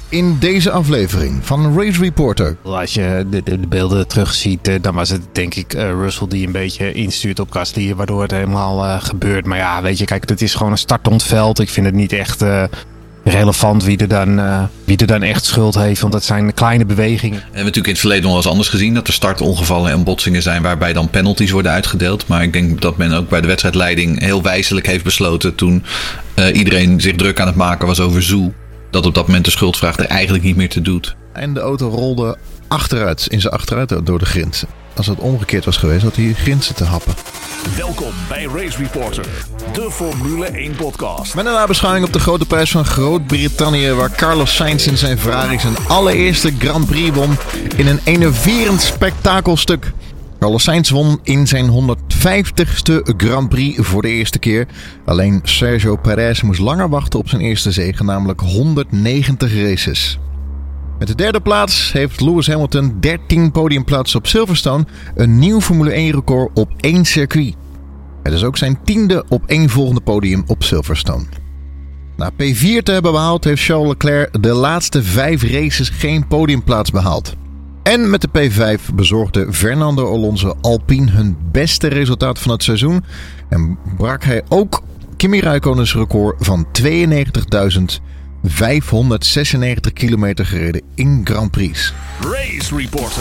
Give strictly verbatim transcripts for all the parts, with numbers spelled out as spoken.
In deze aflevering van Race Reporter. Als je de, de, de beelden terugziet, dan was het denk ik uh, Russell die een beetje instuurt op Gasly, waardoor het helemaal uh, gebeurt. Maar ja, weet je, kijk, het is gewoon een startend veld. Ik vind het niet echt uh, relevant wie er, dan, uh, wie er dan echt schuld heeft, want dat zijn kleine bewegingen. We hebben natuurlijk in het verleden nog wel eens anders gezien, dat er startongevallen en botsingen zijn waarbij dan penalties worden uitgedeeld. Maar ik denk dat men ook bij de wedstrijdleiding heel wijselijk heeft besloten toen uh, iedereen zich druk aan het maken was over Zhou, dat op dat moment de schuldvraag er eigenlijk niet meer te doet. En de auto rolde achteruit, in zijn achteruit door de grind. Als het omgekeerd was geweest, had hij grinsen te happen. Welkom bij Race Reporter, de Formule één podcast. Met een nabeschouwing op de grote prijs van Groot-Brittannië, waar Carlos Sainz in zijn Ferrari zijn allereerste Grand Prix won in een enerverend spektakelstuk. Carlos Sainz won in zijn honderdvijftigste Grand Prix voor de eerste keer. Alleen Sergio Perez moest langer wachten op zijn eerste zege, namelijk honderdnegentig races. Met de derde plaats heeft Lewis Hamilton dertien podiumplaatsen op Silverstone, een nieuw Formule één record op één circuit. Het is ook zijn tiende op één volgende podium op Silverstone. Na P vier te hebben behaald heeft Charles Leclerc de laatste vijf races geen podiumplaats behaald. En met de P vijf bezorgde Fernando Alonso Alpine hun beste resultaat van het seizoen en brak hij ook Kimi Räikkönen's record van tweeënnegentigduizend vijfhonderdzesennegentig kilometer gereden in Grand Prix. Race Reporter,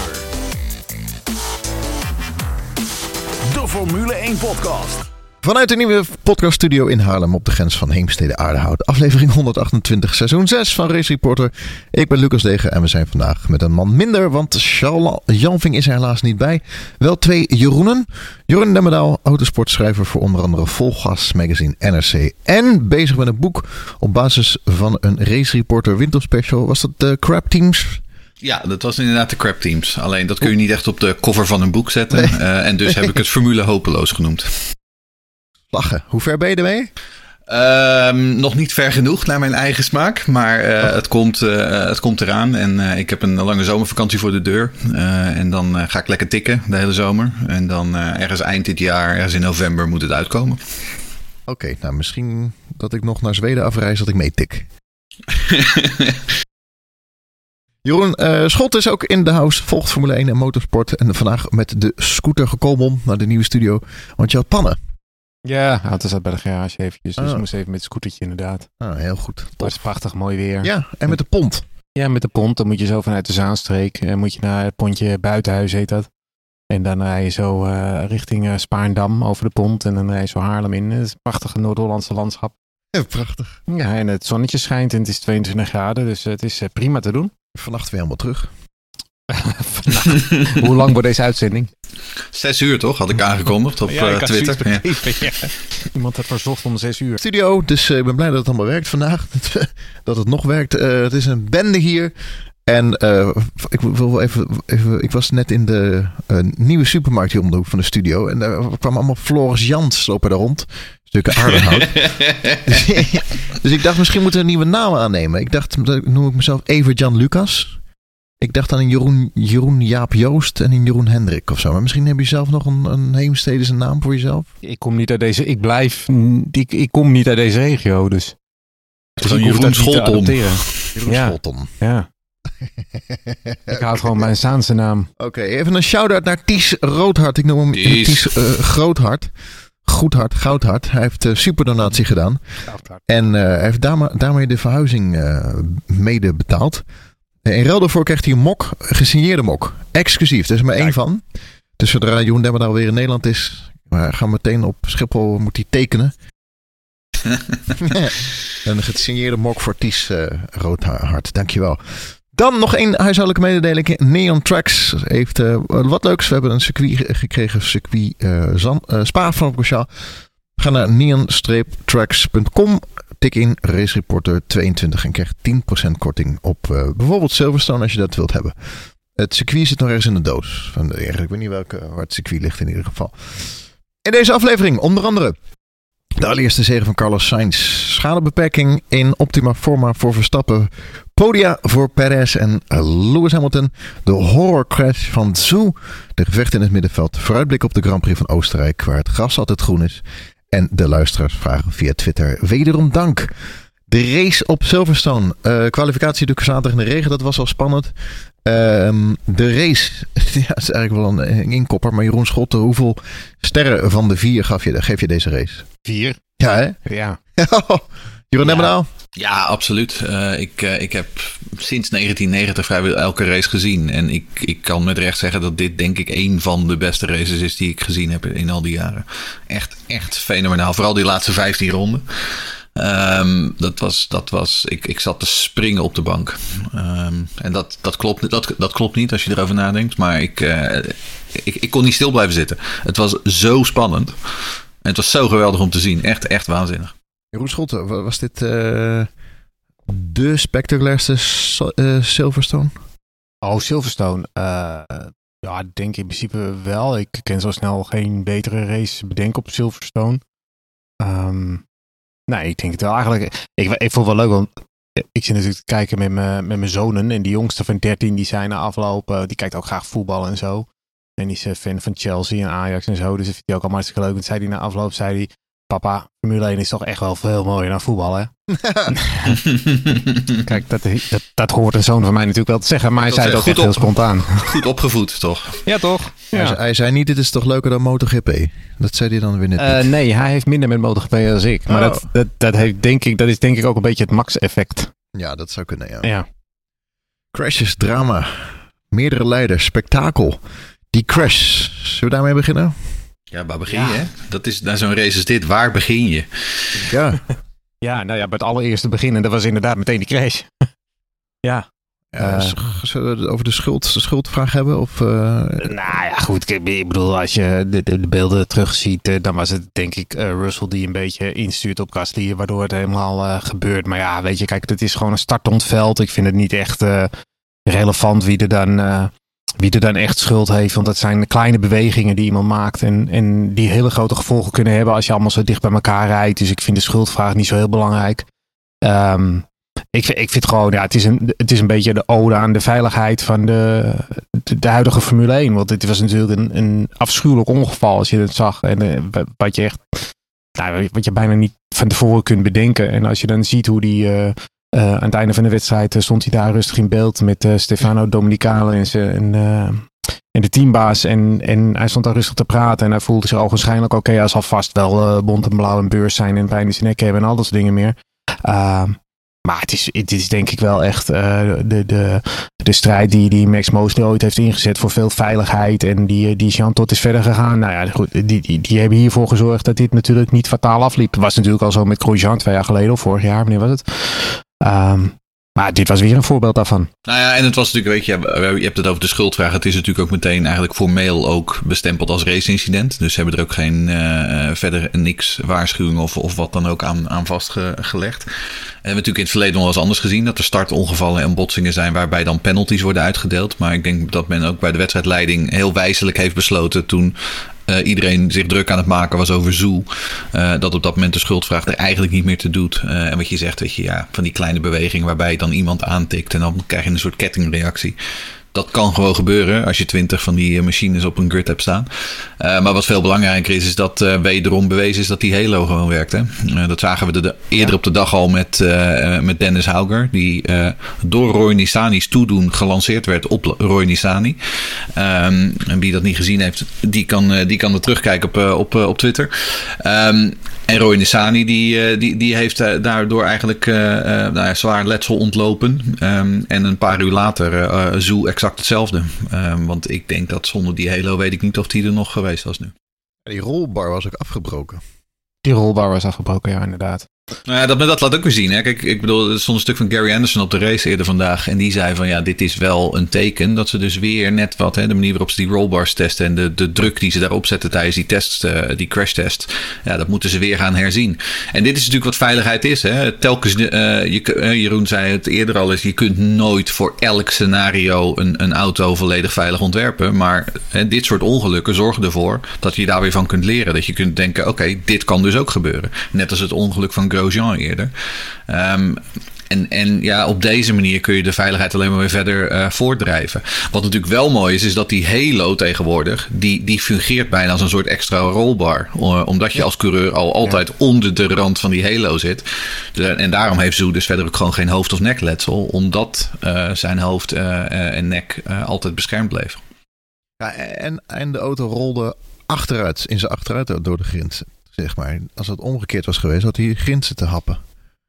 de Formule één podcast. Vanuit de nieuwe podcaststudio in Haarlem op de grens van Heemstede-Aardehout. Aflevering honderdachtentwintig, seizoen zes van Race Reporter. Ik ben Lucas Degen en we zijn vandaag met een man minder, want Charles Janving is er helaas niet bij. Wel twee Jeroenen. Jeroen Demmerdaal, autosportschrijver voor onder andere Volgas Magazine N R C. En bezig met een boek op basis van een Race Reporter winterspecial. Was dat de Crap Teams? Ja, dat was inderdaad de Crap Teams. Alleen dat kun je niet echt op de cover van een boek zetten. Nee. Uh, en dus heb ik het Formule Hopeloos genoemd. Lachen. Hoe ver ben je ermee? Uh, nog niet ver genoeg naar mijn eigen smaak. Maar uh, oh. het, komt, uh, het komt eraan. En uh, ik heb een lange zomervakantie voor de deur. Uh, en dan uh, ga ik lekker tikken de hele zomer. En dan uh, ergens eind dit jaar, ergens in november moet het uitkomen. Oké, okay, nou misschien dat ik nog naar Zweden afreis dat ik meetik. Jeroen uh, Schot is ook in de house, volgt Formule één en motorsport. En vandaag met de scooter gekomen naar de nieuwe studio. Want je had pannen. Ja, het zat bij de garage eventjes. Dus oh. ik moest even met het scootertje inderdaad. Ah, heel goed. Het was prachtig mooi weer. Ja, en met de pont. Ja, met de pont. Dan moet je zo vanuit de Zaanstreek. En moet je naar het pontje Buitenhuis heet dat. En dan rij je zo uh, richting uh, Spaarndam over de pont. En dan rij je zo Haarlem in. Het is een prachtige Noord-Hollandse landschap. Ja, prachtig. Ja, en het zonnetje schijnt en het is tweeëntwintig graden. Dus het is uh, prima te doen. Vannacht weer helemaal terug. Hoe lang wordt deze uitzending? Zes uur toch? Had ik aangekondigd op ja, uh, Twitter. Ja. Ja. Iemand had verzocht om zes uur. Studio, dus uh, ik ben blij dat het allemaal werkt vandaag. Dat het nog werkt. Uh, het is een bende hier. En uh, ik wil wel even, even. Ik was net in de uh, nieuwe supermarkt hier om de hoek van de studio. En daar kwamen allemaal Floris Jans lopen daar rond. Stukken aardehout. dus, dus ik dacht, misschien moeten we een nieuwe naam aannemen. Ik dacht, noem ik mezelf Evert-Jan Lucas. Ik dacht aan een Jeroen, Jeroen Jaap Joost en een Jeroen Hendrik of zo. Maar misschien heb je zelf nog een, een Heemstedse naam voor jezelf? Ik kom niet uit deze... Ik blijf... Ik, ik kom niet uit deze regio, dus... Dus ik Jeroen Scholton. Jeroen ja. Scholton. Ja. Ik houd gewoon mijn Zaanse naam. Oké, okay, even een shout-out naar Ties Roodhart. Ik noem hem Ties, Ties uh, Groothart. Goedhart, Goudhart. Hij heeft uh, superdonatie gedaan. En uh, hij heeft daarmee, daarmee de verhuizing uh, mede betaald. In ruil daarvoor krijgt hij een mok, gesigneerde mok. Exclusief, er is maar één van. Dus zodra Jeroen Demmerdaal weer in Nederland is, gaan we meteen op Schiphol, moet hij tekenen. Een gesigneerde mok voor Ties uh, Roodhart, dankjewel. Dan nog één huishoudelijke mededeling. Neon Tracks heeft uh, wat leuks. We hebben een circuit gekregen, circuit uh, Zan, uh, Spa-Francorchamps. Ga naar neon tracks punt com. Tik in Race Reporter tweeëntwintig en krijg tien procent korting op uh, bijvoorbeeld Silverstone als je dat wilt hebben. Het circuit zit nog ergens in de doos. Van de, ik weet niet welke, waar het circuit ligt in ieder geval. In deze aflevering onder andere de allereerste zege van Carlos Sainz. Schadebeperking in optima forma voor Verstappen. Podia voor Perez en Lewis Hamilton. De horror crash van Zhou. De gevechten in het middenveld. Vooruitblik op de Grand Prix van Oostenrijk waar het gras altijd groen is. En de luisteraars vragen via Twitter wederom dank. De race op Silverstone. Uh, kwalificatie doe ik zaterdag in de regen. Dat was al spannend. Uh, de race. Ja, dat is eigenlijk wel een, een inkopper. Maar Jeroen Schotten, hoeveel sterren van de vier gaf je, geef je deze race? Vier. Ja, hè? Ja. Jeroen Nemmendaal? Ja, absoluut. Uh, ik, uh, ik heb sinds negentien negentig vrijwel elke race gezien. En ik, ik kan met recht zeggen dat dit denk ik een van de beste races is die ik gezien heb in al die jaren. Echt, echt fenomenaal. Vooral die laatste vijftien ronden. Um, dat was, dat was ik, ik zat te springen op de bank. Um, en dat, dat, klopt, dat, dat klopt niet als je erover nadenkt. Maar ik, uh, ik, ik kon niet stil blijven zitten. Het was zo spannend. En het was zo geweldig om te zien. Echt, echt waanzinnig. Jeroen Schotten, was dit uh, de spectaculairste uh, Silverstone? Oh, Silverstone. Uh, ja, denk ik in principe wel. Ik ken zo snel geen betere race bedenken op Silverstone. Um, nee, ik denk het wel eigenlijk. Ik, ik vond het wel leuk, want ik zit natuurlijk te kijken met mijn, met mijn zonen. En die jongste van dertien, die zijn na afloop, uh, die kijkt ook graag voetbal en zo. En die is uh, fan van Chelsea en Ajax en zo. Dus dat vindt hij ook al hartstikke leuk. Want zei hij na afloop, zei hij... Papa, Formule één is toch echt wel veel mooier dan voetbal, hè? Kijk, dat, dat, dat hoort een zoon van mij natuurlijk wel te zeggen. Maar hij zei het ook echt op, heel spontaan. Goed opgevoed, toch? Ja, toch? Ja. Hij, hij zei niet, dit is toch leuker dan MotoGP? Dat zei hij dan weer net uh, Nee, hij heeft minder met MotoGP als ik. Maar oh. dat, dat, dat, heeft, denk ik, dat is denk ik ook een beetje het Max-effect. Ja, dat zou kunnen, ja. ja. Crashes, drama, meerdere leiders, spektakel. Die crash, zullen we daarmee beginnen? Ja, waar begin je? Ja. Dat is naar zo'n race als dit. Waar begin je? Ja. Ja, nou ja, bij het allereerste begin. En dat was inderdaad meteen die crash. ja. ja uh, zullen we het over de, schuld, de schuldvraag hebben? Of, uh... Nou ja, goed. Ik bedoel, als je de, de, de beelden terugziet, uh, dan was het denk ik uh, Russell die een beetje instuurt op Gasly, waardoor het helemaal uh, gebeurt. Maar ja, weet je, kijk, het is gewoon een startend veld. Ik vind het niet echt uh, relevant wie er dan... Uh, Wie er dan echt schuld heeft. Want dat zijn kleine bewegingen die iemand maakt. En, en die hele grote gevolgen kunnen hebben als je allemaal zo dicht bij elkaar rijdt. Dus ik vind de schuldvraag niet zo heel belangrijk. Um, ik, ik vind gewoon, ja, het is, een, het is een beetje de ode aan de veiligheid van de, de, de huidige Formule één. Want dit was natuurlijk een, een afschuwelijk ongeval als je het zag. En uh, wat je echt, nou, wat je bijna niet van tevoren kunt bedenken. En als je dan ziet hoe die... Uh, Uh, aan het einde van de wedstrijd uh, stond hij daar rustig in beeld met uh, Stefano Domenicali en, ze, en, uh, en de teambaas. En, en hij stond daar rustig te praten en hij voelde zich ogenschijnlijk oké. Okay, hij zal vast wel uh, bont en blauw en beurs zijn en pijn in zijn nek hebben en al dat soort dingen meer. Uh, maar het is, het is denk ik wel echt uh, de, de, de strijd die, die Max Mosley ooit heeft ingezet voor veel veiligheid. En die, die Jean Todt is verder gegaan. Nou ja, goed, die, die, die hebben hiervoor gezorgd dat dit natuurlijk niet fataal afliep. Het was natuurlijk al zo met Grosjean twee jaar geleden of vorig jaar. Wanneer was het? Um, maar dit was weer een voorbeeld daarvan. Nou ja, en het was natuurlijk, weet je, je hebt het over de schuldvraag. Het is natuurlijk ook meteen eigenlijk formeel ook bestempeld als raceincident. Dus ze hebben er ook geen uh, verder niks waarschuwing of, of wat dan ook aan, aan vastgelegd. En we hebben natuurlijk in het verleden nog wel eens anders gezien. Dat er startongevallen en botsingen zijn waarbij dan penalties worden uitgedeeld. Maar ik denk dat men ook bij de wedstrijdleiding heel wijselijk heeft besloten toen... Uh, iedereen zich druk aan het maken was over Zoel. Uh, dat op dat moment de schuldvraag er eigenlijk niet meer te doet. Uh, en wat je zegt, weet je, ja, van die kleine bewegingen waarbij je dan iemand aantikt en dan krijg je een soort kettingreactie. Dat kan gewoon gebeuren als je twintig van die machines op een grid hebt staan. Uh, maar wat veel belangrijker is, is dat uh, wederom bewezen is dat die Halo gewoon werkt. Hè? Uh, dat zagen we de, de, eerder op de dag al met, uh, met Dennis Hauger. Die uh, door Roy Nissany's toedoen gelanceerd werd op Roy Nissany. Um, en wie dat niet gezien heeft, die kan, uh, die kan er terugkijken op, uh, op, uh, op Twitter. Um, En Roy Nissany die, die, die heeft daardoor eigenlijk uh, nou ja, zwaar letsel ontlopen. Um, en een paar uur later uh, Zoel exact hetzelfde. Um, want ik denk dat zonder die Halo weet ik niet of die er nog geweest was nu. Die rolbar was ook afgebroken. Die rolbar was afgebroken, ja, inderdaad. Nou ja, dat, dat laat ook weer zien. Hè. Kijk, ik bedoel, er stond een stuk van Gary Anderson op de race eerder vandaag. En die zei van ja, dit is wel een teken dat ze dus weer net wat, hè, de manier waarop ze die rollbars testen en de, de druk die ze daarop zetten tijdens die test, uh, die crash test. Ja, dat moeten ze weer gaan herzien. En dit is natuurlijk wat veiligheid is. Hè. Telkens, uh, je, uh, Jeroen zei het eerder al eens, je kunt nooit voor elk scenario een, een auto volledig veilig ontwerpen. Maar hè, dit soort ongelukken zorgen ervoor dat je daar weer van kunt leren. Dat je kunt denken, oké, okay, dit kan dus ook gebeuren. Net als het ongeluk van Grosjean eerder. Um, En, en ja, op deze manier kun je de veiligheid alleen maar weer verder uh, voortdrijven. Wat natuurlijk wel mooi is, is dat die halo tegenwoordig, die, die fungeert bijna als een soort extra rollbar. Uh, omdat je als coureur al altijd ja. onder de rand van die halo zit. De, en daarom heeft Zhou dus verder ook gewoon geen hoofd- of nekletsel. Omdat uh, zijn hoofd uh, uh, en nek uh, altijd beschermd bleef. Ja, en, en de auto rolde achteruit, in zijn achteruit door de grind. Zeg maar. Als het omgekeerd was geweest, had hij grinsen te happen.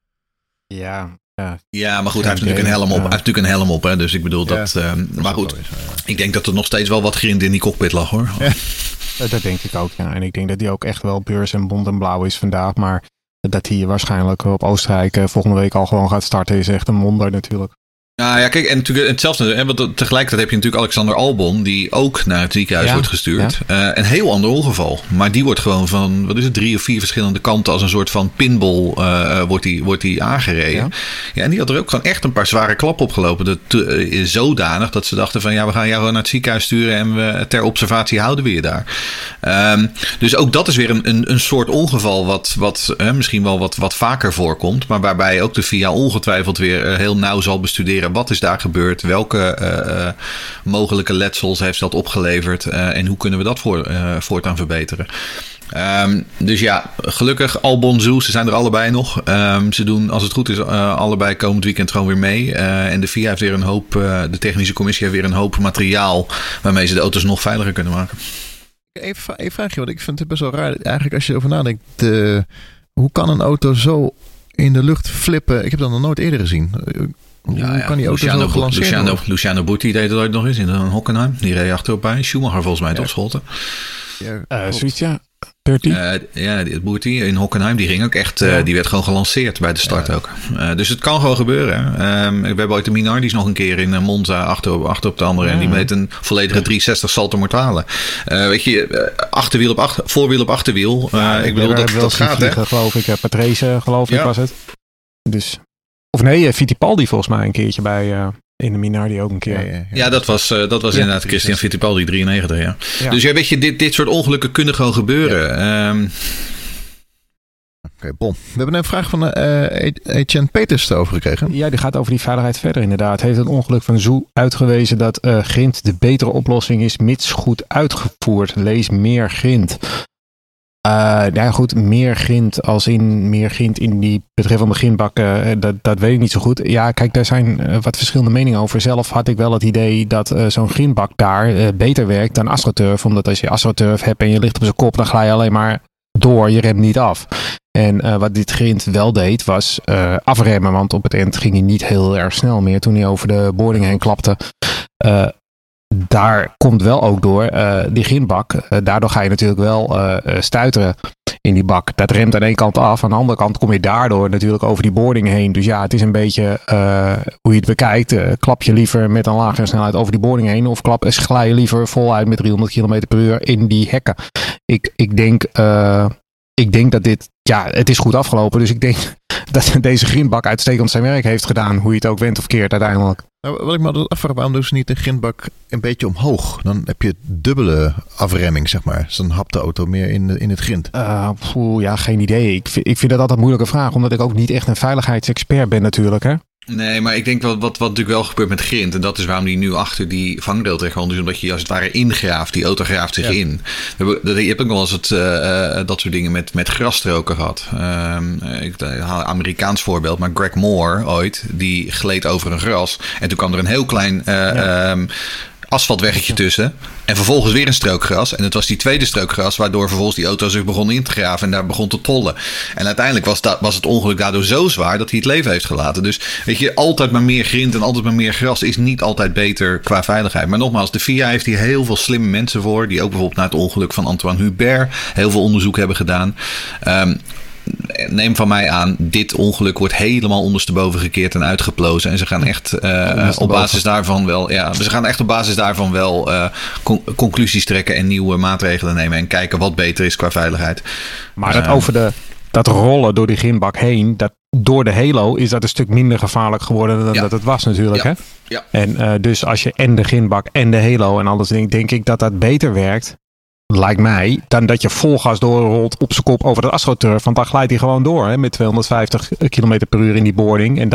Ja, ja. ja, maar goed, hij heeft natuurlijk een helm op. Ja. Hij heeft natuurlijk een helm op, hè, dus ik bedoel dat. Ja, uh, maar goed, is, ja. ik denk dat er nog steeds wel wat grind in die cockpit lag, hoor. Ja. Dat denk ik ook, ja. En ik denk dat die ook echt wel beurs en bont en blauw is vandaag. Maar dat hij waarschijnlijk op Oostenrijk volgende week al gewoon gaat starten, is echt een wonder natuurlijk. Nou ja, kijk, en natuurlijk hetzelfde. En want tegelijkertijd heb je natuurlijk Alexander Albon, die ook naar het ziekenhuis ja, wordt gestuurd. Ja. Uh, een heel ander ongeval. Maar die wordt gewoon van, wat is het, drie of vier verschillende kanten als een soort van pinball uh, wordt die, wordt die aangereden. Ja. ja, en die had er ook gewoon echt een paar zware klappen opgelopen. Dat, uh, zodanig dat ze dachten van, ja, we gaan jou gewoon naar het ziekenhuis sturen en we ter observatie houden we je daar. Um, dus ook dat is weer een, een, een soort ongeval wat, wat uh, misschien wel wat, wat vaker voorkomt. Maar waarbij ook de F I A ongetwijfeld weer uh, heel nauw zal bestuderen. Wat is daar gebeurd? Welke uh, mogelijke letsels heeft dat opgeleverd? Uh, en hoe kunnen we dat voor, uh, voortaan verbeteren? Um, dus ja, gelukkig Albon, Zhou, ze zijn er allebei nog. Um, ze doen, als het goed is, uh, allebei komend weekend gewoon weer mee. Uh, en de F I A heeft weer een hoop, uh, de technische commissie heeft weer een hoop materiaal waarmee ze de auto's nog veiliger kunnen maken. Even, even vraag je, want ik vind het best wel raar. Eigenlijk als je erover nadenkt, de, hoe kan een auto zo in de lucht flippen? Ik heb dat nog nooit eerder gezien. Hoe ja, ja. kan die auto Luciano, zo gelanceerd Luciano, worden? Luciano Butti deed het ooit nog eens in een Hockenheim. Die reed achterop bij. Schumacher volgens mij ja. toch, Scholten? Ja, uh, zoiets, ja. dertien? Uh, ja, Butti in Hockenheim, die ging ook echt, uh, die werd gewoon gelanceerd bij de start ja. ook. Uh, dus het kan gewoon gebeuren. Um, we hebben ooit de Minardis nog een keer in Monza achter op, achter op de andere. Ja. En die met een volledige driehonderdzestig salto mortale. Uh, weet je, achterwiel op achter, voorwiel op achterwiel. Uh, ja, ik bedoel, dat, dat gaat, hè? Geloof ik, Patrese, geloof ik, ja. was het. Dus... Of nee, Fittipaldi volgens mij een keertje bij uh, in de Minardi ook een keer. Ja, ja, ja. ja dat was, uh, dat was ja, inderdaad Christian Fittipaldi, drieënnegentig. Ja. Ja. Dus ja, weet je, dit, dit soort ongelukken kunnen gewoon gebeuren. Ja. Um... Oké, okay, bon. We hebben een vraag van uh, Etienne Peters erover gekregen. Ja, die gaat over die veiligheid verder inderdaad. Heeft een ongeluk van Zhou uitgewezen dat uh, grind de betere oplossing is, mits goed uitgevoerd. Lees meer grind. Uh, ja goed, meer grind als in meer grind in die betreffende grindbak, uh, dat, dat weet ik niet zo goed. Ja, kijk, daar zijn uh, wat verschillende meningen over. Zelf had ik wel het idee dat uh, zo'n grindbak daar uh, beter werkt dan AstroTurf. Omdat als je AstroTurf hebt en je ligt op zijn kop, dan ga je alleen maar door, je remt niet af. En uh, wat dit grind wel deed, was uh, afremmen. Want op het eind ging hij niet heel erg snel meer toen hij over de boarding heen klapte. Uh, Daar komt wel ook door uh, die grindbak. Uh, daardoor ga je natuurlijk wel uh, stuiteren in die bak. Dat remt aan één kant af. Aan de andere kant kom je daardoor natuurlijk over die boarding heen. Dus ja, het is een beetje uh, hoe je het bekijkt. Uh, klap je liever met een lagere snelheid over die boarding heen. Of klap, glij je liever voluit met driehonderd kilometer per uur in die hekken. Ik, ik, denk, uh, ik denk dat dit... Ja, het is goed afgelopen. Dus ik denk dat deze grindbak uitstekend zijn werk heeft gedaan. Hoe je het ook went of keert uiteindelijk. Nou, wat ik me altijd afvraag, waarom doen ze niet de grindbak een beetje omhoog? Dan heb je dubbele afremming, zeg maar. Dus dan hapt de auto meer in, de, in het grind. Uh, poeh, ja, geen idee. Ik vind, ik vind dat altijd een moeilijke vraag. Omdat ik ook niet echt een veiligheidsexpert ben natuurlijk, hè. Nee, maar ik denk wat, wat, wat natuurlijk wel gebeurt met grind, en dat is waarom die nu achter die vangrail terechtkomt, is omdat je als het ware ingraaft. Die auto graaft zich ja. in. We hebben, je hebt ook wel eens het, uh, dat soort dingen met, met grasstroken gehad. Uh, ik haal een Amerikaans voorbeeld, maar Greg Moore ooit, die gleed over een gras. En toen kwam er een heel klein uh, ja. um, asfaltweggetje tussen. En vervolgens weer een strook gras. En het was die tweede strook gras, waardoor vervolgens die auto zich begon in te graven en daar begon te tollen. En uiteindelijk was, dat, was het ongeluk daardoor zo zwaar dat hij het leven heeft gelaten. Dus weet je, altijd maar meer grind en altijd maar meer gras is niet altijd beter qua veiligheid. Maar nogmaals, de F I A heeft hier heel veel slimme mensen voor, die ook bijvoorbeeld naar het ongeluk van Antoine Hubert heel veel onderzoek hebben gedaan. Um, Neem van mij aan, dit ongeluk wordt helemaal ondersteboven gekeerd en uitgeplozen. En ze gaan echt uh, op basis daarvan wel, ja, ze gaan echt op basis daarvan wel uh, con- conclusies trekken en nieuwe maatregelen nemen en kijken wat beter is qua veiligheid. Maar dat uh, over de dat rollen door die grindbak heen, dat door de halo is dat een stuk minder gevaarlijk geworden dan ja. dat het was natuurlijk. Ja. Hè? Ja. En uh, dus als je en de grindbak en de halo en alles denkt, denk ik dat dat beter werkt. Lijkt mij, dan dat je vol gas doorrolt op zijn kop over de AstroTurf. Want dan glijdt hij gewoon door hè, met tweehonderdvijftig kilometer per uur in die boarding. En dan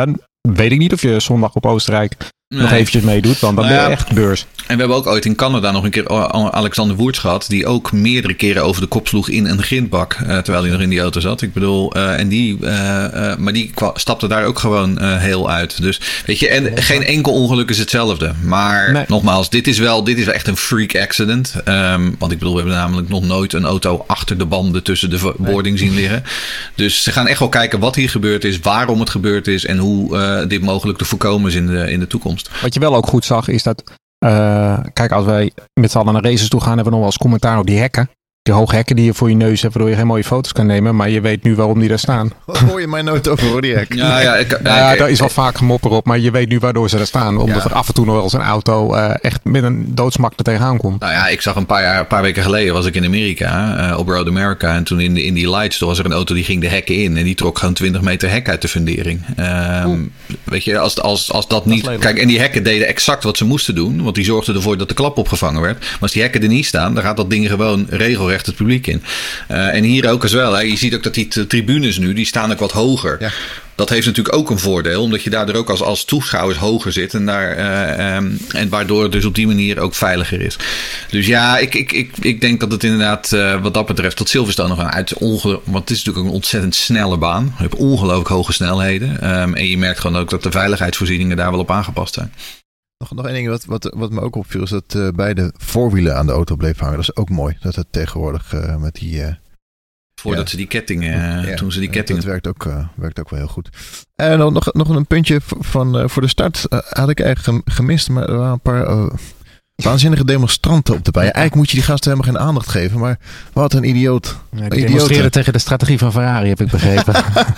weet ik niet of je zondag op Oostenrijk nee. nog eventjes meedoet. Want dan nou ben je ja, echt beurs. En we hebben ook ooit in Canada nog een keer Alexander Woerts gehad. Die ook meerdere keren over de kop sloeg in een grindbak. Uh, terwijl hij nog in die auto zat. Ik bedoel, uh, en die, uh, uh, maar die kwa, stapte daar ook gewoon uh, heel uit. Dus weet je, en geen enkel ongeluk is hetzelfde. Maar nee. nogmaals, dit is wel, dit is wel echt een freak accident. Um, want ik bedoel, we hebben namelijk nog nooit een auto achter de banden tussen de boarding zien liggen. Dus ze gaan echt wel kijken wat hier gebeurd is, waarom het gebeurd is en hoe uh, dit mogelijk te voorkomen is in de, in de toekomst. Wat je wel ook goed zag is dat Uh, kijk, als wij met z'n allen naar races toe gaan, hebben we nog wel eens commentaar op die hekken. Die hoge hekken die je voor je neus hebt, waardoor je geen mooie foto's kan nemen. Maar je weet nu waarom die daar staan. Wat hoor je mij nooit over, hoor, die hekken? Ja, ja, ik, nou, ja, daar is wel vaak gemopper op. Maar je weet nu waardoor ze daar staan. Omdat ja. er af en toe nog wel eens een auto uh, echt met een doodsmak er tegenaan komt. Nou ja, ik zag een paar, jaar, een paar weken geleden was ik in Amerika, uh, op Road America. En toen in, de, in die lights was er een auto die ging de hekken in. En die trok gewoon twintig meter hek uit de fundering. Um, weet je, als, als, als dat niet... Dat kijk, en die hekken deden exact wat ze moesten doen. Want die zorgden ervoor dat de klap opgevangen werd. Maar als die hekken er niet staan, dan gaat dat ding gewoon regelrecht het publiek in. Uh, en hier ook als wel. Hè. Je ziet ook dat die t- tribunes nu, die staan ook wat hoger. Ja. Dat heeft natuurlijk ook een voordeel, omdat je daardoor ook als, als toeschouwers hoger zit. En, daar, uh, um, en waardoor het dus op die manier ook veiliger is. Dus ja, ik, ik, ik, ik denk dat het inderdaad uh, wat dat betreft tot Silverstone nog een uit... Onge- want het is natuurlijk een ontzettend snelle baan. Je hebt ongelooflijk hoge snelheden. Um, en je merkt gewoon ook dat de veiligheidsvoorzieningen daar wel op aangepast zijn. Nog, nog één ding wat, wat, wat me ook opviel is dat uh, beide voorwielen aan de auto bleef hangen. Dat is ook mooi. Dat het tegenwoordig uh, met die... Uh, Voordat ja. ze die kettingen... Uh, ja, toen ze die kettingen... Dat werkt ook, uh, werkt ook wel heel goed. En uh, nog, nog een puntje van uh, voor de start uh, had ik eigenlijk gemist. Maar er waren een paar uh, waanzinnige demonstranten op de bij. Eigenlijk moet je die gasten helemaal geen aandacht geven. Maar wat een idioot. Ja, die demonstreren tegen de strategie van Ferrari, heb ik begrepen.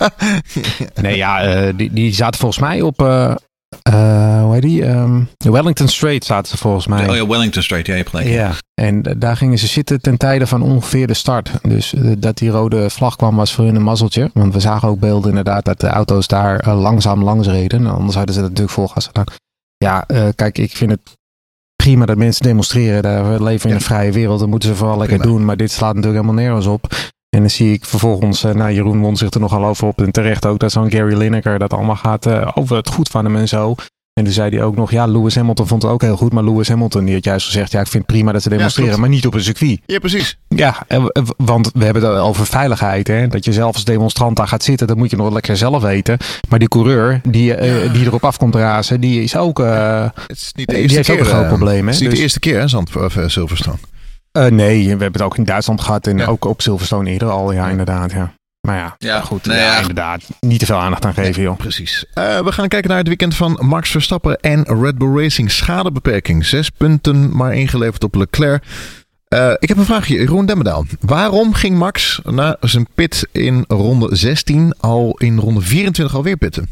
nee, ja, uh, die, die zaten volgens mij op... Uh, Uh, hoe heet die? Um, Wellington Strait zaten ze volgens mij. Oh ja, Wellington Strait, ja, je hebt gelijk. Ja, en uh, daar gingen ze zitten ten tijde van ongeveer de start. Dus uh, dat die rode vlag kwam was voor hun een mazzeltje. Want we zagen ook beelden inderdaad dat de auto's daar uh, langzaam langs reden. Anders hadden ze dat natuurlijk vol gas gedaan. Ja, uh, kijk, ik vind het prima dat mensen demonstreren. Daar, we leven in ja. een vrije wereld. Dat moeten ze vooral lekker prima. doen. Maar dit slaat natuurlijk helemaal nergens op. En dan zie ik vervolgens, uh, nou Jeroen wond zich er nogal over op. En terecht ook dat zo'n Gary Lineker dat allemaal gaat uh, over het goed van hem en zo. En toen zei hij ook nog, ja, Lewis Hamilton vond het ook heel goed. Maar Lewis Hamilton die had juist gezegd, ja, ik vind het prima dat ze demonstreren. Ja, maar niet op een circuit. Ja, precies. Ja, want we hebben het over veiligheid. Hè? Dat je zelf als demonstrant daar gaat zitten, dat moet je nog lekker zelf weten. Maar die coureur die, uh, ja. die erop af komt razen, die is ook, uh, het is niet de eerste die heeft keer, ook een groot probleem. Hè? Het is niet dus, de eerste keer, hè, Zand, of uh, Silverstone. Uh, nee, we hebben het ook in Duitsland gehad en ja. ook op Silverstone eerder al, ja, inderdaad, ja. Maar ja, ja goed, nee, ja, ja. inderdaad, niet te veel aandacht aan geven, joh. Precies. Uh, we gaan kijken naar het weekend van Max Verstappen en Red Bull Racing. Schadebeperking, zes punten maar ingeleverd op Leclerc. Uh, ik heb een vraagje, Jeroen Demmendaal. Waarom ging Max na zijn pit in ronde zestien al in ronde vierentwintig alweer pitten?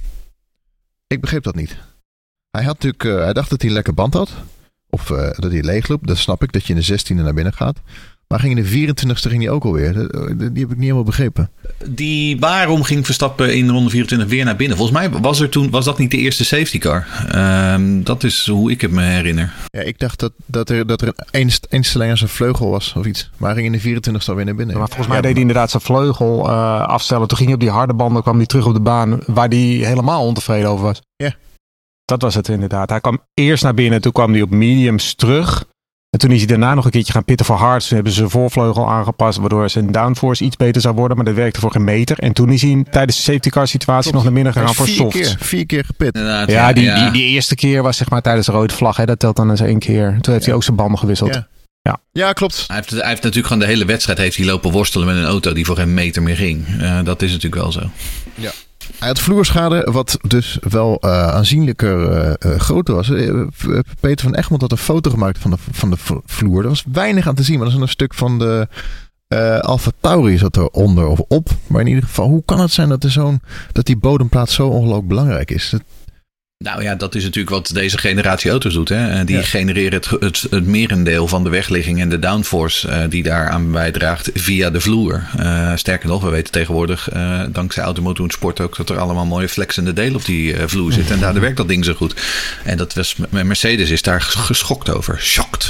Ik begreep dat niet. Hij had natuurlijk, uh, hij dacht dat hij een lekker band had. Of uh, dat hij leegloopt. Dat snap ik, dat je in de zestiende naar binnen gaat. Maar ging in de vierentwintigste ging hij ook alweer. Die heb ik niet helemaal begrepen. Die, waarom ging Verstappen in ronde vierentwintig weer naar binnen? Volgens mij was, er toen, was dat niet de eerste safety car. Um, dat is hoe ik het me herinner. Ja, ik dacht dat, dat er, dat er een instelling aan zijn vleugel was of iets. Maar hij ging in de vierentwintigste alweer naar binnen. Maar volgens mij ja, deed hij inderdaad zijn vleugel uh, afstellen. Toen ging hij op die harde banden, kwam hij terug op de baan waar hij helemaal ontevreden over was. Ja. Dat was het inderdaad. Hij kwam eerst naar binnen, toen kwam hij op mediums terug. En toen is hij daarna nog een keertje gaan pitten voor hards. Toen hebben ze zijn voorvleugel aangepast, waardoor zijn downforce iets beter zou worden. Maar dat werkte voor geen meter. En toen is hij tijdens de safety car situatie Klopt. nog naar binnen gegaan voor softs. Keer, vier keer gepit. Ja, ja, die, die, die eerste keer was zeg maar tijdens de rode vlag. Hè. Dat telt dan eens één keer. Toen heeft ja. hij ook zijn banden gewisseld. Ja. Ja. ja, klopt. Hij heeft, hij heeft natuurlijk gewoon de hele wedstrijd heeft hij lopen worstelen met een auto die voor geen meter meer ging. Uh, dat is natuurlijk wel zo. Ja. Hij had vloerschade, wat dus wel uh, aanzienlijker uh, uh, groter was. Uh, Peter van Egmond had een foto gemaakt van de, van de vloer. Er was weinig aan te zien, maar dat is een stuk van de uh, Alfa Tauri zat er onder of op. Maar in ieder geval, hoe kan het zijn dat, er zo'n, dat die bodemplaat zo ongelooflijk belangrijk is? Dat, Nou ja, dat is natuurlijk wat deze generatie auto's doet. Hè? Die ja. genereren het, het, het merendeel van de wegligging en de downforce uh, die daaraan bijdraagt via de vloer. Uh, sterker nog, we weten tegenwoordig, uh, dankzij Automotive Sport ook, dat er allemaal mooie flexende delen op die uh, vloer zitten. En daardoor werkt dat ding zo goed. En dat was, Mercedes is daar geschokt over. Shocked.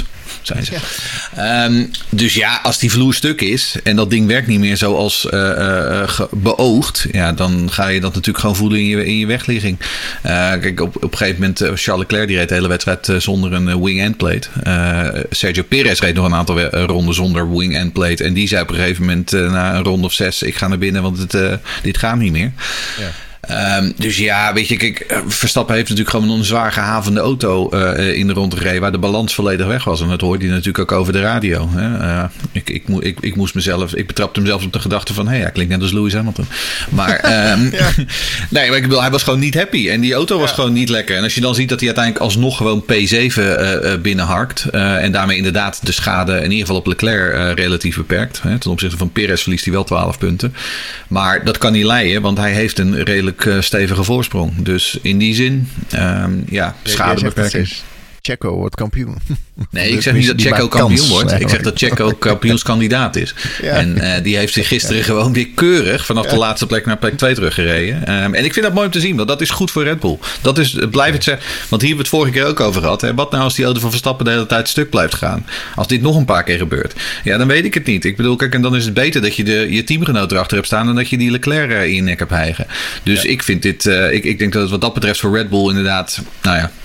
zijn ze. Ja. Um, dus ja, als die vloer stuk is en dat ding werkt niet meer zoals uh, uh, ge- beoogd, ja, dan ga je dat natuurlijk gewoon voelen in je, in je wegligging. Uh, kijk, op, op een gegeven moment, uh, Charles Leclerc die reed de hele wedstrijd uh, zonder een uh, wing-end plate. Uh, Sergio Perez reed nog een aantal we- uh, ronden zonder wing-end plate. En die zei op een gegeven moment uh, na een ronde of zes, ik ga naar binnen, want het, uh, dit gaat niet meer. Ja. Um, dus ja, weet je, kijk, Verstappen heeft natuurlijk gewoon een zwaar gehavende auto uh, in de ronde gereden waar de balans volledig weg was. En dat hoorde hij natuurlijk ook over de radio. Hè? Uh, ik, ik, ik, ik moest mezelf, ik betrapte hem zelfs op de gedachte van, hé, hey, hij klinkt net als Lewis Hamilton. Maar, um, ja. nee, maar ik bedoel, hij was gewoon niet happy. En die auto was ja. gewoon niet lekker. En als je dan ziet dat hij uiteindelijk alsnog gewoon P zeven uh, binnenharkt. Uh, en daarmee inderdaad de schade in ieder geval op Leclerc uh, relatief beperkt. Hè? Ten opzichte van Perez verliest hij wel twaalf punten. Maar dat kan niet leiden, want hij heeft een redelijk stevige voorsprong. Dus in die zin, um, ja, schadebeperking. Checo wordt kampioen. Nee, ik zeg niet dat Checo kampioen wordt. Ik zeg dat Checo kampioenskandidaat is. Ja. En uh, die heeft zich gisteren ja. gewoon weer keurig vanaf ja. de laatste plek naar plek twee teruggereden. Um, en ik vind dat mooi om te zien, want dat is goed voor Red Bull. Dat is, blijf het zeggen. Want hier hebben we het vorige keer ook over gehad. Hè. Wat nou als die auto van Verstappen de hele tijd stuk blijft gaan? Als dit nog een paar keer gebeurt. Ja, dan weet ik het niet. Ik bedoel, kijk, en dan is het beter dat je de, je teamgenoot erachter hebt staan dan dat je die Leclerc in je nek hebt hijgen. Dus ja. ik vind dit, uh, ik, ik denk dat het wat dat betreft voor Red Bull inderdaad, nou ja,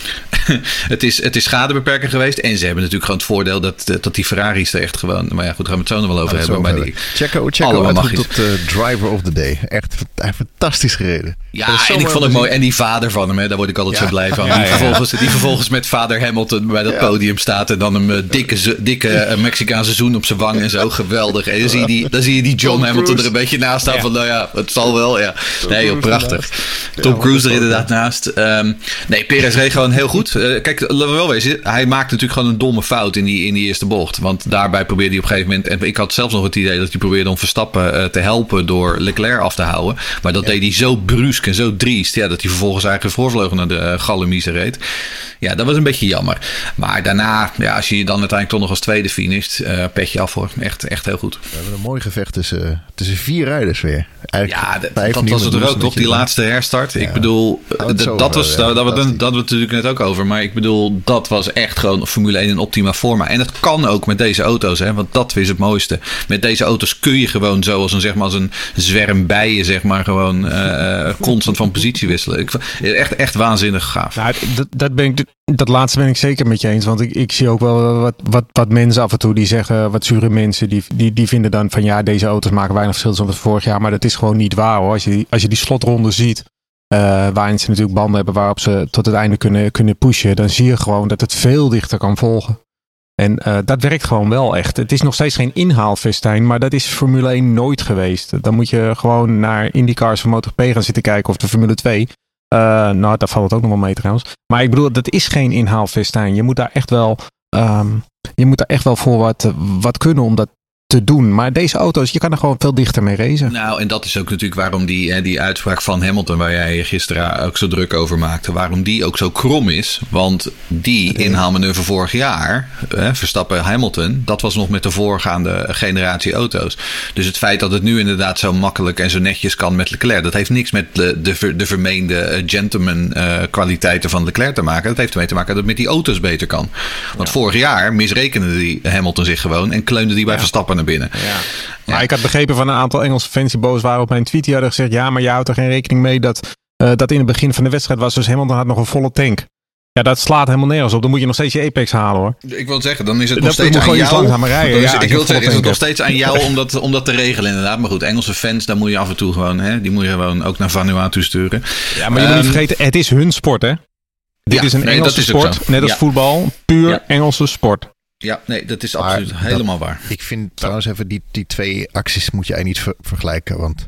het is, het is schadebeperker geweest. En ze hebben natuurlijk gewoon het voordeel dat, dat die Ferraris er echt gewoon, maar ja, goed, daar gaan we het zo nog wel over ja, hebben. Maar die, Checo, Checo uitroept tot uh, driver of the day. Echt fantastisch gereden. Ja, en ik vond het mooi. En die vader van hem, hè, daar word ik altijd ja. zo blij van. Ja, die, ja, vervolgens, die vervolgens met vader Hamilton bij dat ja. podium staat. En dan een uh, dikke, dikke uh, Mexicaanse zoen op zijn wang en zo. Geweldig. En dan zie je die, dan zie je die John Tom Hamilton Cruise er een beetje naast staan. Ja. Van nou ja, het zal wel. Ja. Nee, joh, prachtig. Tom ja, Cruise er inderdaad naast. Um, nee, Perez reed gewoon heel goed. Uh, kijk, laten we wel wezen. Hij maakt natuurlijk gewoon een domme fout in die, in die eerste bocht. Want daarbij probeerde hij op een gegeven moment. En ik had zelfs nog het idee dat hij probeerde om Verstappen uh, te helpen door Leclerc af te houden. Maar dat ja. deed hij zo brusk en zo driest. Ja, dat hij vervolgens eigenlijk voorvleugel naar de uh, Gallemiezen reed. Ja, dat was een beetje jammer. Maar daarna, ja, als je je dan uiteindelijk toch nog als tweede finisht, uh, petje af hoor. Echt, echt heel goed. We hebben een mooi gevecht tussen, tussen vier rijders weer. Eigenlijk ja, d- dat was het er ook toch, die laatste herstart. Ja. Ik bedoel, oh, d- dat was, ja, dat, dat, dat we het natuurlijk net ook over. Maar ik bedoel, dat was echt gewoon Formule één in optima forma. En dat kan ook met deze auto's, hè, want dat is het mooiste. Met deze auto's kun je gewoon zo als een, zeg maar, als een zwerm bijen, zeg maar, gewoon uh, constant van positie wisselen. Ik, echt, echt waanzinnig gaaf. Nou, dat, dat, ben ik, dat laatste ben ik zeker met je eens. Want ik, ik zie ook wel wat, wat, wat mensen af en toe die zeggen, wat zure mensen, die, die, die vinden dan van ja, deze auto's maken weinig verschil van vorig jaar. Maar dat is gewoon niet waar hoor. Als je, als je die slotronde ziet, uh, waarin ze natuurlijk banden hebben waarop ze tot het einde kunnen, kunnen pushen, dan zie je gewoon dat het veel dichter kan volgen. En uh, dat werkt gewoon wel echt. Het is nog steeds geen inhaalfestijn, maar dat is Formule één nooit geweest. Dan moet je gewoon naar IndyCars van MotoGP gaan zitten kijken of de Formule twee. Uh, nou, daar valt het ook nog wel mee trouwens. Maar ik bedoel, dat is geen inhaalfestijn. Je moet daar echt wel, um, je moet daar echt wel voor wat, wat kunnen om dat te doen. Maar deze auto's, je kan er gewoon veel dichter mee racen. Nou, en dat is ook natuurlijk waarom die, die uitspraak van Hamilton, waar jij gisteren ook zo druk over maakte, waarom die ook zo krom is. Want die inhaalmanoeuvre vorig jaar, Verstappen Hamilton, dat was nog met de voorgaande generatie auto's. Dus het feit dat het nu inderdaad zo makkelijk en zo netjes kan met Leclerc, dat heeft niks met de, de, de vermeende gentleman uh, kwaliteiten van Leclerc te maken. Dat heeft ermee te maken dat het met die auto's beter kan. Want ja. vorig jaar misrekende die Hamilton zich gewoon en kleunde die bij ja. Verstappen naar binnen. Ja. Ja. Maar ik had begrepen van een aantal Engelse fans die boos waren op mijn tweet. Die hadden gezegd, ja, maar je houdt er geen rekening mee dat uh, dat in het begin van de wedstrijd was. Dus Hamilton had nog een volle tank. Ja, dat slaat helemaal nergens op. Dan moet je nog steeds je apex halen hoor. Ik wil zeggen, dan is het nog steeds aan jou. Rijden. Is, ja, ik wil zeggen, is het nog steeds aan jou om dat, om dat te regelen inderdaad. Maar goed, Engelse fans, daar moet je af en toe gewoon, hè, die moet je gewoon ook naar Vanuatu sturen. Ja, maar je um, moet niet vergeten, het is hun sport hè. Dit ja, is een nee, Engelse sport, net als ja. voetbal. Puur ja. Engelse sport. Ja, nee, dat is absoluut maar helemaal dat, waar. Ik vind trouwens even, die, die twee acties moet je eigenlijk niet ver, vergelijken, want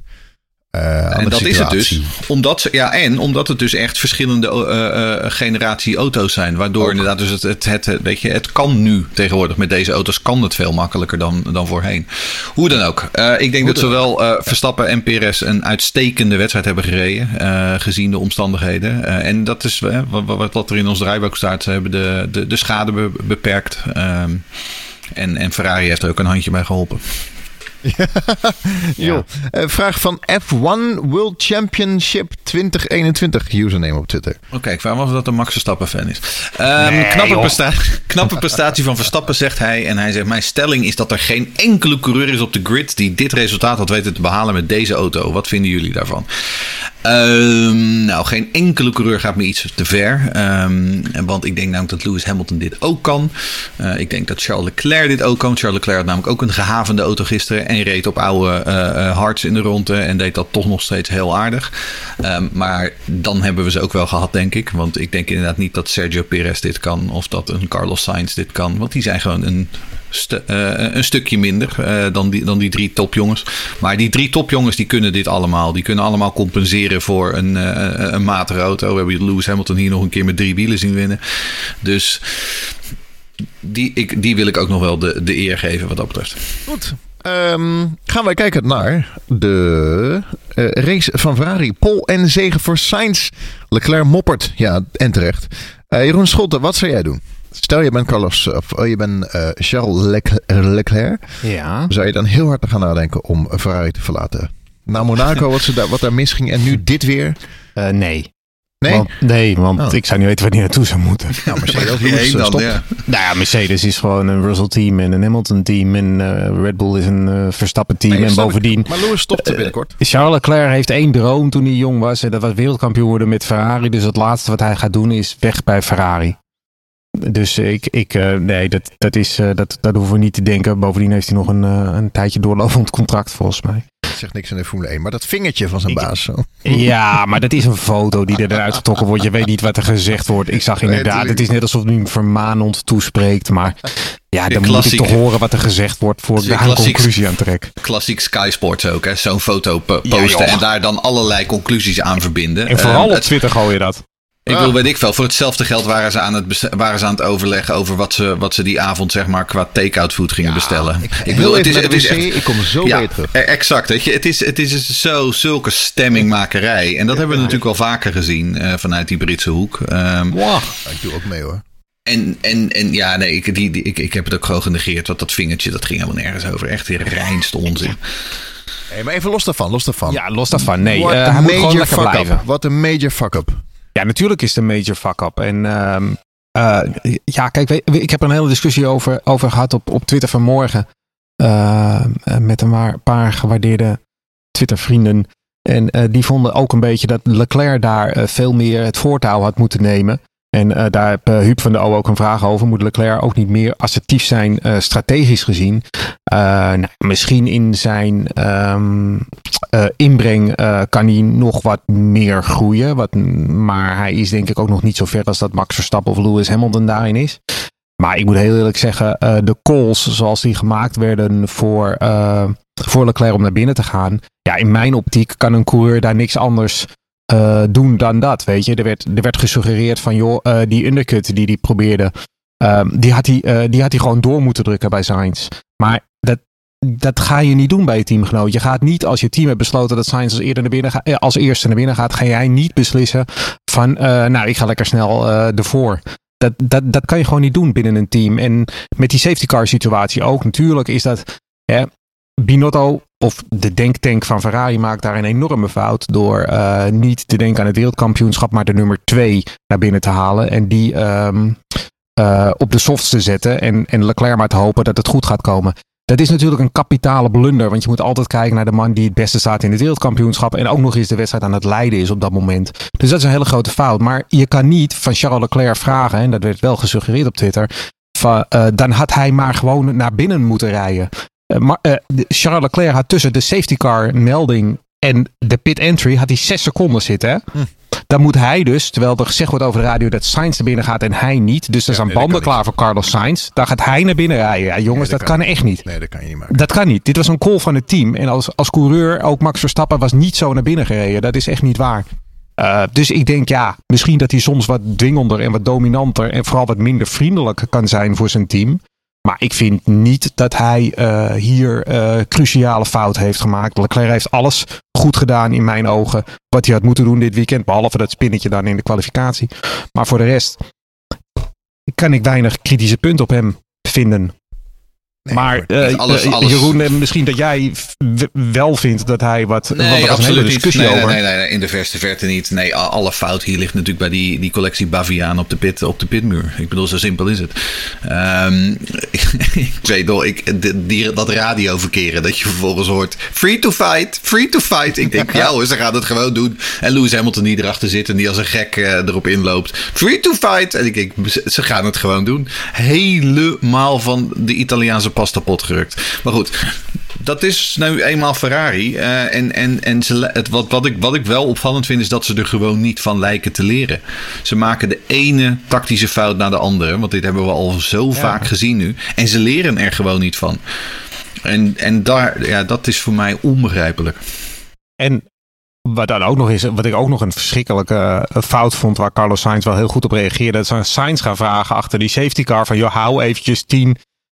Uh, en dat situatie. Is het dus. Omdat ze, ja, en omdat het dus echt verschillende uh, uh, generatie auto's zijn. Waardoor Ook. inderdaad dus het, het, het, weet je, het kan nu tegenwoordig met deze auto's kan het veel makkelijker dan, dan voorheen. Hoe dan ook. Uh, ik denk Hoe dat zowel uh, Verstappen en Perez een uitstekende wedstrijd hebben gereden. Uh, gezien de omstandigheden. Uh, en dat is uh, wat, wat er in ons draaiboek staat. Ze hebben de, de, de schade be, beperkt. Um, en, en Ferrari heeft er ook een handje bij geholpen. Ja. Jo. Uh, vraag van F één World Championship twintig eenentwintig. Username op Twitter. Oké, okay, ik vraag me af of dat een Max Verstappen fan is. Um, nee, knappe, presta- knappe prestatie van Verstappen, zegt hij. En hij zegt, mijn stelling is dat er geen enkele coureur is op de grid die dit resultaat had weten te behalen met deze auto. Wat vinden jullie daarvan? Um, nou, geen enkele coureur gaat me iets te ver. Um, want ik denk namelijk dat Lewis Hamilton dit ook kan. Uh, ik denk dat Charles Leclerc dit ook kan. Charles Leclerc had namelijk ook een gehavende auto gisteren. En reed op oude uh, uh, hards in de ronde. En deed dat toch nog steeds heel aardig. Um, maar dan hebben we ze ook wel gehad, denk ik. Want ik denk inderdaad niet dat Sergio Perez dit kan. Of dat een Carlos Sainz dit kan. Want die zijn gewoon een... St- uh, een stukje minder uh, dan, die, dan die drie topjongens. Maar die drie topjongens die kunnen dit allemaal. Die kunnen allemaal compenseren voor een, uh, een matige auto. We hebben Lewis Hamilton hier nog een keer met drie wielen zien winnen. Dus die, ik, die wil ik ook nog wel de, de eer geven wat dat betreft. Goed. Um, gaan wij kijken naar de uh, race van Ferrari. Pole en zege voor Sainz. Leclerc moppert. Ja, en terecht. Uh, Jeroen Scholte, wat zou jij doen? Stel je bent Carlos, of oh, je bent uh, Charles Leclerc, Leclerc. Ja. Zou je dan heel hard gaan nadenken om Ferrari te verlaten? Na Monaco, wat, ze daar, wat daar misging en nu dit weer? Uh, nee. Nee? Want, nee, want oh. ik zou niet weten waar die naartoe zou moeten. Nou, Mercedes Lewis, dan, stop. ja. Nou ja, Mercedes is gewoon een Russell team en een Hamilton team. En uh, Red Bull is een uh, Verstappen team. Nee, en bovendien... Ik. Maar Lewis stopte binnenkort. Uh, Charles Leclerc heeft één droom toen hij jong was. En dat was wereldkampioen worden met Ferrari. Dus het laatste wat hij gaat doen is weg bij Ferrari. Dus ik, ik uh, nee, dat, dat is, uh, dat, dat hoeven we niet te denken. Bovendien heeft hij nog een, uh, een tijdje doorlopend contract volgens mij. Dat zegt niks in de Formule één. Maar dat vingertje van zijn ik, baas. Zo. Ja, maar dat is een foto die er eruit getrokken wordt. Je weet niet wat er gezegd wordt. Ik zag inderdaad, het is net alsof hij hem vermanend toespreekt. Maar ja, dan moet ik toch horen wat er gezegd wordt voor ik daar een conclusie aan trek. Klassiek Sky Sports ook, hè? Zo'n foto po- posten ja, en daar dan allerlei conclusies aan verbinden. En vooral uh, op Twitter gooi je dat. Ik wil, weet ik veel, voor hetzelfde geld waren ze aan het, bes- waren ze aan het overleggen over wat ze, wat ze die avond zeg maar qua take-out food gingen ja, bestellen. Ik, ik wil het is, het is echt, ik kom zo ja, weer terug. Exact, weet je, het is, het is zo zulke stemmingmakerij. En dat ja, hebben we natuurlijk wel vaker gezien uh, vanuit die Britse hoek. Um, wow. Ik doe ook mee hoor. En, en, en ja, nee, ik, die, die, ik, ik heb het ook gewoon genegeerd. Want dat vingertje, dat ging helemaal nergens over. Echt weer reinste onzin. Hey, maar even los daarvan, los daarvan. Ja, los daarvan. Nee, What uh, a hij moet gewoon lekker fuck blijven. Up. Wat een major fuck-up. Ja, natuurlijk is het een major fuck-up. En um, uh, ja, kijk, ik heb er een hele discussie over, over gehad op, op Twitter vanmorgen. Uh, met een paar gewaardeerde Twitter-vrienden. En uh, die vonden ook een beetje dat Leclerc daar uh, veel meer het voortouw had moeten nemen. En uh, daar heb uh, Huub van der O ook een vraag over. Moet Leclerc ook niet meer assertief zijn, uh, strategisch gezien? Uh, nou, misschien in zijn um, uh, inbreng uh, kan hij nog wat meer groeien. Wat, maar hij is denk ik ook nog niet zo ver als dat Max Verstappen of Lewis Hamilton daarin is. Maar ik moet heel eerlijk zeggen, uh, de calls zoals die gemaakt werden voor, uh, voor Leclerc om naar binnen te gaan. Ja, in mijn optiek kan een coureur daar niks anders Uh, doen dan dat, weet je. Er werd, er werd gesuggereerd van, joh, uh, die undercut die hij probeerde, uh, die, had hij, uh, die had hij gewoon door moeten drukken bij Sainz. Maar dat, dat ga je niet doen bij je teamgenoot. Je gaat niet, als je team hebt besloten dat Sainz als, eerder naar binnen ga, als eerste naar binnen gaat, ga jij niet beslissen van, uh, nou, ik ga lekker snel uh, ervoor. Dat, dat, dat kan je gewoon niet doen binnen een team. En met die safety car situatie ook, natuurlijk is dat, hè, Binotto of de denktank van Ferrari maakt daar een enorme fout door uh, niet te denken aan het wereldkampioenschap, maar de nummer twee naar binnen te halen en die um, uh, op de softs te zetten en, en Leclerc maar te hopen dat het goed gaat komen. Dat is natuurlijk een kapitale blunder, want je moet altijd kijken naar de man die het beste staat in het wereldkampioenschap en ook nog eens de wedstrijd aan het leiden is op dat moment. Dus dat is een hele grote fout. Maar je kan niet van Charles Leclerc vragen, en dat werd wel gesuggereerd op Twitter, van, uh, dan had hij maar gewoon naar binnen moeten rijden. Uh, maar, uh, Charles Leclerc had tussen de safety car melding en de pit entry had hij zes seconden zitten. Hè? Hm. Dan moet hij dus, terwijl er gezegd wordt over de radio dat Sainz naar binnen gaat en hij niet. Dus er zijn ja, nee, banden klaar voor Carlos Sainz. Dan gaat hij naar binnen rijden. Ja, jongens, nee, dat, dat kan, kan echt niet. Nee, dat kan je niet maken. Dat kan niet. Dit was een call van het team. En als, als coureur, ook Max Verstappen was niet zo naar binnen gereden. Dat is echt niet waar. Uh, dus ik denk, ja, misschien dat hij soms wat dwingender en wat dominanter en vooral wat minder vriendelijk kan zijn voor zijn team. Maar ik vind niet dat hij uh, hier uh, cruciale fout heeft gemaakt. Leclerc heeft alles goed gedaan in mijn ogen. Wat hij had moeten doen dit weekend. Behalve dat spinnetje dan in de kwalificatie. Maar voor de rest kan ik weinig kritische punten op hem vinden. Nee, maar uh, alles, uh, alles... Jeroen, misschien dat jij w- wel vindt dat hij wat... Nee, want er was een hele discussie nee, over. Nee, nee, nee, in de verste verte niet. Nee, alle fout hier ligt natuurlijk bij die, die collectie Baviaan op de, pit, op de pitmuur. Ik bedoel, zo simpel is het. Um, ik weet nog, ik, die, die, dat radio verkeren, dat je vervolgens hoort... Free to fight, free to fight. Ik denk, ja hoor, ze gaan het gewoon doen. En Lewis Hamilton die erachter zit en die als een gek uh, erop inloopt. Free to fight. En ik denk, ze gaan het gewoon doen. Helemaal van de Italiaanse pasta pot gerukt. Maar goed, dat is nu eenmaal Ferrari. Uh, en en, en ze, het, wat, wat, ik, wat ik wel opvallend vind is dat ze er gewoon niet van lijken te leren. Ze maken de ene tactische fout na de andere. Want dit hebben we al zo ja. vaak gezien nu. En ze leren er gewoon niet van. En, en daar, ja, dat is voor mij onbegrijpelijk. En wat dan ook nog is, wat ik ook nog een verschrikkelijke fout vond, waar Carlos Sainz wel heel goed op reageerde, dat ze aan Sainz gaan vragen achter die safety car van, joh, hou eventjes tien,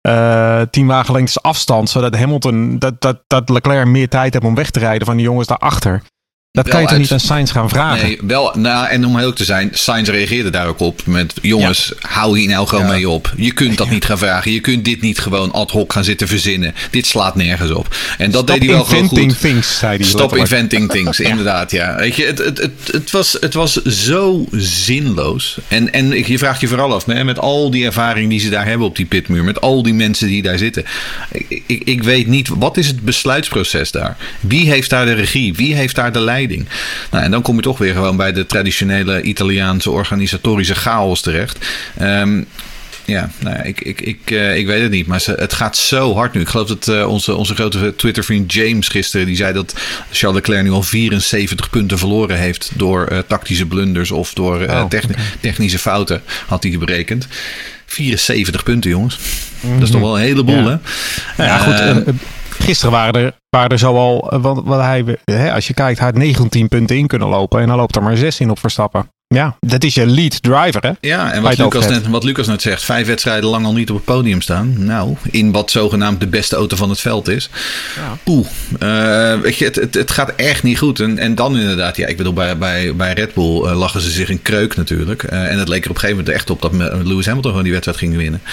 uh, tien wagenlengtes afstand, zodat Hamilton, dat, dat, dat Leclerc meer tijd heeft om weg te rijden van die jongens daarachter. Dat wel kan je toch uit... niet aan Sainz gaan vragen? Nee, wel, nou, en om heel te zijn, Sainz reageerde daar ook op met, jongens, ja. hou hier nou gewoon ja. mee op. Je kunt dat ja. niet gaan vragen. Je kunt dit niet gewoon ad hoc gaan zitten verzinnen. Dit slaat nergens op. En dat Stop deed hij wel gewoon goed. Things, zei hij Stop inventing things, inderdaad, ja. Weet je, het, het, het, het, was, het was zo zinloos. En, en je vraagt je vooral af, met al die ervaring die ze daar hebben op die pitmuur, met al die mensen die daar zitten. Ik, ik, ik weet niet, wat is het besluitsproces daar? Wie heeft daar de regie? Wie heeft daar de leiding? Nou, en dan kom je toch weer gewoon bij de traditionele Italiaanse organisatorische chaos terecht. Um, ja, nou ja, ik, ik, ik, uh, ik weet het niet, maar ze, het gaat zo hard nu. Ik geloof dat uh, onze, onze grote Twitter-vriend James gisteren, die zei dat Charles Leclerc nu al vierenzeventig punten verloren heeft door uh, tactische blunders of door uh, oh, techni- okay. technische fouten, had hij berekend. vierenzeventig punten, jongens. Mm-hmm. Dat is toch wel een heleboel, ja. hè? Nou ja, uh, goed. Uh, Gisteren waren er, waren er zo al, want, want hij, hè, als je kijkt, hij had negentien punten in kunnen lopen en dan loopt er maar zes in op Verstappen. Ja, dat is je lead driver, hè? Ja, en wat Lucas, net, wat Lucas net zegt, vijf wedstrijden lang al niet op het podium staan. Nou, in wat zogenaamd de beste auto van het veld is. Ja. Oeh, uh, weet je, het, het, het gaat echt niet goed. En, en dan inderdaad, ja, ik bedoel, bij, bij, bij Red Bull uh, lachen ze zich een kreuk natuurlijk. Uh, en het leek er op een gegeven moment echt op dat Lewis Hamilton gewoon die wedstrijd ging winnen.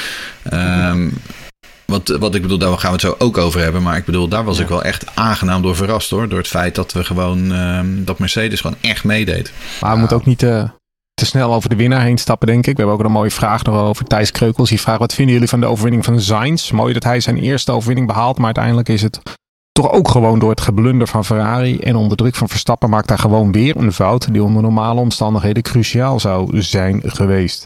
Um, Wat, wat ik bedoel, daar gaan we het zo ook over hebben. Maar ik bedoel, daar was ja. ik wel echt aangenaam door verrast hoor. Door het feit dat we gewoon, uh, dat Mercedes gewoon echt meedeed. Maar we uh, moeten ook niet uh, te snel over de winnaar heen stappen, denk ik. We hebben ook een mooie vraag nog over Thijs Kreukels. Die vraagt, wat vinden jullie van de overwinning van Sainz? Mooi dat hij zijn eerste overwinning behaalt. Maar uiteindelijk is het toch ook gewoon door het geblunder van Ferrari en onder druk van Verstappen maakt hij gewoon weer een fout die onder normale omstandigheden cruciaal zou zijn geweest.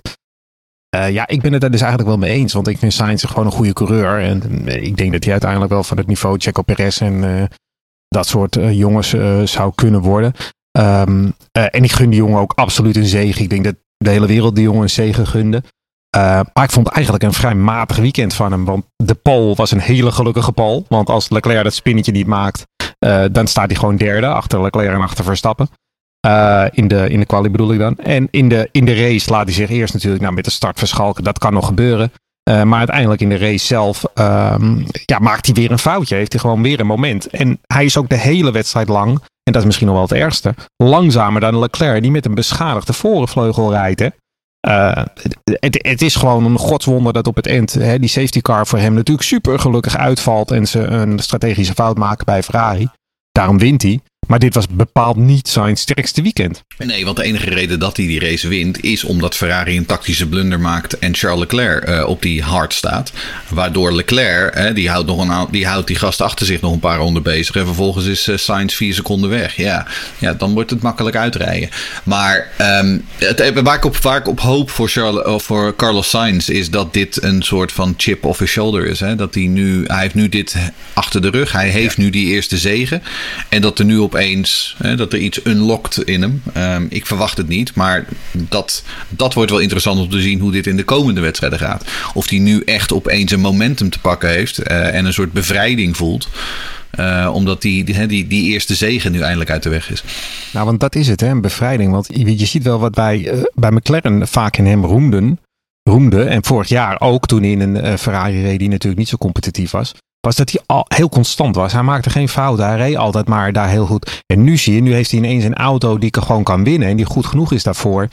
Uh, ja, ik ben het er dus eigenlijk wel mee eens. Want ik vind Sainz gewoon een goede coureur. En uh, ik denk dat hij uiteindelijk wel van het niveau Checo Perez en uh, dat soort uh, jongens uh, zou kunnen worden. Um, uh, en ik gun die jongen ook absoluut een zege. Ik denk dat de hele wereld die jongen een zege gunde. Uh, maar ik vond eigenlijk een vrij matig weekend van hem. Want de pole was een hele gelukkige pole. Want als Leclerc dat spinnetje niet maakt, uh, dan staat hij gewoon derde achter Leclerc en achter Verstappen. Uh, in de, in de quali bedoel ik dan. En in de, in de race laat hij zich eerst natuurlijk nou, met de start verschalken. Dat kan nog gebeuren. Uh, maar uiteindelijk in de race zelf um, ja, maakt hij weer een foutje. Heeft hij gewoon weer een moment. En hij is ook de hele wedstrijd lang, en dat is misschien nog wel het ergste, langzamer dan Leclerc die met een beschadigde voorvleugel rijdt. Hè. Uh, het, het is gewoon een godswonder dat op het eind hè, die safety car voor hem natuurlijk super gelukkig uitvalt en ze een strategische fout maken bij Ferrari. Daarom wint hij. Maar dit was bepaald niet zijn sterkste weekend. Nee, want de enige reden dat hij die race wint is omdat Ferrari een tactische blunder maakt en Charles Leclerc uh, op die hard staat. Waardoor Leclerc, uh, die, houdt nog een, die houdt die gast achter zich nog een paar ronden bezig. En vervolgens is uh, Sainz vier seconden weg. Ja, ja, dan wordt het makkelijk uitrijden. Maar um, het, waar, ik op, waar ik op hoop voor, Charles, uh, voor Carlos Sainz is dat dit een soort van chip off his shoulder is. Hè? Dat hij nu, hij heeft nu dit achter de rug. Hij heeft ja. nu die eerste zege. En dat er nu opeens, hè, dat er iets unlockt in hem. Um, ik verwacht het niet, maar dat, dat wordt wel interessant om te zien hoe dit in de komende wedstrijden gaat. Of hij nu echt opeens een momentum te pakken heeft uh, en een soort bevrijding voelt. Uh, omdat die, die, die, die eerste zege nu eindelijk uit de weg is. Nou, want dat is het, hè, een bevrijding. Want je, je ziet wel wat wij uh, bij McLaren vaak in hem roemden. roemde. En vorig jaar ook, toen hij in een uh, Ferrari reed die natuurlijk niet zo competitief was. Was dat hij al heel constant was. Hij maakte geen fouten. Hij reed altijd maar daar heel goed. En nu zie je, nu heeft hij ineens een auto die gewoon kan winnen. En die goed genoeg is daarvoor.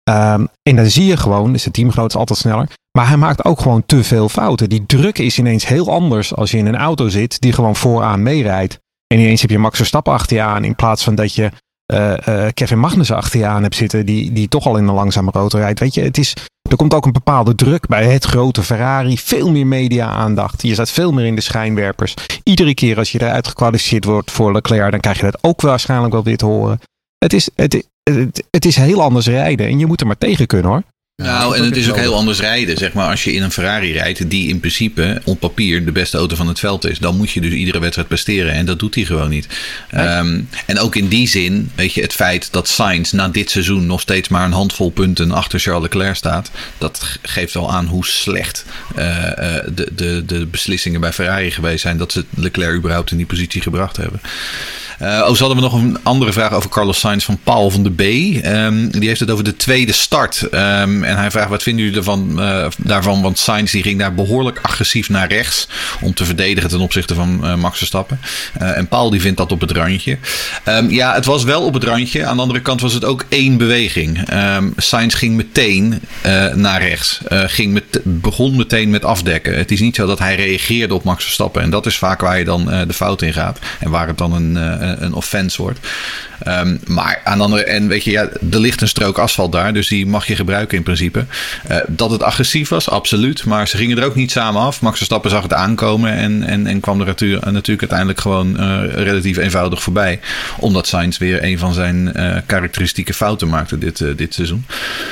Um, en dan zie je gewoon, dus het teamgenoot is altijd sneller. Maar hij maakt ook gewoon te veel fouten. Die druk is ineens heel anders als je in een auto zit die gewoon vooraan meerijdt. En ineens heb je Max Verstappen achter je aan in plaats van dat je uh, uh, Kevin Magnussen achter je aan hebt zitten die, die toch al in een langzame auto rijdt. Weet je, het is, er komt ook een bepaalde druk bij het grote Ferrari. Veel meer media-aandacht. Je staat veel meer in de schijnwerpers. Iedere keer als je eruit gekwalificeerd wordt voor Leclerc, dan krijg je dat ook waarschijnlijk wel weer te horen. Het is, het, het, het is heel anders rijden en je moet er maar tegen kunnen hoor. Nou, en het is ook heel anders rijden. Zeg maar, als je in een Ferrari rijdt, die in principe op papier de beste auto van het veld is, dan moet je dus iedere wedstrijd presteren. En dat doet hij gewoon niet. Um, en ook in die zin, weet je, het feit dat Sainz na dit seizoen nog steeds maar een handvol punten achter Charles Leclerc staat, dat geeft wel aan hoe slecht uh, uh, de, de, de beslissingen bij Ferrari geweest zijn dat ze Leclerc überhaupt in die positie gebracht hebben. Uh, oh, zo hadden we nog een andere vraag over Carlos Sainz van Paul van de B. Um, die heeft het over de tweede start. Um, en hij vraagt, wat vinden jullie ervan, uh, daarvan? Want Sainz die ging daar behoorlijk agressief naar rechts om te verdedigen ten opzichte van uh, Max Verstappen. Uh, en Paul die vindt dat op het randje. Um, ja, het was wel op het randje. Aan de andere kant was het ook één beweging. Um, Sainz ging meteen uh, naar rechts. Uh, ging met, begon meteen met afdekken. Het is niet zo dat hij reageerde op Max Verstappen. En dat is vaak waar je dan uh, de fout in gaat. En waar het dan een... Uh, een offense wordt. Um, maar aan de andere en weet je, ja, er ligt een strook asfalt daar, dus die mag je gebruiken in principe. Uh, dat het agressief was, absoluut. Maar ze gingen er ook niet samen af. Max Verstappen zag het aankomen en, en, en kwam er natuurlijk, natuurlijk uiteindelijk gewoon uh, relatief eenvoudig voorbij. Omdat Sainz weer een van zijn uh, karakteristieke fouten maakte dit, uh, dit seizoen.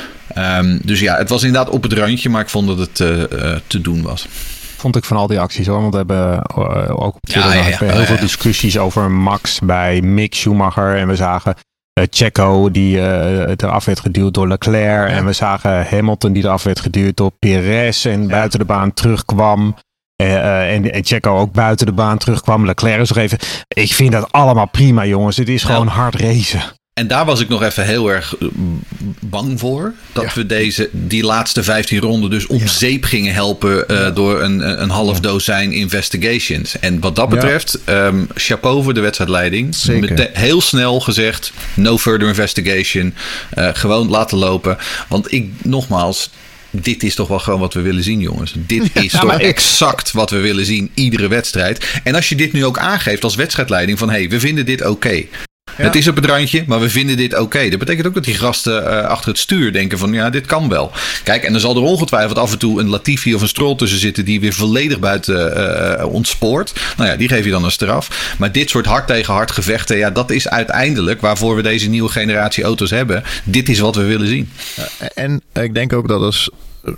Um, dus ja, het was inderdaad op het randje, maar ik vond dat het uh, uh, te doen was. Vond ik van al die acties hoor. Want we hebben uh, ook op Twitter ja, ja, ja. heel ja, ja. veel discussies over Max bij Mick Schumacher. En we zagen uh, Checo die uh, eraf werd geduwd door Leclerc. Ja. En we zagen Hamilton die eraf werd geduwd door Perez. En ja. buiten de baan terugkwam. Uh, uh, en, en Checo ook buiten de baan terugkwam. Leclerc is nog even... Ik vind dat allemaal prima jongens. Het is gewoon nou. hard racen. En daar was ik nog even heel erg bang voor. Dat ja. we deze, die laatste vijftien ronden dus om ja. zeep gingen helpen uh, ja. door een, een half dozijn investigations. En wat dat betreft, ja. um, chapeau voor de wedstrijdleiding. Met heel snel gezegd, no further investigation. Uh, gewoon laten lopen. Want ik, nogmaals... Dit is toch wel gewoon wat we willen zien, jongens. Dit is ja, toch ik... exact wat we willen zien, iedere wedstrijd. En als je dit nu ook aangeeft als wedstrijdleiding van... hé, hey, we vinden dit oké. Okay. Ja. Het is op het randje, maar we vinden dit oké. Okay. Dat betekent ook dat die gasten uh, achter het stuur denken van... ja, dit kan wel. Kijk, en er zal er ongetwijfeld af en toe een Latifi of een Stroll tussen zitten... die weer volledig buiten uh, ontspoort. Nou ja, die geef je dan een straf. Maar dit soort hard tegen hard gevechten... ja, dat is uiteindelijk waarvoor we deze nieuwe generatie auto's hebben. Dit is wat we willen zien. Ja, en ik denk ook dat als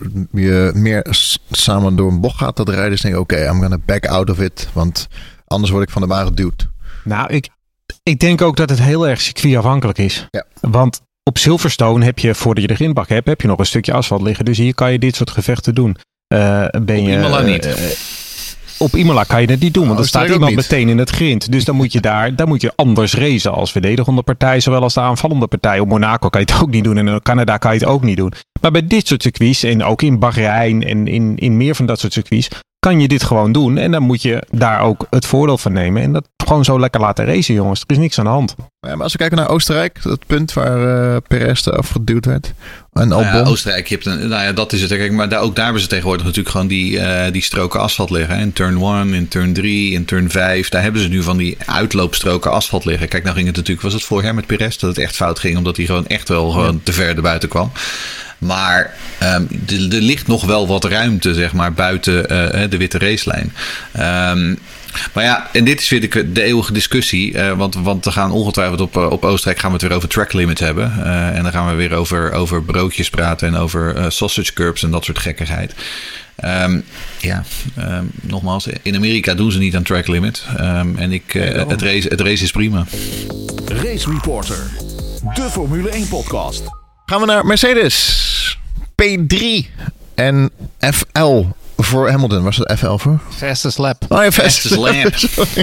je meer samen door een bocht gaat... dat de rijders denken, oké, okay, I'm gonna back out of it. Want anders word ik van de baan geduwd. Nou, ik... Ik denk ook dat het heel erg circuitafhankelijk is. Ja. Want op Silverstone heb je, voordat je de grindbak hebt, heb je nog een stukje asfalt liggen. Dus hier kan je dit soort gevechten doen. Uh, ben op je, Imola niet. Uh, op Imola kan je het niet doen, want oh, dan staat iemand niet. meteen in het grind. Dus dan moet je daar, daar moet je anders racen als verdedigende partij, zowel als de aanvallende partij. Op Monaco kan je het ook niet doen en in Canada kan je het ook niet doen. Maar bij dit soort circuits, en ook in Bahrein en in, in meer van dat soort circuits, kan je dit gewoon doen. En dan moet je daar ook het voordeel van nemen. En dat gewoon zo lekker laten racen, jongens. Er is niks aan de hand. Ja, maar als we kijken naar Oostenrijk, dat punt waar uh, Perez afgeduwd werd. En nou ja, Oostenrijk, je hebt een, nou ja, dat is het. Kijk, maar daar, ook daar hebben ze tegenwoordig natuurlijk gewoon die, uh, die stroken asfalt liggen. In turn één, in turn drie, in turn vijf. Daar hebben ze nu van die uitloopstroken asfalt liggen. Kijk, nou ging het natuurlijk, was het vorig jaar met Perez dat het echt fout ging. Omdat hij gewoon echt wel gewoon ja. te ver erbuiten kwam. Maar um, er, er ligt nog wel wat ruimte, zeg maar, buiten uh, de witte racelijn. Um, maar ja, en dit is weer de, de eeuwige discussie. Uh, want, want we gaan ongetwijfeld op, op Oostenrijk gaan we het weer over track limits hebben. Uh, en dan gaan we weer over, over broodjes praten en over uh, sausage curbs en dat soort gekkigheid. Um, ja, um, nogmaals, in Amerika doen ze niet aan track limit. Um, en ik, uh, het, race, het race is prima. Race Reporter, de Formule één podcast. Gaan we naar Mercedes. P drie en F L voor Hamilton. Was het F L voor? Fastest lap. Oh ja, fastest lap. Sorry,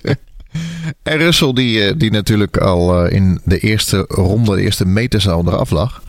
en Russell die, die natuurlijk al in de eerste ronde, de eerste meters al eraf lag.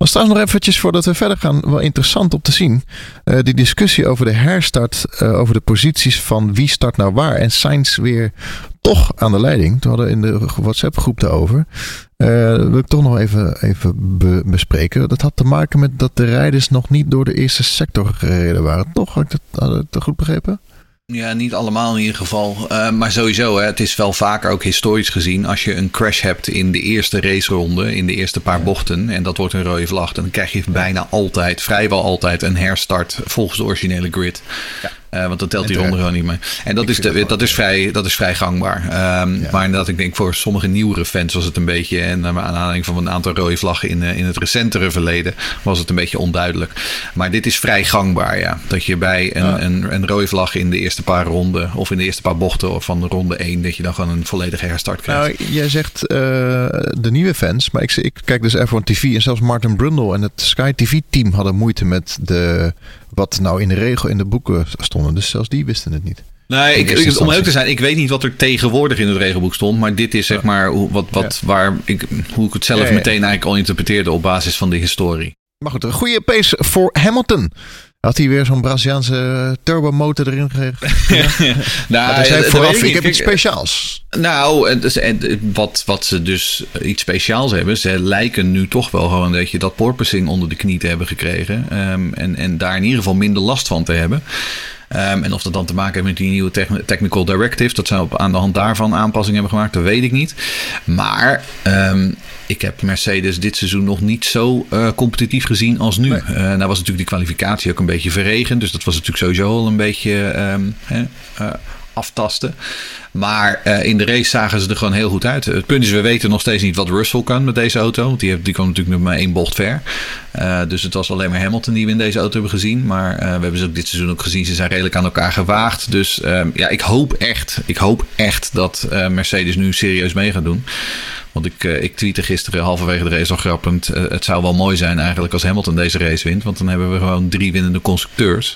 Was trouwens nog eventjes voordat we verder gaan wel interessant om te zien. Uh, die discussie over de herstart, uh, over de posities van wie start nou waar. En Sainz weer toch aan de leiding. We hadden in de WhatsApp groep daarover. Uh, dat wil ik toch nog even, even be- bespreken. Dat had te maken met dat de rijders nog niet door de eerste sector gereden waren. Toch? Had ik dat, had ik dat goed begrepen? Ja, niet allemaal in ieder geval. Uh, maar sowieso, hè, het is wel vaker ook historisch gezien. Als je een crash hebt in de eerste raceronde, in de eerste paar bochten. En dat wordt een rode vlag. Dan krijg je bijna altijd, vrijwel altijd een herstart volgens de originele grid. Ja. Uh, want dan telt die ronde gewoon niet meer. En dat, is, de, dat, is, vrij, dat is vrij gangbaar. Um, ja. Maar inderdaad, ik denk voor sommige nieuwere fans was het een beetje... en aan aanleiding van een aantal rode vlaggen in, in het recentere verleden... was het een beetje onduidelijk. Maar dit is vrij gangbaar, ja. Dat je bij een, ja. een, een rode vlag in de eerste paar ronden... of in de eerste paar bochten of van ronde één... dat je dan gewoon een volledige herstart krijgt. Nou, jij zegt uh, de nieuwe fans... maar ik, ik kijk dus F één T V... en zelfs Martin Brundle en het Sky T V-team... hadden moeite met de... wat nou in de regel in de boeken stonden. Dus zelfs die wisten het niet. Nee, ik, ik, om heel te zijn, ik weet niet wat er tegenwoordig in het regelboek stond. Maar dit is zeg maar hoe, wat, wat, ja. waar ik, hoe ik het zelf ja, ja. meteen eigenlijk al interpreteerde op basis van de historie. Maar goed, een goede pace voor Hamilton. Had hij weer zo'n Braziliaanse turbomotor erin gegeven? nou, hij zei vooraf, ik, ik heb iets speciaals. Nou, wat, wat ze dus iets speciaals hebben... ze lijken nu toch wel gewoon dat je dat porpoising onder de knie te hebben gekregen. Um, en, en daar in ieder geval minder last van te hebben. Um, en of dat dan te maken heeft met die nieuwe technical directive... dat ze op, aan de hand daarvan aanpassingen hebben gemaakt... dat weet ik niet. Maar... Um, ik heb Mercedes dit seizoen nog niet zo uh, competitief gezien als nu. Nee. Uh, nou was natuurlijk die kwalificatie ook een beetje verregend. Dus dat was natuurlijk sowieso al een beetje um, hè, uh, aftasten. Maar uh, in de race zagen ze er gewoon heel goed uit. Het punt is, we weten nog steeds niet wat Russell kan met deze auto. Want die, heeft, die kwam natuurlijk nog maar één bocht ver. Uh, dus het was alleen maar Hamilton die we in deze auto hebben gezien. Maar uh, we hebben ze ook dit seizoen ook gezien. Ze zijn redelijk aan elkaar gewaagd. Dus uh, ja, ik hoop echt, ik hoop echt dat uh, Mercedes nu serieus mee gaat doen. Want ik, uh, ik tweette gisteren halverwege de race al grappend. Uh, het zou wel mooi zijn eigenlijk als Hamilton deze race wint. Want dan hebben we gewoon drie winnende constructeurs.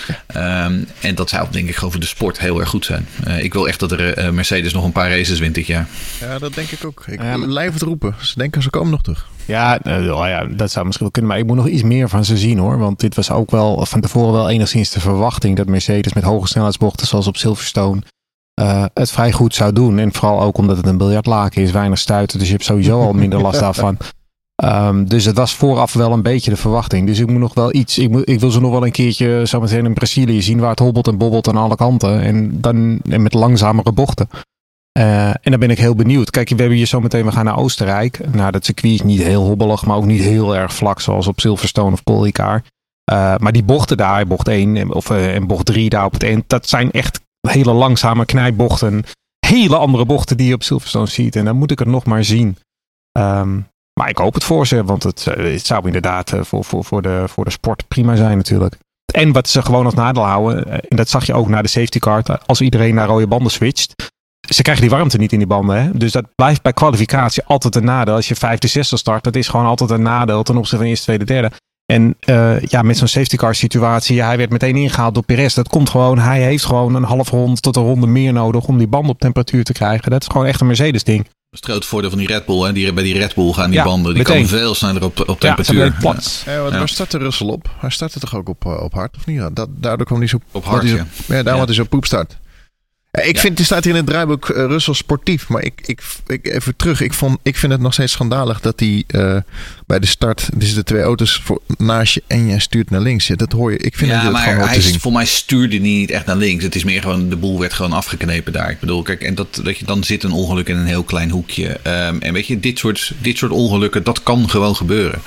Ja. Um, en dat zou denk ik gewoon voor de sport heel erg goed zijn. Uh, ik wil echt dat er uh, Mercedes nog een paar races wint dit jaar. Ja, dat denk ik ook. Ik ja, maar... blijf het roepen. Ze denken ze komen nog terug. Ja, uh, ja, dat zou misschien wel kunnen. Maar ik moet nog iets meer van ze zien hoor. Want dit was ook wel van tevoren wel enigszins de verwachting... dat Mercedes met hoge snelheidsbochten zoals op Silverstone... Uh, het vrij goed zou doen. En vooral ook omdat het een biljartlaken is, weinig stuiten. Dus je hebt sowieso al minder last daarvan. Um, dus het was vooraf wel een beetje de verwachting. Dus ik moet nog wel iets. Ik, moet, ik wil ze nog wel een keertje zo meteen in Brazilië zien, waar het hobbelt en bobbelt aan alle kanten. En dan en met langzamere bochten. Uh, en dan ben ik heel benieuwd. Kijk, we hebben hier zo meteen, we gaan naar Oostenrijk. Nou, dat circuit is niet heel hobbelig, maar ook niet heel erg vlak, zoals op Silverstone of Paul Ricard. Uh, maar die bochten daar, bocht één of uh, en bocht drie daar op het eind, dat zijn echt hele langzame knijpbochten. Hele andere bochten die je op Silverstone ziet. En dan moet ik het nog maar zien. Um, maar ik hoop het voor ze. Want het, het zou inderdaad voor, voor, voor, de, voor de sport prima zijn natuurlijk. En wat ze gewoon als nadeel houden. En dat zag je ook na de safety car. Als iedereen naar rode banden switcht. Ze krijgen die warmte niet in die banden. Hè? Dus dat blijft bij kwalificatie altijd een nadeel. Als je vijfde, zesde start. Dat is gewoon altijd een nadeel ten opzichte van eerste, tweede, derde. En uh, ja, met zo'n safety car situatie, hij werd meteen ingehaald door Perez. Dat komt gewoon, hij heeft gewoon een half ronde tot een ronde meer nodig om die band op temperatuur te krijgen. Dat is gewoon echt een Mercedes ding. Dat is het grote voordeel van die Red Bull. Hè? Die, bij die Red Bull gaan die ja, banden, die meteen. komen veel sneller op, op temperatuur. Ja, plat. Ja. Ja, wat, ja. Waar startte Russell op? Hij startte toch ook op, op hard of niet? Dat, daardoor kwam hij zo op hard. Ja, ja daarom had hij zo poepstart. Ja, ik ja. vind, er staat hier in het draaiboek uh, Russell sportief. Maar ik, ik, ik even terug. Ik, vond, ik vind het nog steeds schandalig dat hij uh, bij de start... Er zitten twee auto's voor, naast je en jij stuurt naar links. Ja, dat hoor je. Ik vind ja, het maar gewoon hij is, voor mij stuurde hij niet echt naar links. Het is meer gewoon, de boel werd gewoon afgeknepen daar. Ik bedoel, kijk, en dat, dat je, dan zit een ongeluk in een heel klein hoekje. Um, en weet je, dit soort, dit soort ongelukken, dat kan gewoon gebeuren.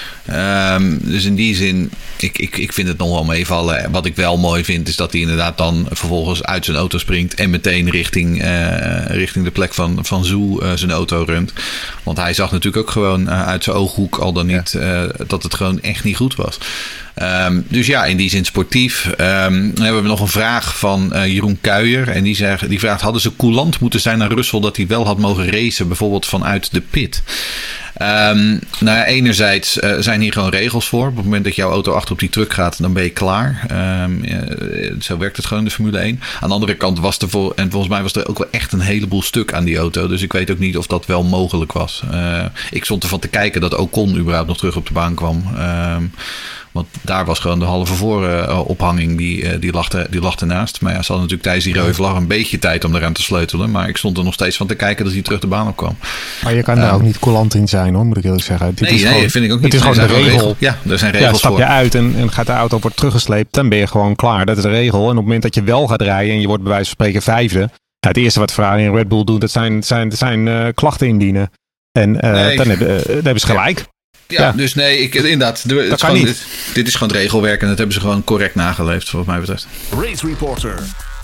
Um, dus in die zin, ik, ik, ik vind het nog wel meevallen. Wat ik wel mooi vind, is dat hij inderdaad dan vervolgens uit zijn auto springt en meteen richting, uh, richting de plek van, van Zhou uh, zijn auto runt. Want hij zag natuurlijk ook gewoon uh, uit zijn ooghoek al dan niet uh, dat het gewoon echt niet goed was. Um, dus ja, in die zin sportief. Um, dan hebben we nog een vraag van uh, Jeroen Kuijer. En die, zegt, die vraagt, hadden ze coulant moeten zijn naar Russell dat hij wel had mogen racen, bijvoorbeeld vanuit de pit? Um, nou ja, enerzijds uh, zijn hier gewoon regels voor. Op het moment dat jouw auto achter op die truck gaat, dan ben je klaar. Um, uh, zo werkt het gewoon in de Formule één. Aan de andere kant was er voor, en volgens mij was er ook wel echt een heleboel stuk aan die auto. Dus ik weet ook niet of dat wel mogelijk was. Uh, ik stond ervan te kijken dat Ocon überhaupt nog terug op de baan kwam. Um, Want daar was gewoon de halve voor uh, ophanging, die, uh, die, lag er, die lag ernaast. Maar ja, ze hadden natuurlijk tijdens die rode vlag een beetje tijd om eraan te sleutelen. Maar ik stond er nog steeds van te kijken dat hij terug de baan op kwam. Maar je kan daar um, ook niet coulant in zijn, hoor, moet ik eerlijk zeggen. Dit nee, is nee, gewoon, vind ik ook niet. Het is gewoon de regel. regel. Ja, er zijn regels ja, stap voor. je uit en, en gaat de auto wordt teruggesleept, dan ben je gewoon klaar. Dat is de regel. En op het moment dat je wel gaat rijden en je wordt bij wijze van spreken vijfde. Nou, het eerste wat Ferrari en Red Bull doen, dat zijn, zijn, zijn uh, klachten indienen. En uh, nee, dan, hebben, uh, dan hebben ze gelijk. Ja. Ja, ja, dus nee, ik, inderdaad. Het dat is kan gewoon, niet. Dit, dit is gewoon het regelwerk en dat hebben ze gewoon correct nageleefd, wat mij betreft. Race Reporter,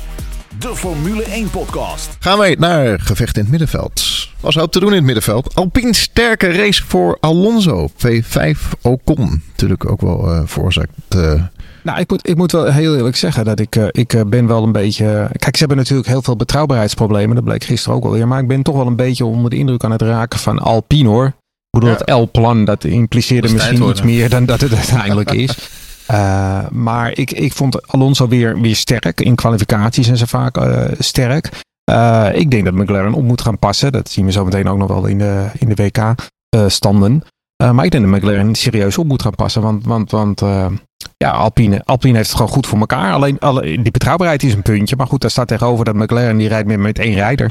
de Formule één podcast. Gaan wij naar gevecht in het middenveld. Was hoop te doen in het middenveld. Alpine sterke race voor Alonso. V vijf Ocon. Natuurlijk ook wel uh, veroorzaakt. Uh, Nou, ik moet, ik moet wel heel eerlijk zeggen dat ik, uh, ik uh, ben wel een beetje... Kijk, ze hebben natuurlijk heel veel betrouwbaarheidsproblemen. Dat bleek gisteren ook alweer. Maar ik ben toch wel een beetje onder de indruk aan het raken van Alpine, hoor. Ik bedoel, ja. Het L-plan, dat impliceerde dat misschien iets meer dan dat het uiteindelijk is. Uh, maar ik, ik vond Alonso weer, weer sterk. In kwalificaties zijn ze vaak uh, sterk. Uh, ik denk dat McLaren op moet gaan passen. Dat zien we zo meteen ook nog wel in de, in de W K-standen. Uh, maar ik denk dat McLaren serieus op moet gaan passen. Want, want, want uh, ja, Alpine, Alpine heeft het gewoon goed voor elkaar. Alleen alle, die betrouwbaarheid is een puntje. Maar goed, daar staat tegenover dat McLaren die rijdt met, met één rijder.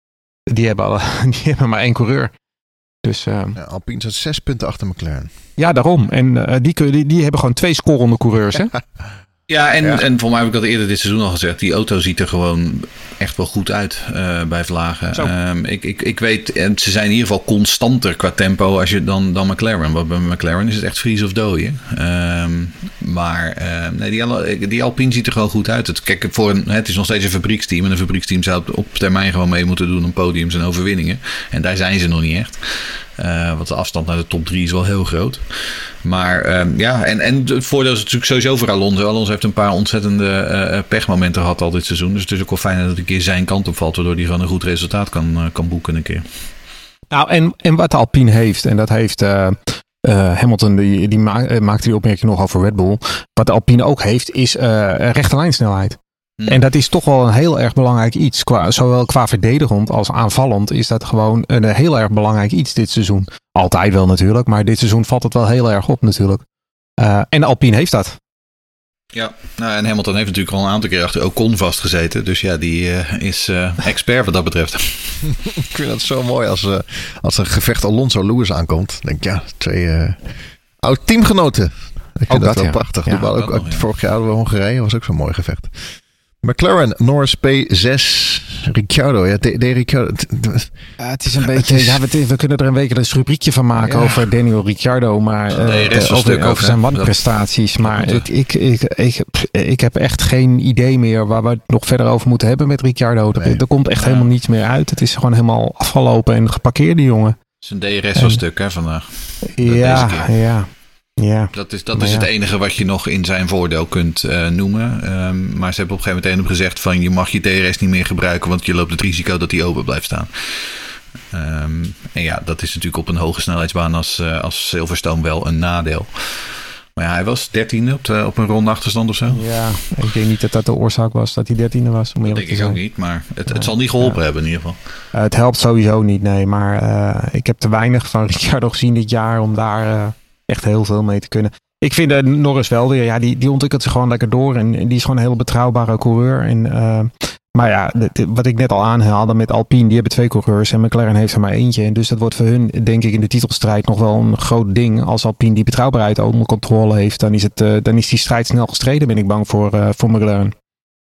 Die hebben, alle, die hebben maar één coureur. Dus, uh, ja, Alpine staat zes punten achter McLaren. Ja, daarom. En uh, die, die, die hebben gewoon twee scorende coureurs, hè? Ja, en, ja. en voor mij heb ik dat eerder dit seizoen al gezegd. Die auto ziet er gewoon echt wel goed uit uh, bij Vlagen. Um, ik, ik, ik weet, en ze zijn in ieder geval constanter qua tempo als je dan, dan McLaren. Want bij McLaren is het echt freeze of dooien. Um, maar uh, nee, die, die Alpine ziet er gewoon goed uit. Het, kijk, voor een, het is nog steeds een fabrieksteam. En een fabrieksteam zou op termijn gewoon mee moeten doen aan podiums en overwinningen. En daar zijn ze nog niet echt. Uh, want de afstand naar de top drie is wel heel groot. Maar um, ja, en, en het voordeel is natuurlijk sowieso voor Alonso. Alonso heeft een paar ontzettende uh, pechmomenten gehad al dit seizoen. Dus het is ook wel fijn dat het een keer zijn kant op valt. Waardoor hij gewoon een goed resultaat kan, uh, kan boeken een keer. Nou, en, en wat Alpine heeft, en dat heeft uh, uh, Hamilton, die, die ma- uh, maakte die opmerking nog over Red Bull. Wat Alpine ook heeft, is uh, rechte lijnsnelheid. Hmm. En dat is toch wel een heel erg belangrijk iets. Qua, zowel qua verdedigend als aanvallend is dat gewoon een heel erg belangrijk iets dit seizoen. Altijd wel natuurlijk, maar dit seizoen valt het wel heel erg op natuurlijk. Uh, en Alpine heeft dat. Ja, nou, en Hamilton heeft natuurlijk al een aantal keer achter Ocon vastgezeten. Dus ja, die uh, is uh, expert wat dat betreft. Ik vind dat zo mooi als, uh, als een gevecht Alonso-Lewis aankomt. Denk ik, ja, twee uh, oud-teamgenoten. Ik vind ook dat, dat wel ja. prachtig. Ja, ook, ook, nog, ja. Vorig jaar hadden we Hongarije, was ook zo'n mooi gevecht. McLaren, Norris P zes, Ricciardo. Ja, de, de Ricciardo. Ja, het is een beetje. Is, ja, we, we kunnen er een week een rubriekje van maken ja. over Daniel Ricciardo, maar uh, nee, over, over, over zijn wanprestaties. Maar ik, ik, ik, ik, ik heb echt geen idee meer waar we het nog verder over moeten hebben met Ricciardo. Nee. Er, er komt echt ja. helemaal niets meer uit. Het is gewoon helemaal afgelopen en geparkeerd, die jongen. Zijn D R S was stuk, hè, vandaag. Ja, ja. Ja, dat is, dat is ja. het enige wat je nog in zijn voordeel kunt uh, noemen. Um, maar ze hebben op een gegeven moment gezegd van je mag je D R S niet meer gebruiken, want je loopt het risico dat die open blijft staan. Um, en ja, dat is natuurlijk op een hoge snelheidsbaan als, uh, als Silverstone wel een nadeel. Maar ja, hij was dertiende op, de, op een ronde achterstand of zo. Ja, ik denk niet dat dat de oorzaak was dat hij dertiende was. Om dat denk ik ook niet, maar het, het zal niet geholpen ja. hebben in ieder geval. Uh, het helpt sowieso niet, nee. Maar uh, ik heb te weinig van Ricciardo gezien dit jaar om daar... Uh, echt heel veel mee te kunnen. Ik vind uh, Norris wel weer, ja, die, die ontwikkelt zich gewoon lekker door. En, en die is gewoon een heel betrouwbare coureur. En, uh, maar ja, de, de, wat ik net al aanhaalde met Alpine, die hebben twee coureurs en McLaren heeft er maar eentje. En dus dat wordt voor hun, denk ik, in de titelstrijd nog wel een groot ding. Als Alpine die betrouwbaarheid onder controle heeft, dan is, het, uh, dan is die strijd snel gestreden, ben ik bang voor, uh, voor McLaren.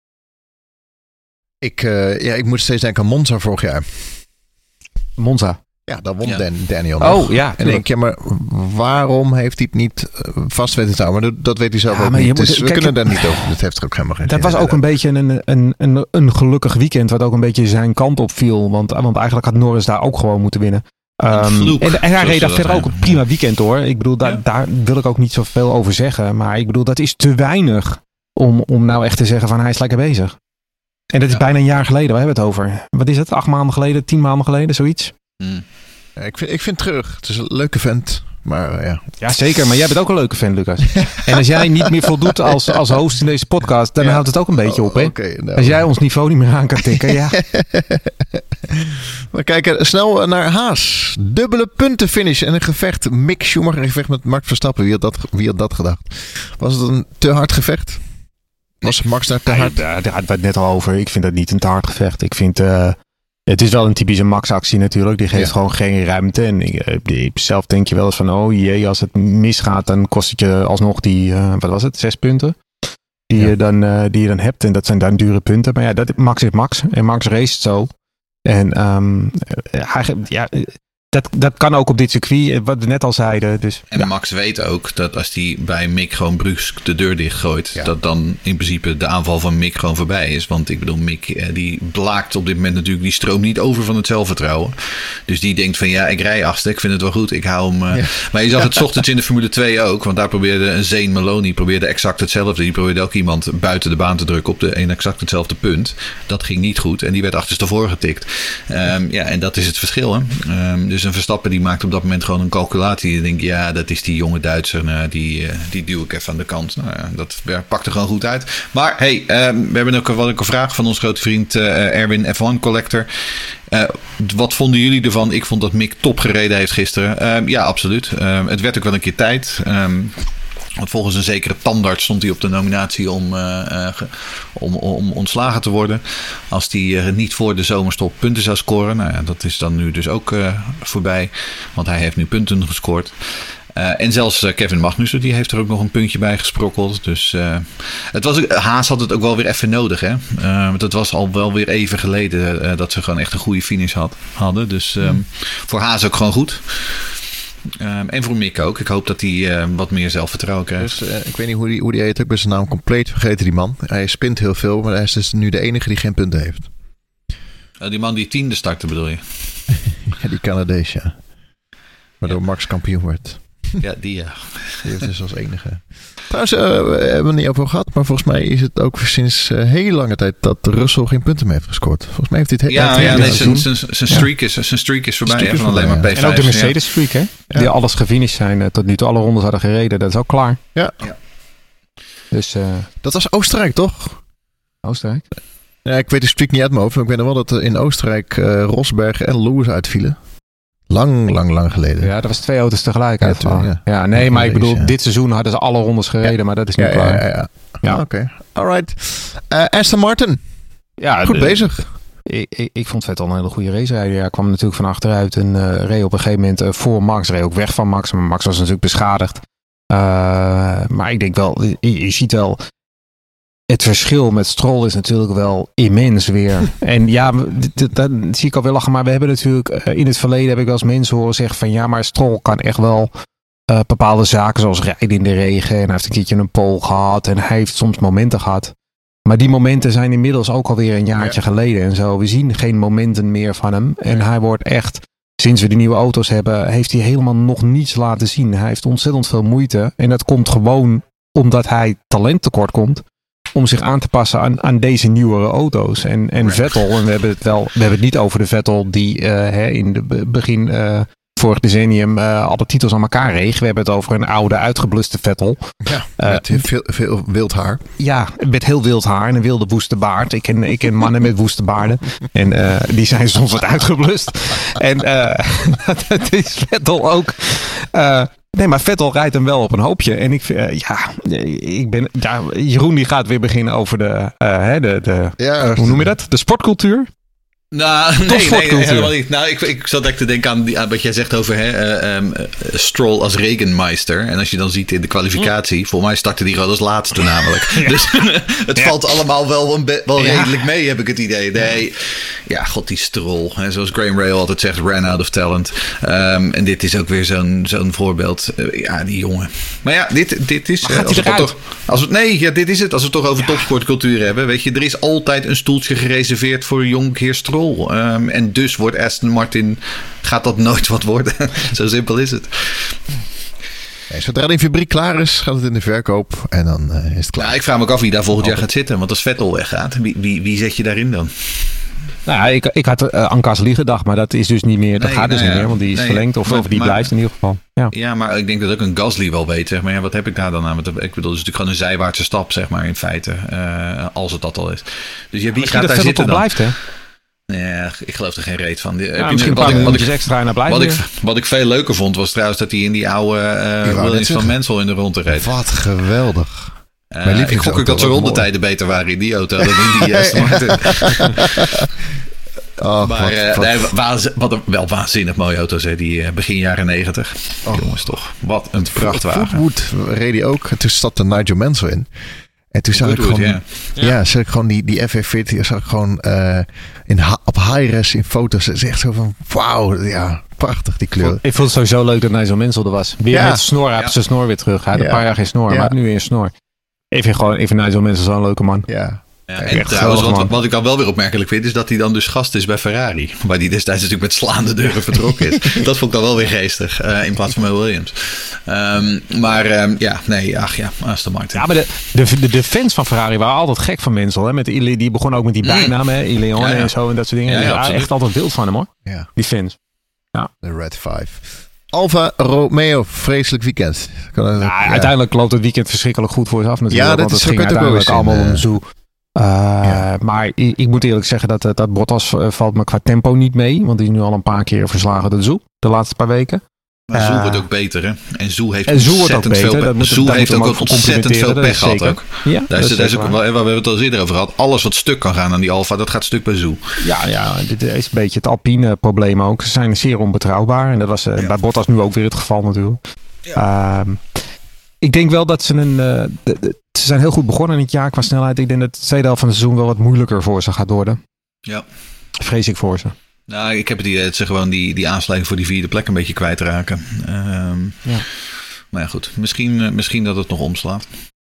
Ik, uh, ja, ik moet steeds denken aan Monza vorig jaar. Monza. Ja, dat won ja. Dan, Daniel nog. Oh, ja. En denk je, ja, maar waarom heeft hij het niet vast weten te houden? Maar dat, dat weet hij zelf ja, ook niet. Dus moet, we kijk, kunnen daar niet over. Dat heeft er ook helemaal geen Dat was ook een beetje een, een, een, een gelukkig weekend, wat ook een beetje zijn kant op viel. Want, want eigenlijk had Norris daar ook gewoon moeten winnen. Um, vloek, en, en hij reed daar verder ook een prima weekend hoor. Ik bedoel, daar, ja. daar wil ik ook niet zoveel over zeggen. Maar ik bedoel, dat is te weinig om, om nou echt te zeggen van hij is lekker bezig. En dat is ja. bijna een jaar geleden, waar hebben we het over? Wat is het? Acht maanden geleden, tien maanden geleden, zoiets? Hmm. Ja, ik, vind, ik vind het terug. Het is een leuke vent. Maar uh, ja. Ja, zeker. Maar jij bent ook een leuke fan, Lucas. En als jij niet meer voldoet als, als host in deze podcast, dan ja. houdt het ook een beetje op, hè? Okay, nou, als jij ons niveau niet meer aan kan tikken, ja. We kijken snel naar Haas. Dubbele puntenfinish en een gevecht. Mick Schumacher, een gevecht met Max Verstappen. Wie had dat, wie had dat gedacht? Was het een te hard gevecht? Was Max daar te hard? Ja, daar hadden we het net al over. Ik vind dat niet een te hard gevecht. Ik vind... Uh, Het is wel een typische Max-actie natuurlijk. Die geeft ja. gewoon geen ruimte. En ik, zelf denk je wel eens van... oh jee, als het misgaat... dan kost het je alsnog die... Uh, wat was het? Zes punten? Die, ja. je dan, uh, die je dan hebt. En dat zijn dan dure punten. Maar ja, dat, Max is Max. En Max race zo. En um, hij, ja, dat, dat kan ook op dit circuit. Wat we net al zeiden. Dus, en ja. Max weet ook dat als hij bij Mick gewoon brusk de deur dichtgooit... Ja. dat dan in principe de aanval van Mick gewoon voorbij is. Want ik bedoel, Mick die blaakt op dit moment natuurlijk... die stroomt niet over van het zelfvertrouwen. Dus die denkt van ja, ik rij achtste. Ik vind het wel goed. Ik hou hem... Uh... Ja. Maar je zag het 's ochtends in de Formule twee ook. Want daar probeerde een Zane Maloney probeerde exact hetzelfde. Die probeerde ook iemand buiten de baan te drukken... op de een exact hetzelfde punt. Dat ging niet goed. En die werd achterstevoren getikt. Um, ja, en dat is het verschil. Hè? Um, dus een Verstappen die maakt op dat moment gewoon een calculatie. Je denkt, ja, dat is die jonge Duitser. Nou, die, uh, die duw ik even aan de kant. Nou, ja, dat pakt er gewoon goed uit. Maar hey, uh, we hebben ook wel een vraag van ons grote vriend uh, Erwin F één Collector. Uh, wat vonden jullie ervan? Ik vond dat Mick top gereden heeft gisteren. Uh, ja, absoluut. Uh, het werd ook wel een keer tijd. Um, Want volgens een zekere tandarts stond hij op de nominatie om, uh, uh, om, om ontslagen te worden. Als hij uh, niet voor de zomerstop punten zou scoren. Nou ja, dat is dan nu dus ook uh, voorbij. Want hij heeft nu punten gescoord. Uh, en zelfs uh, Kevin Magnussen, die heeft er ook nog een puntje bij gesprokkeld. Dus uh, het was, Haas had het ook wel weer even nodig. Hè? Uh, want het was al wel weer even geleden uh, dat ze gewoon echt een goede finish had, hadden. Dus um, mm. voor Haas ook gewoon goed. Um, en voor Mick ook. Ik hoop dat hij uh, wat meer zelfvertrouwen krijgt. Dus, uh, ik weet niet hoe die, hoe die heet. Ik ben zijn naam compleet vergeten, die man. Hij spint heel veel, maar hij is dus nu de enige die geen punten heeft. Uh, die man die tiende startte, bedoel je? Ja, die Canadees, ja. Waardoor ja. Max kampioen werd. Ja, die ja. Die heeft dus als enige. Trouwens, uh, we hebben het niet over gehad, maar volgens mij is het ook sinds uh, heel lange tijd dat Russell geen punten meer heeft gescoord. Volgens mij heeft hij het heel Ja, ja nee, zijn, zijn, zijn, streak is, zijn streak is voorbij. Streak is voorbij alleen maar P vijf. En ook de Mercedes ja. streak, hè? Ja. Die alles gefinished zijn, uh, tot nu toe alle rondes hadden gereden. Dat is ook klaar. Ja. ja. Dus, uh, dat was Oostenrijk, toch? Oostenrijk? Ja, ik weet de streak niet uit mijn hoofd, maar ik weet nog wel dat in Oostenrijk uh, Rosberg en Lewis uitvielen. Lang, lang, lang geleden. Ja, dat was twee auto's tegelijk. Ja, twee, ja. ja nee, maar ik bedoel, ja. dit seizoen hadden ze alle rondes gereden, ja. maar dat is niet ja, klaar. Ja, ja, ja. ja. Oké, okay. Alright. Uh, Aston Martin. Ja, goed de, bezig. Ik, ik, ik vond Vettel een hele goede racerijder. Ja, kwam natuurlijk van achteruit en uh, reed op een gegeven moment uh, voor Max. Reed ook weg van Max, maar Max was natuurlijk beschadigd. Uh, maar ik denk wel, je, je ziet wel... Het verschil met Stroll is natuurlijk wel immens weer. En ja, dat zie ik alweer lachen. Maar we hebben natuurlijk in het verleden heb ik wel eens mensen horen zeggen van ja, maar Stroll kan echt wel uh, bepaalde zaken zoals rijden in de regen. En hij heeft een keertje een pole gehad. En hij heeft soms momenten gehad. Maar die momenten zijn inmiddels ook alweer een jaartje ja. geleden en zo. We zien geen momenten meer van hem. En hij wordt echt, sinds we die nieuwe auto's hebben, heeft hij helemaal nog niets laten zien. Hij heeft ontzettend veel moeite. En dat komt gewoon omdat hij talent tekort komt. Om zich aan te passen aan, aan deze nieuwere auto's. En, en Vettel, en we hebben het wel, we hebben het niet over de Vettel die uh, hè, in het begin uh, vorig decennium uh, alle titels aan elkaar reeg. We hebben het over een oude, uitgebluste Vettel. Ja, met uh, veel, veel wild haar. Ja, met heel wild haar en een wilde woeste baard. Ik ken, ik ken mannen met woeste baarden. En uh, die zijn soms wat uitgeblust. En uh, dat is Vettel ook. Uh, Nee, maar Vettel rijdt hem wel op een hoopje. En ik vind, uh, ja, ik ben, ja, Jeroen die gaat weer beginnen over de, uh, de, de ja, hoe noem je dat? De sportcultuur? Nou, nee, nee, nee, helemaal niet. Nou, ik, ik zat echt te denken aan, die, aan wat jij zegt over hè, uh, um, uh, Stroll als regenmeister. En als je dan ziet in de kwalificatie, mm. volgens mij startte die gewoon als laatste namelijk. Ja. Dus het ja. valt allemaal wel, een be- wel ja. redelijk mee, heb ik het idee. Nee, ja, god, die Stroll. Hè, zoals Graham Rahal altijd zegt, ran out of talent. Um, en dit is ook weer zo'n, zo'n voorbeeld. Uh, ja, die jongen. Maar ja, dit, dit is... Maar gaat uh, hij eruit? Toch, als we, nee, ja, dit is het. Als we het toch over ja. topsportcultuur hebben. Weet je, er is altijd een stoeltje gereserveerd voor jonkheer Stroll. Um, en dus wordt Aston Martin, gaat dat nooit wat worden. Zo simpel is het. Nee, zodra die fabriek klaar is, gaat het in de verkoop en dan uh, is het klaar. Nou, ik vraag me ook af wie daar volgend jaar gaat zitten. Want als Vettel weggaat, wie, wie, wie zet je daarin dan? Nou ja, ik, ik had uh, Ankasli gedacht, maar dat is dus niet meer. Dat Nee, gaat dus nou niet ja. meer, want die is Nee, verlengd. Of, maar- of die maar- blijft in ieder geval. Ja. Ja, maar ik denk dat ook een Gasly wel weet, zeg maar. Ja, wat heb ik daar dan aan? Want ik bedoel, het is natuurlijk gewoon een zijwaartse stap, zeg maar, in feite. Uh, als het dat al is. Dus ja, wie Misschien gaat dat daar Vettel zitten toch dan? blijft, hè? Ja, ik geloof er geen reet van. Heb Ja, je- misschien een wat, paar ik, wat, minuutjes ik, extra en dan blijft wat, hij ik, weer. wat ik veel leuker vond, was trouwens dat hij in die oude uh, wou net Williams van zeggen. Mansell in de ronde reed. Wat geweldig. Uh, Mijn ik gok ook lievelingsauto, dat zijn wat rondetijden beter waren in die auto dan in die Aston Martin. Oh, Maar wat, uh, wat, nee, waanzin, wat een wel waanzinnig mooie auto's, hè, die uh, begin jaren negentig. Oh. Jongens toch, wat een prachtwagen. Goodwood reed hij ook. Toen stapte Nigel Mansell in. En toen zag ik Goodwood, gewoon, ja. ja. zag ik gewoon die, die F F veertig, zag ik gewoon uh, in, ha- op high-res in foto's. Het is echt zo van, wauw, ja, prachtig die kleur. Ik vond het sowieso leuk dat Nigel Mansell er was. Weer Ja. met snor, hij heeft Ja. zijn snor weer terug. Hij had Ja. een paar jaar geen snor, Ja. maar hij heeft nu weer een snor. Ik vind gewoon, ik vind Nigel Mansell zo'n leuke man. Ja. Ja, Echt en trouwens, geweldig, wat, man. wat ik dan wel weer opmerkelijk vind, is dat hij dan dus gast is bij Ferrari. Waar die destijds natuurlijk met slaande deuren vertrokken is. Dat vond ik dan wel weer geestig, uh, in plaats van bij Williams. Um, maar um, ja, nee, ach ja, Aston Martin. Ja, maar de, de, de, de fans van Ferrari waren altijd gek van Mansell. Hè? Met de, Ile- die begon ook met die bijnaam, hè? Ileone Ja, ja. en zo en dat soort dingen. Ja, ja, Die waren absoluut. echt altijd wild van hem, hoor. Ja, Die fans. de Red vijf. Alfa Romeo, vreselijk weekend. Kan het- Ja, ja. Uiteindelijk loopt het weekend verschrikkelijk goed voor ze af natuurlijk. Ja, dat want is- het zo ging kan je het ook uiteindelijk wel eens allemaal zien, om Zoe. Uh, Ja. Maar ik, ik moet eerlijk zeggen dat, dat Bottas uh, valt me qua tempo niet mee. Want die is nu al een paar keer verslagen door Zoe. De laatste paar weken. Maar Zoe Uh, wordt ook beter, hè? En Zoe heeft En Zoe wordt ook ontzettend beter. veel Dat pe- moet, Zoe daar heeft moeten ook we hem ontzettend veel complimenteren, pech dat is gehad ook. zeker. Ja, Daar dat is, is daar is zeker ook waar. wel, waar we het al eerder over gehad. Alles wat stuk kan gaan aan die Alfa, dat gaat stuk bij Zoe. Ja, ja, dit is een beetje het Alpine probleem ook. Ze zijn zeer onbetrouwbaar. En dat was uh, Ja. bij Bottas nu ook weer het geval natuurlijk. Ehm, ik denk wel dat ze een... Uh, de, de, ze zijn heel goed begonnen in het jaar qua snelheid. Ik denk dat de tweede helft van het seizoen wel wat moeilijker voor ze gaat worden. Ja. Vrees ik voor ze. Nou, ik heb het idee dat ze gewoon die, die aansluiting voor die vierde plek een beetje kwijtraken. Um, Ja. Maar ja, goed. Misschien, uh, misschien dat het nog omslaat.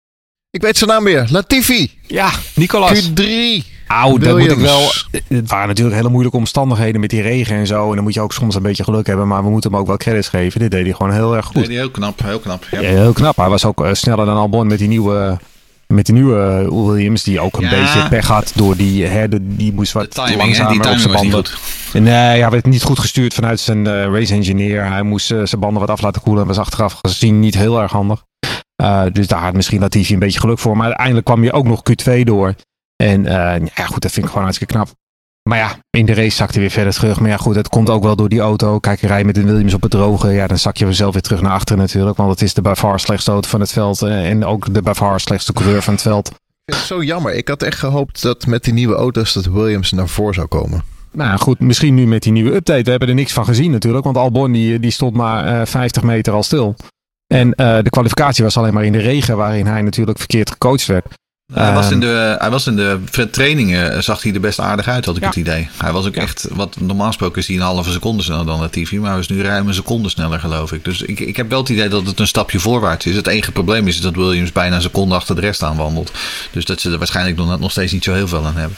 Ik weet zijn naam weer. Latifi. Ja, Nicolas. Q drie. Auw, dat moet ik wel. Williams. Het waren natuurlijk hele moeilijke omstandigheden met die regen en zo. En dan moet je ook soms een beetje geluk hebben. Maar we moeten hem ook wel credits geven. Dit deed hij gewoon heel erg goed. Nee, die heel knap, heel knap. Ja. Ja, heel knap. Hij was ook uh, sneller dan Albon met die nieuwe, met die nieuwe Williams. Die ook een Ja. beetje pech had door die, hè, de, die moest De wat timing, hè? langzamer Die op timing zijn was niet banden. goed. Nee, hij werd niet goed gestuurd vanuit zijn uh, race engineer. Hij moest uh, zijn banden wat af laten koelen. Dat was achteraf gezien niet heel erg handig. Uh, dus daar had misschien Latifi een beetje geluk voor. Maar uiteindelijk kwam je ook nog Q twee door. En uh, ja, goed, dat vind ik gewoon hartstikke knap. Maar ja, in de race zakte hij weer verder terug. Maar ja, goed, dat komt ook wel door die auto. Kijk, je rijdt met een Williams op het droge. Ja, dan zak je vanzelf weer terug naar achteren natuurlijk. Want het is de by far slechtste auto van het veld. Uh, en ook de by far slechtste coureur van het veld. Ik vind het zo jammer. Ik had echt gehoopt dat met die nieuwe auto's dat Williams naar voren zou komen. Nou goed, misschien nu met die nieuwe update. We hebben er niks van gezien natuurlijk. Want Albon die, die stond maar uh, vijftig meter al stil. En uh, de kwalificatie was alleen maar in de regen. Waarin hij natuurlijk verkeerd gecoacht werd. Hij, Um, was in de, hij was in de trainingen, zag hij er best aardig uit, had ik Ja. het idee. Hij was ook Ja. echt, wat normaal gesproken is hij een halve seconde sneller dan Latifi, maar hij was nu ruim een seconde sneller, geloof ik. Dus ik, ik heb wel het idee dat het een stapje voorwaarts is. Het enige probleem is dat Williams bijna een seconde achter de rest aanwandelt. Dus dat ze er waarschijnlijk nog, nog steeds niet zo heel veel aan hebben.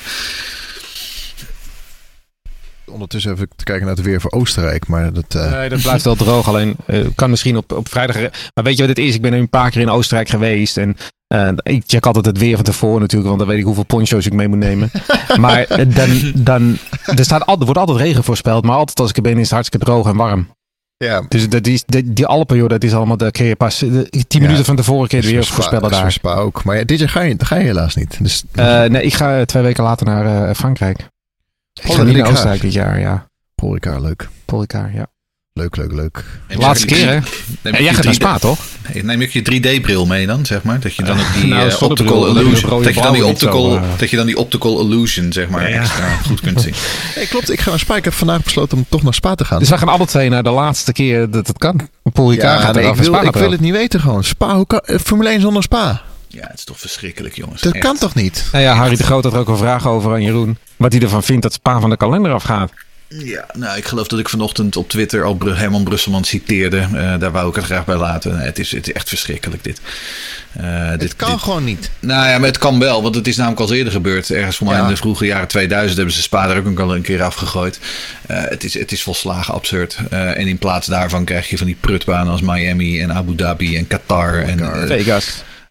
Ondertussen even te kijken naar het weer voor Oostenrijk. Maar dat, uh... Nee, dat blijft wel droog. Alleen uh, kan misschien op, op vrijdag. Maar weet je wat het is? Ik ben nu een paar keer in Oostenrijk geweest. En uh, ik check altijd het weer van tevoren natuurlijk. Want dan weet ik hoeveel poncho's ik mee moet nemen. Maar uh, dan, dan er, staat altijd, er wordt altijd regen voorspeld. Maar altijd als ik er ben is het hartstikke droog en warm. ja, Dus dat is, die, die Alpenjoh, dat is allemaal. Daar kun je pas uh, tien Ja. minuten van tevoren keer is weer voor Spa- voorspellen is voor daar. Spa ook. Maar ja, dit jaar ga je, ga je helaas niet. Dus, Uh, nee, ik ga twee weken later naar uh, Frankrijk. Ik ga Oh, niet Ricard. naar Oostenrijk dit jaar, ja. Paul Ricard, leuk. Paul Ricard, ja. Leuk, leuk, leuk. Neem Laatste je- keer, hè? neem En je jij gaat naar drie D Spa, toch? Neem je ook je drie D-bril mee dan, zeg maar? Dat je dan ook die Nou, uh, zonnebril, optical dat je illusion, rode dat je dan die brauwen niet zo, optical, uh, dat je dan die optical illusion, zeg maar, Ja. extra goed kunt zien. Hey, klopt, ik ga naar Spa. Ik heb vandaag besloten om toch naar Spa te gaan. Dus wij gaan alle twee naar de laatste keer dat het kan. Paul Ricard ja, gaat nee, er ik, af en wil, Spa ik gaat wil eraf. het niet weten gewoon. Spa, hoe kan, eh, Formule één zonder Spa? Ja, het is toch verschrikkelijk, jongens. Dat Echt. kan toch niet? Nou ja, Harry de Groot had er ook een vraag over aan Jeroen. Wat hij ervan vindt dat Spa van de kalender afgaat. Ja, nou, ik geloof dat ik vanochtend op Twitter al Br- Herman Brusselman citeerde. Uh, daar wou ik het graag bij laten. Nee, het, is, het is echt verschrikkelijk, dit. Uh, Het dit kan dit, gewoon niet. Nou ja, maar het kan wel, want het is namelijk al eerder gebeurd. Ergens voor mij Ja. in de vroege jaren tweeduizend hebben ze Spa er ook al een keer afgegooid. Uh, het, is, het is volslagen absurd. Uh, en in plaats daarvan krijg je van die prutbanen als Miami en Abu Dhabi en Qatar. En, uh, Vegas.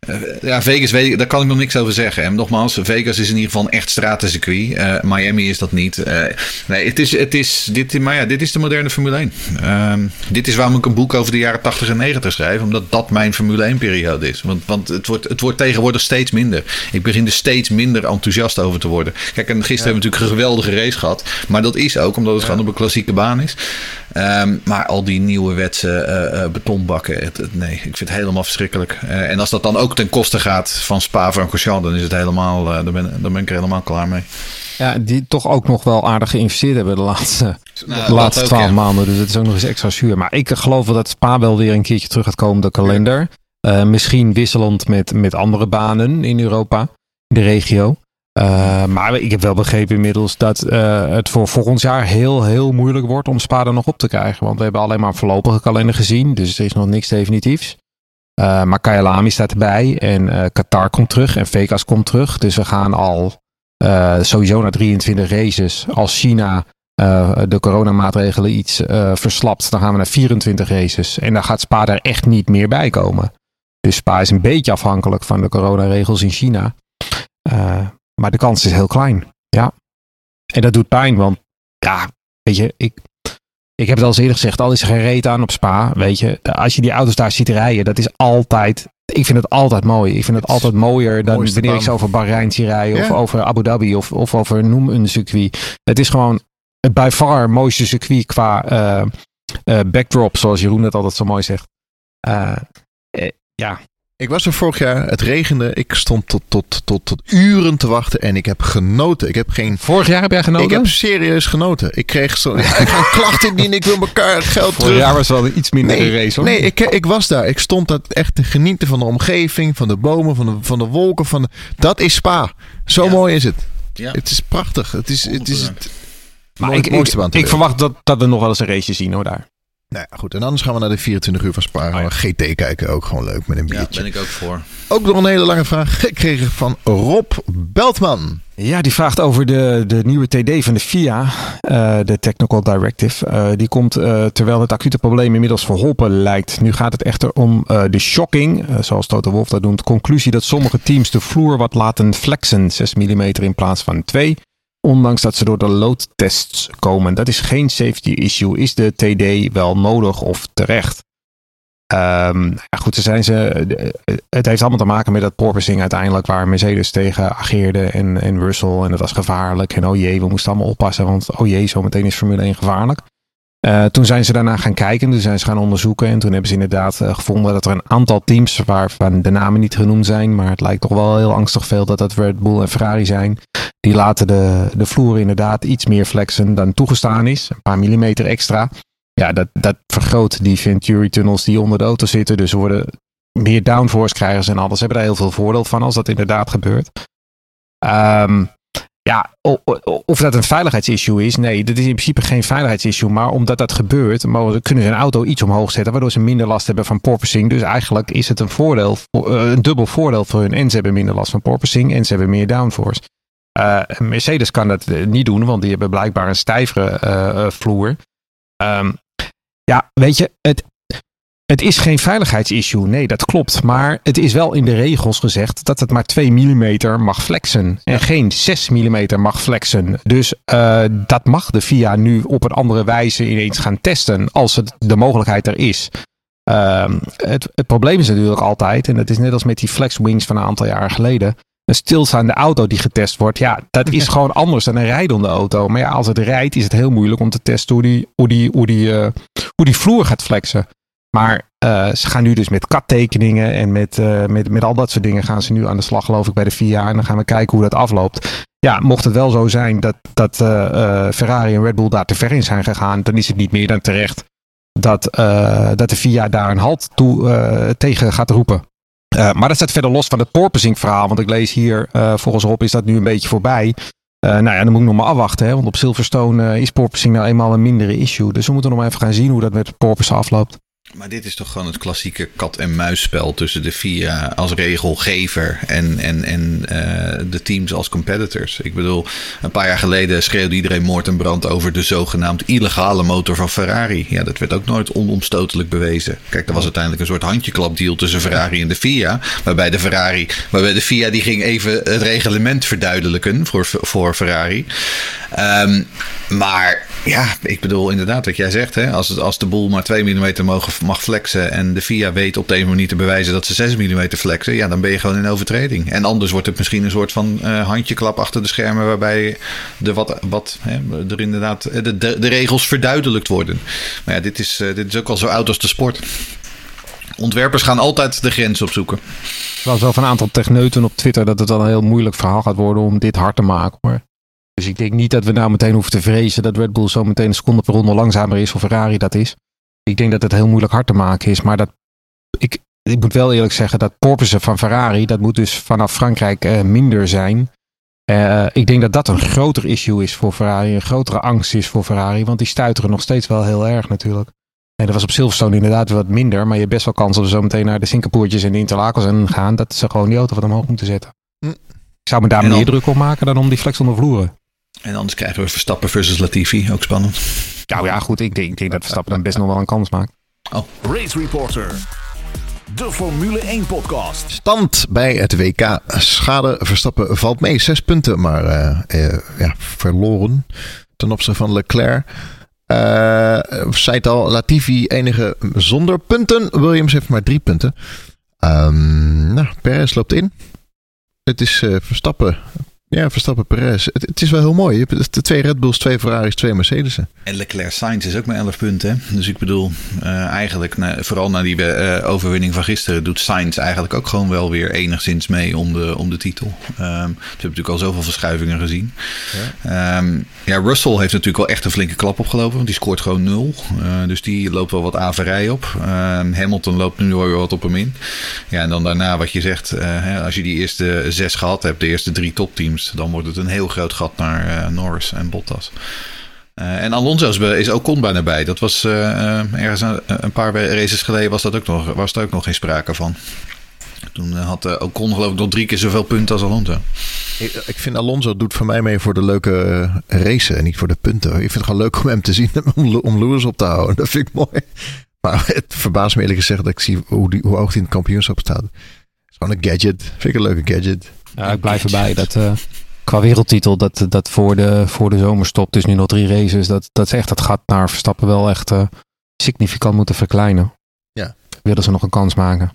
Uh, ja, Vegas, weet ik, daar kan ik nog niks over zeggen. En nogmaals, Vegas is in ieder geval een echt stratencircuit. Uh, Miami is dat niet. Uh, nee, het is, het is, dit, maar ja, dit is de moderne Formule één. Uh, dit is waarom ik een boek over de jaren tachtig en negentig schrijf. Omdat dat mijn Formule één periode is. Want, want het, wordt, het wordt tegenwoordig steeds minder. Ik begin er steeds minder enthousiast over te worden. Kijk, en gisteren ja. hebben we natuurlijk een geweldige race gehad. Maar dat is ook omdat het ja. gewoon op een klassieke baan is. Um, maar al die nieuwe wetse uh, uh, betonbakken. Het, het, nee, ik vind het helemaal verschrikkelijk. Uh, en als dat dan ook ten koste gaat van Spa-Francorchamps, dan is het helemaal, uh, dan, ben, dan ben ik er helemaal klaar mee. Ja, die toch ook nog wel aardig geïnvesteerd hebben de laatste, nou, de laatste twaalf ja. maanden. Dus het is ook nog eens extra zuur. Maar ik geloof wel dat Spa wel weer een keertje terug gaat komen, de kalender. Uh, misschien wisselend met, met andere banen in Europa, in de regio. Uh, maar ik heb wel begrepen inmiddels dat uh, het voor volgend jaar heel, heel moeilijk wordt om Spa er nog op te krijgen. Want we hebben alleen maar een voorlopige kalender gezien. Dus er is nog niks definitiefs. Uh, maar Kyalami staat erbij en uh, Qatar komt terug en Vegas komt terug. Dus we gaan al uh, sowieso naar drieëntwintig races. Als China uh, de coronamaatregelen iets uh, verslapt, dan gaan we naar vierentwintig races. En dan gaat Spa er echt niet meer bij komen. Dus Spa is een beetje afhankelijk van de coronaregels in China. Uh, maar de kans is heel klein. Ja. En dat doet pijn, want ja, weet je, ik... Ik heb het al eens eerder gezegd, al is er geen reet aan op Spa, weet je. Als je die auto's daar ziet rijden, dat is altijd... Ik vind het altijd mooi. Ik vind het altijd mooier dan wanneer baan. Ik zo over Bahrein zie rijden ja. of over Abu Dhabi of, of over noem een circuit. Het is gewoon het by far mooiste circuit qua uh, uh, backdrop, zoals Jeroen het altijd zo mooi zegt. Uh, uh, ja... Ik was er vorig jaar, het regende, ik stond tot, tot, tot, tot uren te wachten en ik heb genoten. Ik heb geen... Vorig jaar heb jij genoten? Ik heb serieus genoten. Ik kreeg zo... ik ga een klacht indienen, ik wil elkaar het geld Vorig terug. Vorig jaar was wel een iets minder nee, race hoor. Nee, ik, ik was daar. Ik stond daar echt te genieten van de omgeving, van de bomen, van de, van de wolken. Van de... Dat is Spa. Zo ja. mooi is het. Ja. Het is prachtig. Het is het, is het maar mooi, ik, mooiste baan. Ik, ik verwacht dat, dat we nog wel eens een race zien hoor daar. Nou ja, goed. En anders gaan we naar de vierentwintig uur van Spa. Gaan we G T kijken. Ook gewoon leuk met een biertje. Ja, ben ik ook voor. Ook nog een hele lange vraag gekregen van Rob Beltman. Ja, die vraagt over de, de nieuwe T D van de F I A. Uh, de Technical Directive. Uh, die komt uh, terwijl het acute probleem inmiddels verholpen lijkt. Nu gaat het echter om uh, de shocking, uh, zoals Toto Wolff dat noemt. Conclusie dat sommige teams de vloer wat laten flexen. zes millimeter in plaats van twee. Ondanks dat ze door de loadtests komen. Dat is geen safety issue. Is de T D wel nodig of terecht? Um, ja goed, zijn ze, het heeft allemaal te maken met dat porpoising uiteindelijk waar Mercedes tegen ageerde en, en Russell. En dat was gevaarlijk. En oh jee, we moesten allemaal oppassen. Want oh jee, zometeen is Formule één gevaarlijk. Uh, toen zijn ze daarna gaan kijken. Toen zijn ze gaan onderzoeken. En toen hebben ze inderdaad uh, gevonden dat er een aantal teams waarvan de namen niet genoemd zijn. Maar het lijkt toch wel heel angstig veel dat dat Red Bull en Ferrari zijn. Die laten de, de vloer inderdaad iets meer flexen dan toegestaan is. Een paar millimeter extra. Ja, dat, dat vergroot die Venturi-tunnels die onder de auto zitten. Dus ze worden meer downforce krijgen en alles. Ze hebben daar heel veel voordeel van als dat inderdaad gebeurt. Um, ja, of dat een veiligheidsissue is. Nee, dat is in principe geen veiligheidsissue. Maar omdat dat gebeurt, mogen, kunnen ze een auto iets omhoog zetten. Waardoor ze minder last hebben van porpoising. Dus eigenlijk is het een voordeel, een dubbel voordeel voor hun. En ze hebben minder last van porpoising en ze hebben meer downforce. Uh, Mercedes kan dat niet doen, want die hebben blijkbaar een stijvere uh, vloer. Um, ja, weet je, het, het is geen veiligheidsissue. Nee, dat klopt. Maar het is wel in de regels gezegd dat het maar twee millimeter mag flexen. En geen zes millimeter mag flexen. Dus uh, dat mag de F I A nu op een andere wijze ineens gaan testen. Als het de mogelijkheid er is. Um, het, het probleem is natuurlijk altijd, en dat is net als met die flexwings van een aantal jaren geleden. Een stilstaande auto die getest wordt, ja, dat is gewoon anders dan een rijdende auto. Maar ja, als het rijdt, is het heel moeilijk om te testen hoe die, hoe die, hoe die, uh, hoe die vloer gaat flexen. Maar uh, ze gaan nu dus met C A D-tekeningen en met, uh, met, met al dat soort dingen gaan ze nu aan de slag, geloof ik, bij de F I A. En dan gaan we kijken hoe dat afloopt. Ja, mocht het wel zo zijn dat, dat uh, uh, Ferrari en Red Bull daar te ver in zijn gegaan, dan is het niet meer dan terecht dat, uh, dat de F I A daar een halt toe, uh, tegen gaat roepen. Uh, maar dat staat verder los van het porpoising verhaal. Want ik lees hier, uh, volgens Rob is dat nu een beetje voorbij. Uh, nou ja, dan moet ik nog maar afwachten. Hè, want op Silverstone uh, is porpoising nou eenmaal een mindere issue. Dus we moeten nog maar even gaan zien hoe dat met het porpoisen afloopt. Maar dit is toch gewoon het klassieke kat-en-muisspel tussen de F I A als regelgever en, en, en uh, de teams als competitors. Ik bedoel, een paar jaar geleden schreeuwde iedereen moord en brand over de zogenaamd illegale motor van Ferrari. Ja, dat werd ook nooit onomstotelijk bewezen. Kijk, er was uiteindelijk een soort handjeklapdeal tussen Ferrari en de F I A. Waarbij de Ferrari, waarbij de F I A die ging even het reglement verduidelijken voor, voor Ferrari. Um, maar ja, ik bedoel inderdaad wat jij zegt. Hè, als, als de boel maar twee millimeter mogen mag flexen en de F I A weet op deze manier te bewijzen dat ze zes millimeter flexen, ja, dan ben je gewoon in overtreding. En anders wordt het misschien een soort van uh, handjeklap achter de schermen waarbij de wat, wat hè, er inderdaad de, de, de regels verduidelijkt worden. Maar ja, dit is, uh, dit is ook al zo oud als de sport. Ontwerpers gaan altijd de grens opzoeken. Er was wel van een aantal techneuten op Twitter dat het dan een heel moeilijk verhaal gaat worden om dit hard te maken, hoor. Dus ik denk niet dat we nou meteen hoeven te vrezen dat Red Bull zo meteen een seconde per ronde langzamer is of Ferrari dat is. Ik denk dat het heel moeilijk hard te maken is. Maar dat, ik, ik moet wel eerlijk zeggen dat porpoisen van Ferrari, dat moet dus vanaf Frankrijk uh, minder zijn. Uh, ik denk dat dat een groter issue is voor Ferrari. Een grotere angst is voor Ferrari. Want die stuiteren nog steeds wel heel erg natuurlijk. En dat was op Silverstone inderdaad wat minder. Maar je hebt best wel kans dat we zo meteen naar de Singapore'tjes en de Interlagos en gaan. Dat ze gewoon die auto wat omhoog moeten zetten. Hm. Ik zou me daar meer druk op maken dan om die flex onder vloeren. En anders krijgen we Verstappen versus Latifi. Ook spannend. Nou ja, goed. Ik denk, ik denk dat Verstappen dan best nog wel een kans maakt. Oh. Race Reporter. De Formule één podcast. Stand bij het W K. Schade Verstappen valt mee. Zes punten, maar uh, uh, ja, verloren ten opzichte van Leclerc. Uh, zei het al, Latifi enige zonder punten. Williams heeft maar drie punten. Um, nou, Perez loopt in. Het is uh, Verstappen. Ja, Verstappen, Perez. Het, het is wel heel mooi. Je hebt de twee Red Bulls, twee Ferraris, twee Mercedes'en. En Leclerc Sainz is ook maar elf punten. Hè? Dus ik bedoel, uh, eigenlijk, na, vooral na die uh, overwinning van gisteren, doet Sainz eigenlijk ook gewoon wel weer enigszins mee om de, om de titel. Um, we hebben natuurlijk al zoveel verschuivingen gezien. Ja. Um, ja, Russell heeft natuurlijk wel echt een flinke klap opgelopen, want die scoort gewoon nul. Uh, dus die loopt wel wat averij op. Uh, Hamilton loopt nu weer wat op hem in. Ja, en dan daarna wat je zegt, uh, hè, als je die eerste zes gehad hebt, de eerste drie topteams, dan wordt het een heel groot gat naar uh, Norris en Bottas. Uh, en Alonso is ook Ocon bijna bij. Dat was uh, ergens een, een paar races geleden was dat ook nog, was daar ook nog geen sprake van. Toen uh, had uh, Ocon geloof ik nog drie keer zoveel punten als Alonso. Ik, ik vind Alonso doet voor mij mee voor de leuke uh, racen en niet voor de punten. Ik vind het gewoon leuk om hem te zien om, om Lewis op te houden. Dat vind ik mooi. Maar het verbaast me eerlijk gezegd dat ik zie hoe, die, hoe hoog hij in het kampioenschap staat. Het is gewoon een gadget. Vind ik een leuke gadget. Ja, ik blijf erbij dat uh, qua wereldtitel dat, dat voor, de, voor de zomerstop, dus nu nog drie races, dat, dat ze echt dat gat naar Verstappen wel echt uh, significant moeten verkleinen. Ja. Willen ze nog een kans maken.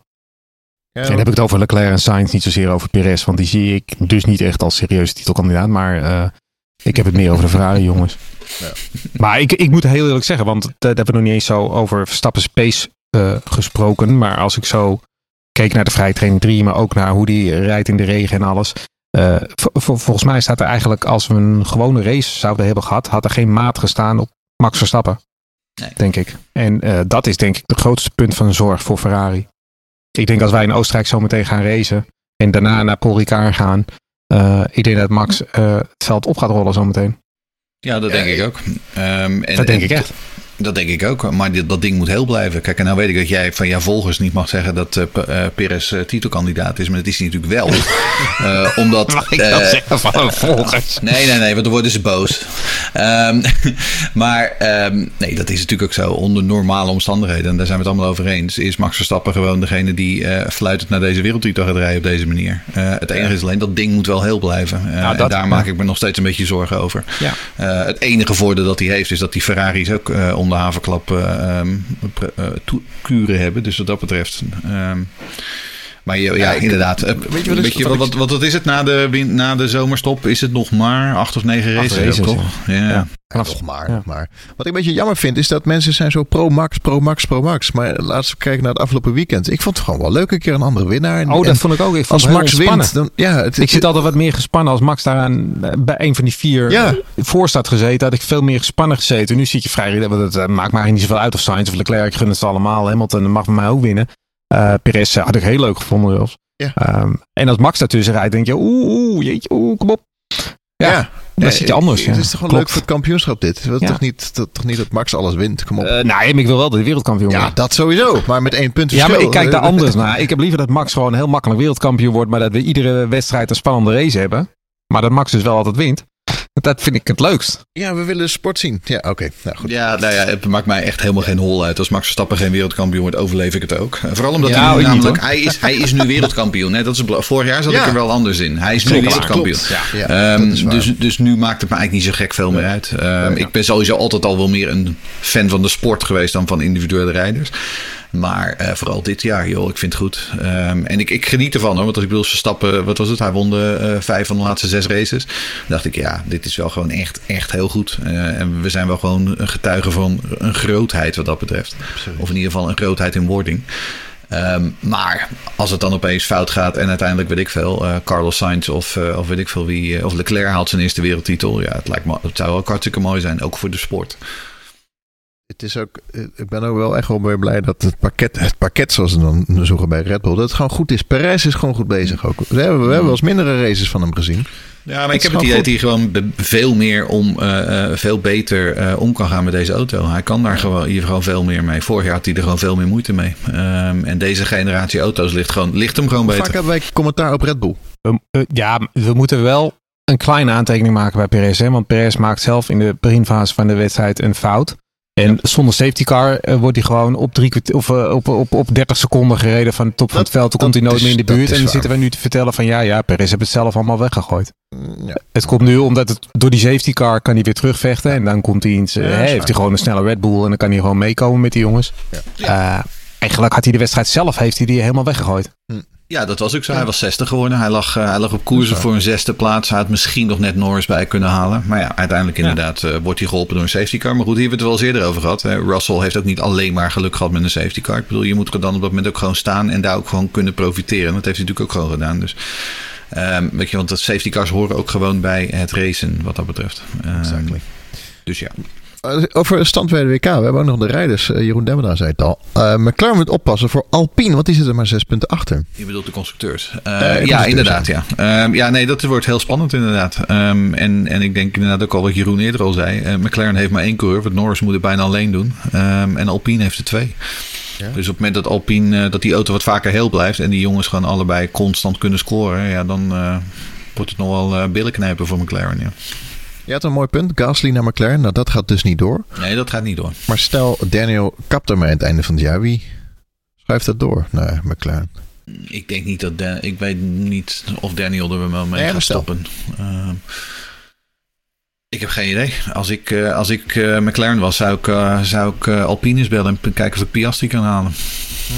Ja, en dan heb ik het over Leclerc en Sainz, niet zozeer over Perez, want die zie ik dus niet echt als serieuze titelkandidaat, maar uh, ik heb het meer over de Ferrari jongens. Ja. Maar ik, ik moet heel eerlijk zeggen, want dat hebben we nog niet eens zo over Verstappen's pace uh, gesproken, maar als ik zo keek naar de vrije training drie, maar ook naar hoe die rijdt in de regen en alles. Uh, v- v- volgens mij staat er eigenlijk, als we een gewone race zouden hebben gehad, had er geen maat gestaan op Max Verstappen. Nee. Denk ik. En uh, dat is denk ik het grootste punt van zorg voor Ferrari. Ik denk als wij in Oostenrijk zo meteen gaan racen en daarna naar Paul Ricard gaan, uh, ik denk dat Max uh, het veld op gaat rollen zo meteen. Ja, dat denk ja, ik ook. Um, en, dat denk en, ik echt. Dat denk ik ook, maar dit, dat ding moet heel blijven. Kijk, en nou weet ik dat jij van jouw volgers niet mag zeggen dat uh, uh, Perez uh, titelkandidaat is, maar dat is hij natuurlijk wel. uh, omdat, mag ik dat uh, zeggen van mijn volgers? Nee, nee, nee, want dan worden ze boos. Um, maar um, nee, dat is natuurlijk ook zo. Onder normale omstandigheden, en daar zijn we het allemaal over eens, is Max Verstappen gewoon degene die uh, fluitend naar deze wereldtitel gaat rijden op deze manier. Uh, het enige is alleen, dat ding moet wel heel blijven. Uh, nou, dat, en daar ja. maak ik me nog steeds een beetje zorgen over. Ja. Uh, het enige voordeel dat hij heeft, is dat die Ferraris ook uh, om de haverklap uh, um, uh, to- kuren hebben. Dus wat dat betreft. Um, maar ja, ja, inderdaad. Uh, weet je wat, is, wat, wat, wat, wat is het na de, na de zomerstop? Is het nog maar acht of negen races? Acht races, toch? Ja. Ja. Ja. Ja, nog maar, ja. maar. Wat ik een beetje jammer vind, is dat mensen zijn zo pro-Max, pro-Max, pro-Max. Maar laten we kijken naar het afgelopen weekend. Ik vond het gewoon wel leuk een keer een andere winnaar. En, oh, dat vond ik ook. Ik vond als Max wint, dan, ja, het, ik het, zit altijd wat meer gespannen als Max daar aan, bij een van die vier ja. voor staat gezeten. Had ik veel meer gespannen gezeten. Nu zit je vrij, want het maakt maar niet zoveel uit of Sainz of Leclerc. Ik gun het ze allemaal. Hamilton mag van mij ook winnen. Uh, Perez had ik heel leuk gevonden zelfs. Ja. Um, en als Max daartussen rijdt, denk je, oeh, oeh, jeetje, oeh, kom op. Ja. ja. Dan zit je anders. Het ja. is toch gewoon Klopt. leuk voor het kampioenschap dit? Het is Ja. toch, niet, dat, toch niet dat Max alles wint? Kom op. Uh, nee, maar ik wil wel dat hij wereldkampioen ja, wordt. dat sowieso. Maar met één punt Ja, verschil. maar ik kijk daar anders naar. Ik heb liever dat Max gewoon heel makkelijk wereldkampioen wordt, maar dat we iedere wedstrijd een spannende race hebben. Maar dat Max dus wel altijd wint. Dat vind ik het leukst. Ja, we willen sport zien. Ja, oké. Okay. Nou, goed. Ja, nou ja, het maakt mij echt helemaal geen hol uit. Als Max Verstappen geen wereldkampioen wordt, overleef ik het ook. Vooral omdat Ja, hij nu ik namelijk, niet, hij, is, hij is nu wereldkampioen. Hè? Dat is, vorig jaar zat Ja. ik er wel anders in. Hij is nu Zeker, wereldkampioen. klopt. Ja, Um, dat is waar. dus, dus nu maakt het me eigenlijk niet zo gek veel meer uit. Um, ja. Ik ben sowieso altijd al wel meer een fan van de sport geweest dan van individuele rijders. Maar uh, vooral dit jaar, joh, ik vind het goed. Um, en ik, ik geniet ervan hoor. Want als ik bedoel, Verstappen, wat was het? Hij won de uh, vijf van de laatste zes races. Dan dacht ik, ja, dit is wel gewoon echt, echt heel goed. Uh, en we zijn wel gewoon een getuige van een grootheid wat dat betreft. Absoluut. Of in ieder geval een grootheid in wording. Um, maar als het dan opeens fout gaat en uiteindelijk weet ik veel, uh, Carlos Sainz of, uh, of weet ik veel wie, uh, of Leclerc haalt zijn eerste wereldtitel. Ja, het lijkt me, het zou ook hartstikke mooi zijn, ook voor de sport. Het is ook, ik ben ook wel echt wel weer blij dat het pakket, het pakket zoals ze dan zoeken bij Red Bull, dat het gewoon goed is. Perez is gewoon goed bezig ook. We hebben, we hebben wel eens mindere races van hem gezien. Ja, maar ik heb het idee dat hij gewoon veel meer om, uh, veel beter uh, om kan gaan met deze auto. Hij kan daar gewoon, hier gewoon veel meer mee. Vorig jaar had hij er gewoon veel meer moeite mee. Um, en deze generatie auto's ligt, gewoon, ligt hem gewoon beter. Vaak hebben wij commentaar op Red Bull. We, uh, ja, we moeten wel een kleine aantekening maken bij Perez. Hè? Want Perez maakt zelf in de beginfase van de wedstrijd een fout. En ja. zonder safety car uh, wordt hij gewoon op, drie, of, uh, op, op, op dertig seconden gereden van de top van het veld. Toen komt hij nooit is, meer in de buurt. En dan waar. zitten we nu te vertellen van ja, ja, Perez heeft het zelf allemaal weggegooid. Ja. Het komt nu omdat het door die safety car kan hij weer terugvechten. En dan komt hij in zijn, ja, hè, heeft hij gewoon een snelle Red Bull. En dan kan hij gewoon meekomen met die jongens. Ja. Ja. Uh, eigenlijk had hij de wedstrijd zelf heeft hij die helemaal weggegooid. Hm. Ja, dat was ook zo. Hij was zestig geworden. Hij lag, uh, hij lag op koersen voor een zesde plaats. Hij had misschien nog net Norris bij kunnen halen. Maar ja, uiteindelijk inderdaad uh, wordt hij geholpen door een safety car. Maar goed, hier hebben we het wel eens eerder over gehad. Hè. Russell heeft ook niet alleen maar geluk gehad met een safety car. Ik bedoel, je moet er dan op dat moment ook gewoon staan en daar ook gewoon kunnen profiteren. Dat heeft hij natuurlijk ook gewoon gedaan. Dus um, weet je, want dat safety cars horen ook gewoon bij het racen wat dat betreft. Um, exactly. Dus ja. Over stand bij de W K. We hebben ook nog de rijders. Uh, Jeroen Demmedaar zei het al. Uh, McLaren moet oppassen voor Alpine. Want die zitten maar zes punten achter. Je bedoelt de constructeurs. Uh, uh, ja, constructeurs, inderdaad. Ja. Ja. Um, ja, nee, dat wordt heel spannend inderdaad. Um, en, en ik denk inderdaad ook al wat Jeroen eerder al zei. Uh, McLaren heeft maar één coureur. Want Norris moet het bijna alleen doen. Um, en Alpine heeft er twee. Ja. Dus op het moment dat Alpine, uh, dat die auto wat vaker heel blijft. En die jongens gewoon allebei constant kunnen scoren. Ja, dan uh, wordt het nog wel uh, billen knijpen voor McLaren. Ja. Je had een mooi punt. Gasly naar McLaren. Nou, dat gaat dus niet door. Nee, dat gaat niet door. Maar stel, Daniel kapt ermee aan het einde van het jaar. Wie schuift dat door naar McLaren? Ik denk niet dat... Dan, ik weet niet of Daniel er wel mee nee, gaat stoppen. Uh, ik heb geen idee. Als ik, uh, als ik uh, McLaren was, zou ik, uh, zou ik uh, Alpine bellen en kijken of ik Piastri kan halen. Hm.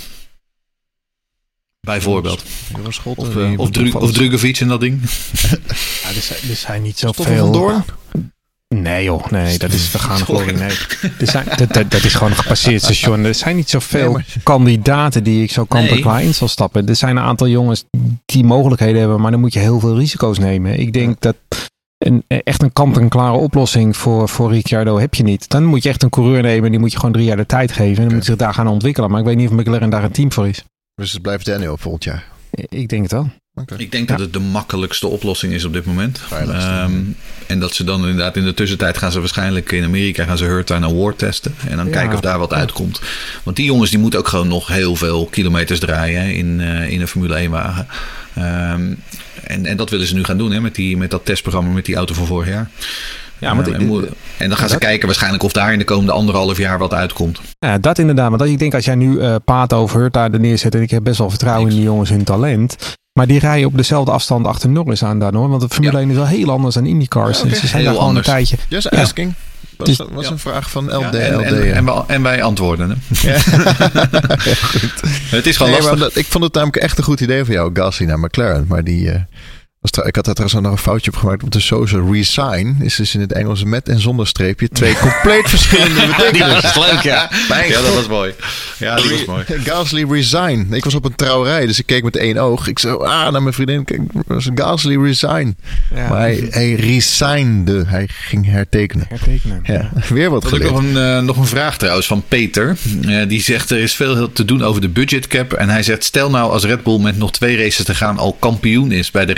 Bijvoorbeeld. Of, uh, of, Dru- of Drugovic en dat ding. Ja, er, zijn, er zijn niet zoveel... Nee joh, nee, dat is vergaande glorie. Nee. Er zijn, dat, dat, dat is gewoon een gepasseerd station. Er zijn niet zoveel nee, maar... kandidaten die ik zo kant-en-klaar in zal stappen. Er zijn een aantal jongens die mogelijkheden hebben, maar dan moet je heel veel risico's nemen. Ik denk dat een, echt een kant-en-klare oplossing voor, voor Ricciardo heb je niet. Dan moet je echt een coureur nemen, die moet je gewoon drie jaar de tijd geven. En dan okay. moet zich daar gaan ontwikkelen. Maar ik weet niet of McLaren daar een team voor is. Dus het blijft Daniel volgend jaar? Ik denk het wel. Okay. Ik denk ja. dat het de makkelijkste oplossing is op dit moment. Um, en dat ze dan inderdaad in de tussentijd gaan ze waarschijnlijk in Amerika gaan ze Hurt aan Award testen. En dan ja. kijken of daar wat ja. uitkomt. Want die jongens die moeten ook gewoon nog heel veel kilometers draaien in, uh, in een Formule één wagen. Um, en, en dat willen ze nu gaan doen hè, met, die, met dat testprogramma met die auto van vorig jaar. Ja, maar uh, en, mo- en dan gaan ja, ze dat... kijken waarschijnlijk of daar in de komende anderhalf jaar wat uitkomt. Ja, dat inderdaad. Want ik denk als jij nu uh, Pato of Hurt daar neerzet. En ik heb best wel vertrouwen Niks. in die jongens hun talent. Maar die rijden op dezelfde afstand achter Norris aan daar hoor. Want de Formule ja. één is wel heel anders dan IndyCars. Ja, okay. Dus ze zijn heel daar gewoon anders. Een tijdje. Just asking. Was, dus, was ja. een vraag van L D. Ja, en, L D en, en, wij, en wij antwoorden. Hè? Ja. ja, goed. Het is gewoon nee, lastig. Dat, ik vond het namelijk echt een goed idee van jou, Gasly naar McLaren. Maar die... Uh, Ik had daar trouwens nog een foutje op gemaakt op de social. Resign is dus in het Engels met en zonder streepje. Twee compleet verschillende betekenissen. Dat is leuk, ja. Mijn ja, dat was mooi. Ja, dat was mooi. Gasly resign. Ik was op een trouwerij, dus ik keek met één oog. Ik zei, ah, naar mijn vriendin. Kijk, was Gasly resign. Ja. Maar hij, hij resignde. Hij ging hertekenen. Hertekenen. Ja, weer wat geleerd. Nog een, uh, nog een vraag trouwens van Peter. Uh, die zegt, er is veel te doen over de budgetcap. En hij zegt, stel nou als Red Bull met nog twee races te gaan al kampioen is bij de rijders en de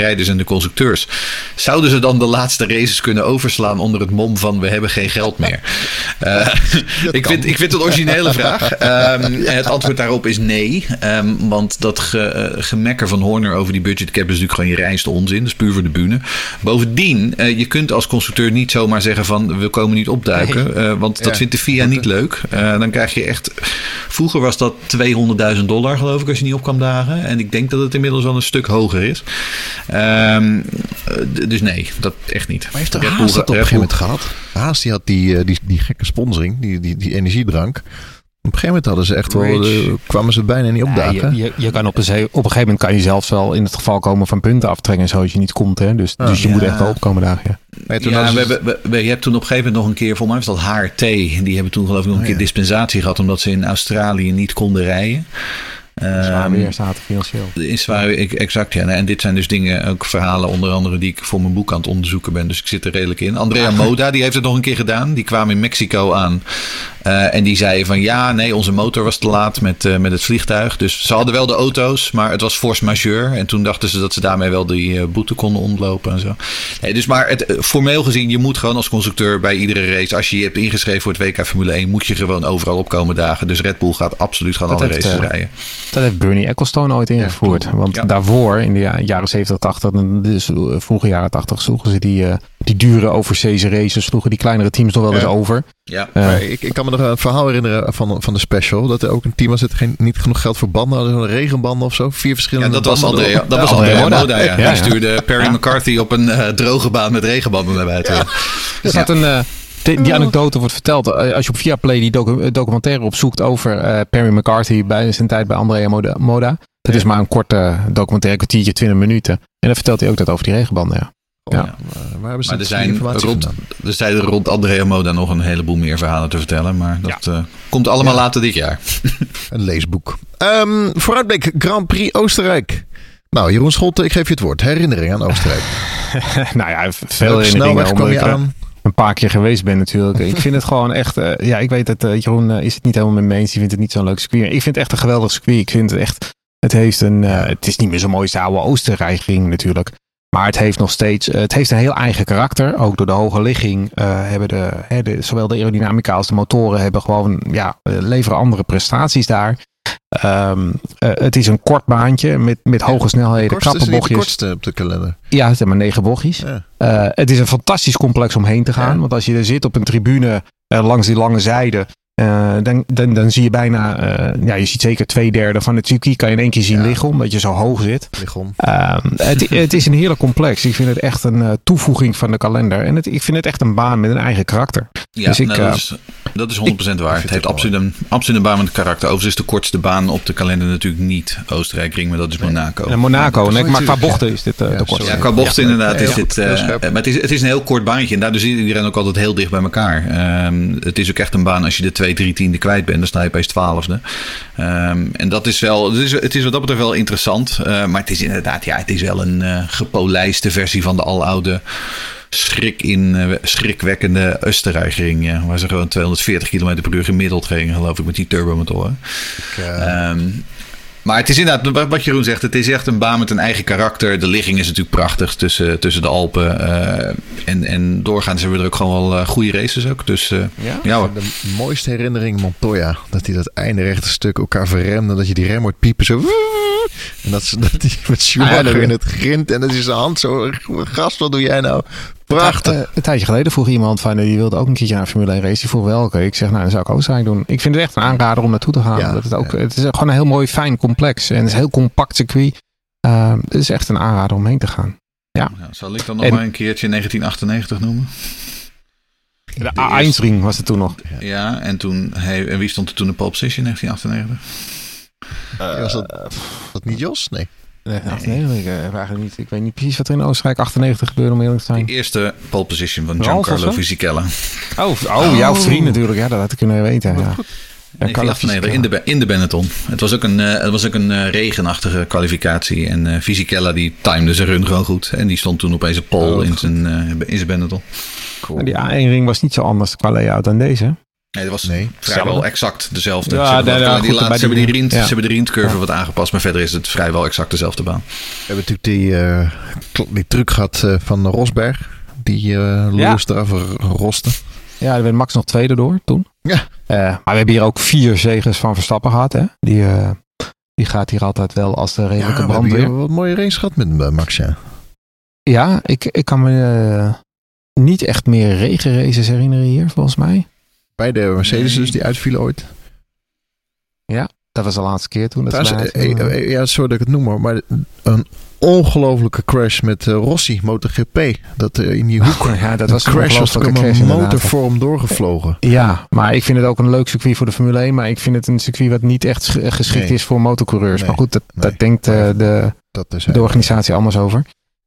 constructeurs. Zouden ze dan de laatste races kunnen overslaan onder het mom van we hebben geen geld meer? Uh, ik, vind, ik vind het een originele vraag. Um, ja. Het antwoord daarop is nee. Um, want dat ge, uh, gemekker van Horner over die budget cap is natuurlijk gewoon je reinste onzin. Dat is puur voor de bühne. Bovendien, uh, je kunt als constructeur niet zomaar zeggen van we komen niet opduiken. Uh, want dat ja. vindt de F I A niet leuk. Uh, dan krijg je echt... Vroeger was dat tweehonderdduizend dollar geloof ik als je niet op kwam dagen. En ik denk dat het inmiddels wel een stuk hoger is. Um, dus nee, dat echt niet. Maar heeft de Haas dat op een gegeven moment gehad? Haas die had die, die, die gekke sponsoring, die, die, die energiedrank. Op een gegeven moment hadden ze echt wel, uh, kwamen ze bijna niet opdagen. Ja, je, je, je kan op, een, op een gegeven moment kan je zelfs wel in het geval komen van punten aftrekken zo als je niet komt. Hè? Dus, ah, dus je ja. moet echt wel opkomen dagen. Ja. Nee, toen ja, we, we, we, we, je hebt toen op een gegeven moment nog een keer, volgens mij was dat H R T. Die hebben toen geloof ik nog een oh, keer ja. dispensatie gehad omdat ze in Australië niet konden rijden. Zwaar weer staat financieel. In zwaar, exact, ja. En dit zijn dus dingen, ook verhalen onder andere die ik voor mijn boek aan het onderzoeken ben. Dus ik zit er redelijk in. Andrea Moda, die heeft het nog een keer gedaan. Die kwam in Mexico aan. Uh, en die zei van ja, nee, onze motor was te laat met, uh, met het vliegtuig. Dus ze hadden wel de auto's, maar het was force majeure. En toen dachten ze dat ze daarmee wel die uh, boete konden ontlopen en zo. Nee, dus maar het, uh, formeel gezien, je moet gewoon als constructeur bij iedere race, als je je hebt ingeschreven voor het W K Formule één, moet je gewoon overal opkomen dagen. Dus Red Bull gaat absoluut gewoon alle races uh, rijden. Dat heeft Bernie Ecclestone ooit ingevoerd. Ja, want ja. daarvoor, in de jaren zeventig, tachtig, dus vroege jaren tachtig, sloegen ze die, uh, die dure overzeese races, sloegen die kleinere teams nog wel eens ja. over. Ja. Uh, ik, ik kan me nog een verhaal herinneren van, van de special. Dat er ook een team was dat geen, niet genoeg geld voor banden hadden. Zo'n regenbanden of zo. Vier verschillende ja, dat was banden. Andrea, dat ja, was Andrea Moda. Moda ja. Ja. Die stuurde Perry ja. McCarthy op een uh, droge baan met regenbanden naar buiten. Ja. Er staat ja. een... Uh, Die, die anekdote wordt verteld als je op Viaplay die docu- documentaire opzoekt over uh, Perry McCarthy bij zijn tijd bij Andrea Moda. Moda. Dat ja. is maar een korte documentaire, kwartiertje, twintig minuten. En dan vertelt hij ook dat over die regenbanden. Ja. Oh, ja. Ja. Maar, hebben ze maar er zijn rond, er zijn rond Andrea Moda nog een heleboel meer verhalen te vertellen. Maar dat ja. uh, komt allemaal ja. later dit jaar. Een leesboek. Um, vooruitblik Grand Prix Oostenrijk. Nou, Jeroen Scholte, ik geef je het woord. Herinnering aan Oostenrijk. nou ja, veel herinneringen om je aan. Een paar keer geweest ben natuurlijk. Ik vind het gewoon echt... Uh, ja, ik weet dat uh, Jeroen uh, is het niet helemaal met me eens. Die vindt het niet zo'n leuk circuit. Ik vind het echt een geweldig circuit. Ik vind het echt... Het heeft een... Uh, het is niet meer zo'n mooie oude Oostenrijkring natuurlijk. Maar het heeft nog steeds... Uh, het heeft een heel eigen karakter. Ook door de hoge ligging uh, hebben de, hè, de... Zowel de aerodynamica als de motoren hebben gewoon... Ja, uh, leveren andere prestaties daar. Um, uh, het is een kort baantje met, met hoge ja, snelheden, knappe bochtjes. Het is niet de kortste op de kalender. Ja, het zijn maar negen bochtjes. Ja. Uh, het is een fantastisch complex om heen te gaan. Ja. Want als je er zit op een tribune uh, langs die lange zijde... Uh, dan, dan, dan zie je bijna... Uh, ja, je ziet zeker twee derde van het circuit kan je in één keer zien ja. liggen. Omdat je zo hoog zit. Uh, het, het is een heerlijk complex. Ik vind het echt een uh, toevoeging van de kalender. En het, ik vind het echt een baan met een eigen karakter. Ja, dus ik, nou, dat, uh, is, dat is honderd procent waar. Het heeft absoluut een, absoluut een baan met karakter. Overigens is de kortste baan op de kalender natuurlijk niet Oostenrijk-ring. Maar dat is Monaco. En Monaco. Ja, nee, maar qua bochten is dit uh, ja, de kortste. Ja, qua bochten ja, inderdaad ja, is dit... Uh, maar het is, het is een heel kort baantje. En daardoor zit iedereen ook altijd heel dicht bij elkaar. Um, het is ook echt een baan als je de twee, drie tiende kwijt bent. Dan sta je opeens twaalfde. Um, en dat is wel... Het is, het is wat dat betreft wel interessant. Uh, maar het is inderdaad... Ja, het is wel een uh, gepolijste versie van de aloude... schrik in, uh, schrikwekkende Oostenrijkring. Ja, waar ze gewoon tweehonderdveertig kilometer per uur gemiddeld gingen, geloof ik, met die turbomotoren. Uh... Um, maar het is inderdaad, wat Jeroen zegt, het is echt een baan met een eigen karakter. De ligging is natuurlijk prachtig tussen, tussen de Alpen. Uh, en, en doorgaans hebben we er ook gewoon wel uh, goede races ook. Dus, uh, ja, ja hoor. De mooiste herinnering Montoya. Dat hij dat einderechte stuk elkaar verremde. Dat je die rem hoort piepen zo... En dat hij met Schumacher ah, ja, in het grind. En dat is zijn hand zo... Gast, wat doe jij nou? Prachtig. Een, een tijdje geleden vroeg iemand van... die wilde ook een keertje naar een Formule één race. Die vroeg welke. Ik zeg, nou, dan zou ik Oostenrijk doen. Ik vind het echt een aanrader om naartoe te gaan. Ja, dat het, ook, ja. het is gewoon een heel mooi, fijn complex. En het is een heel compact circuit. Uh, het is echt een aanrader om heen te gaan. Ja. Ja, zal ik dan nog en, maar een keertje negentien achtennegentig noemen? De A één ring was het toen nog. Ja, en, toen, hey, en wie stond er toen in pole position in negentien achtennegentig? Uh, was dat, was dat niet Jos? Nee. Nee, achtennegentig, ik, uh, niet, ik weet niet precies wat er in Oostenrijk achtennegentig gebeurde om eerlijk te zijn. De eerste pole position van Giancarlo Fisichella. Oh, oh, oh, jouw vriend natuurlijk. Ja, dat had ik kunnen weten. Ja. negentien achtennegentig in de, in de Benetton. Het was ook een, uh, het was ook een uh, regenachtige kwalificatie. En uh, Fisichella die timde zijn run gewoon goed. En die stond toen opeens een pole oh, in, zijn, uh, in zijn Benetton. Cool. Die A één ring was niet zo anders qua layout dan deze. Nee, dat was Nee. vrijwel Hetzelfde. exact dezelfde. Ja, ze hebben, nee, wat- nou, die goed, laatste- bij ze hebben die die- riend, ja. ze hebben de riendcurve Ja. wat aangepast, maar verder is het vrijwel exact dezelfde baan. We hebben natuurlijk die, uh, die truc gehad uh, van Rosberg. Die uh, Lewis ja. eraf roste. Ja, er werd Max nog tweede door toen. Ja. Uh, maar we hebben hier ook vier zeges van Verstappen gehad. Hè? Die, uh, die gaat hier altijd wel als de redelijke ja, brandweer. We hebben wat mooie race gehad met uh, Max, ja. Ja, ik, ik kan me uh, niet echt meer regenraces herinneren hier, volgens mij. Bij de Mercedes nee. dus, die uitvielen ooit. Ja, dat was de laatste keer toen. Dat Trouwens, uh, uh, ja, sorry dat ik het noem hoor, maar een ongelofelijke crash met uh, Rossi, MotoGP. Dat uh, in die hoek. Oh, ja, dat was een crash als er crash, een motorvorm doorgevlogen. Ja, maar ik vind het ook een leuk circuit voor de Formule één. Maar ik vind het een circuit wat niet echt geschikt nee. is voor motorcoureurs. Nee. Maar goed, dat, nee. dat denkt uh, de, dat is de organisatie anders over.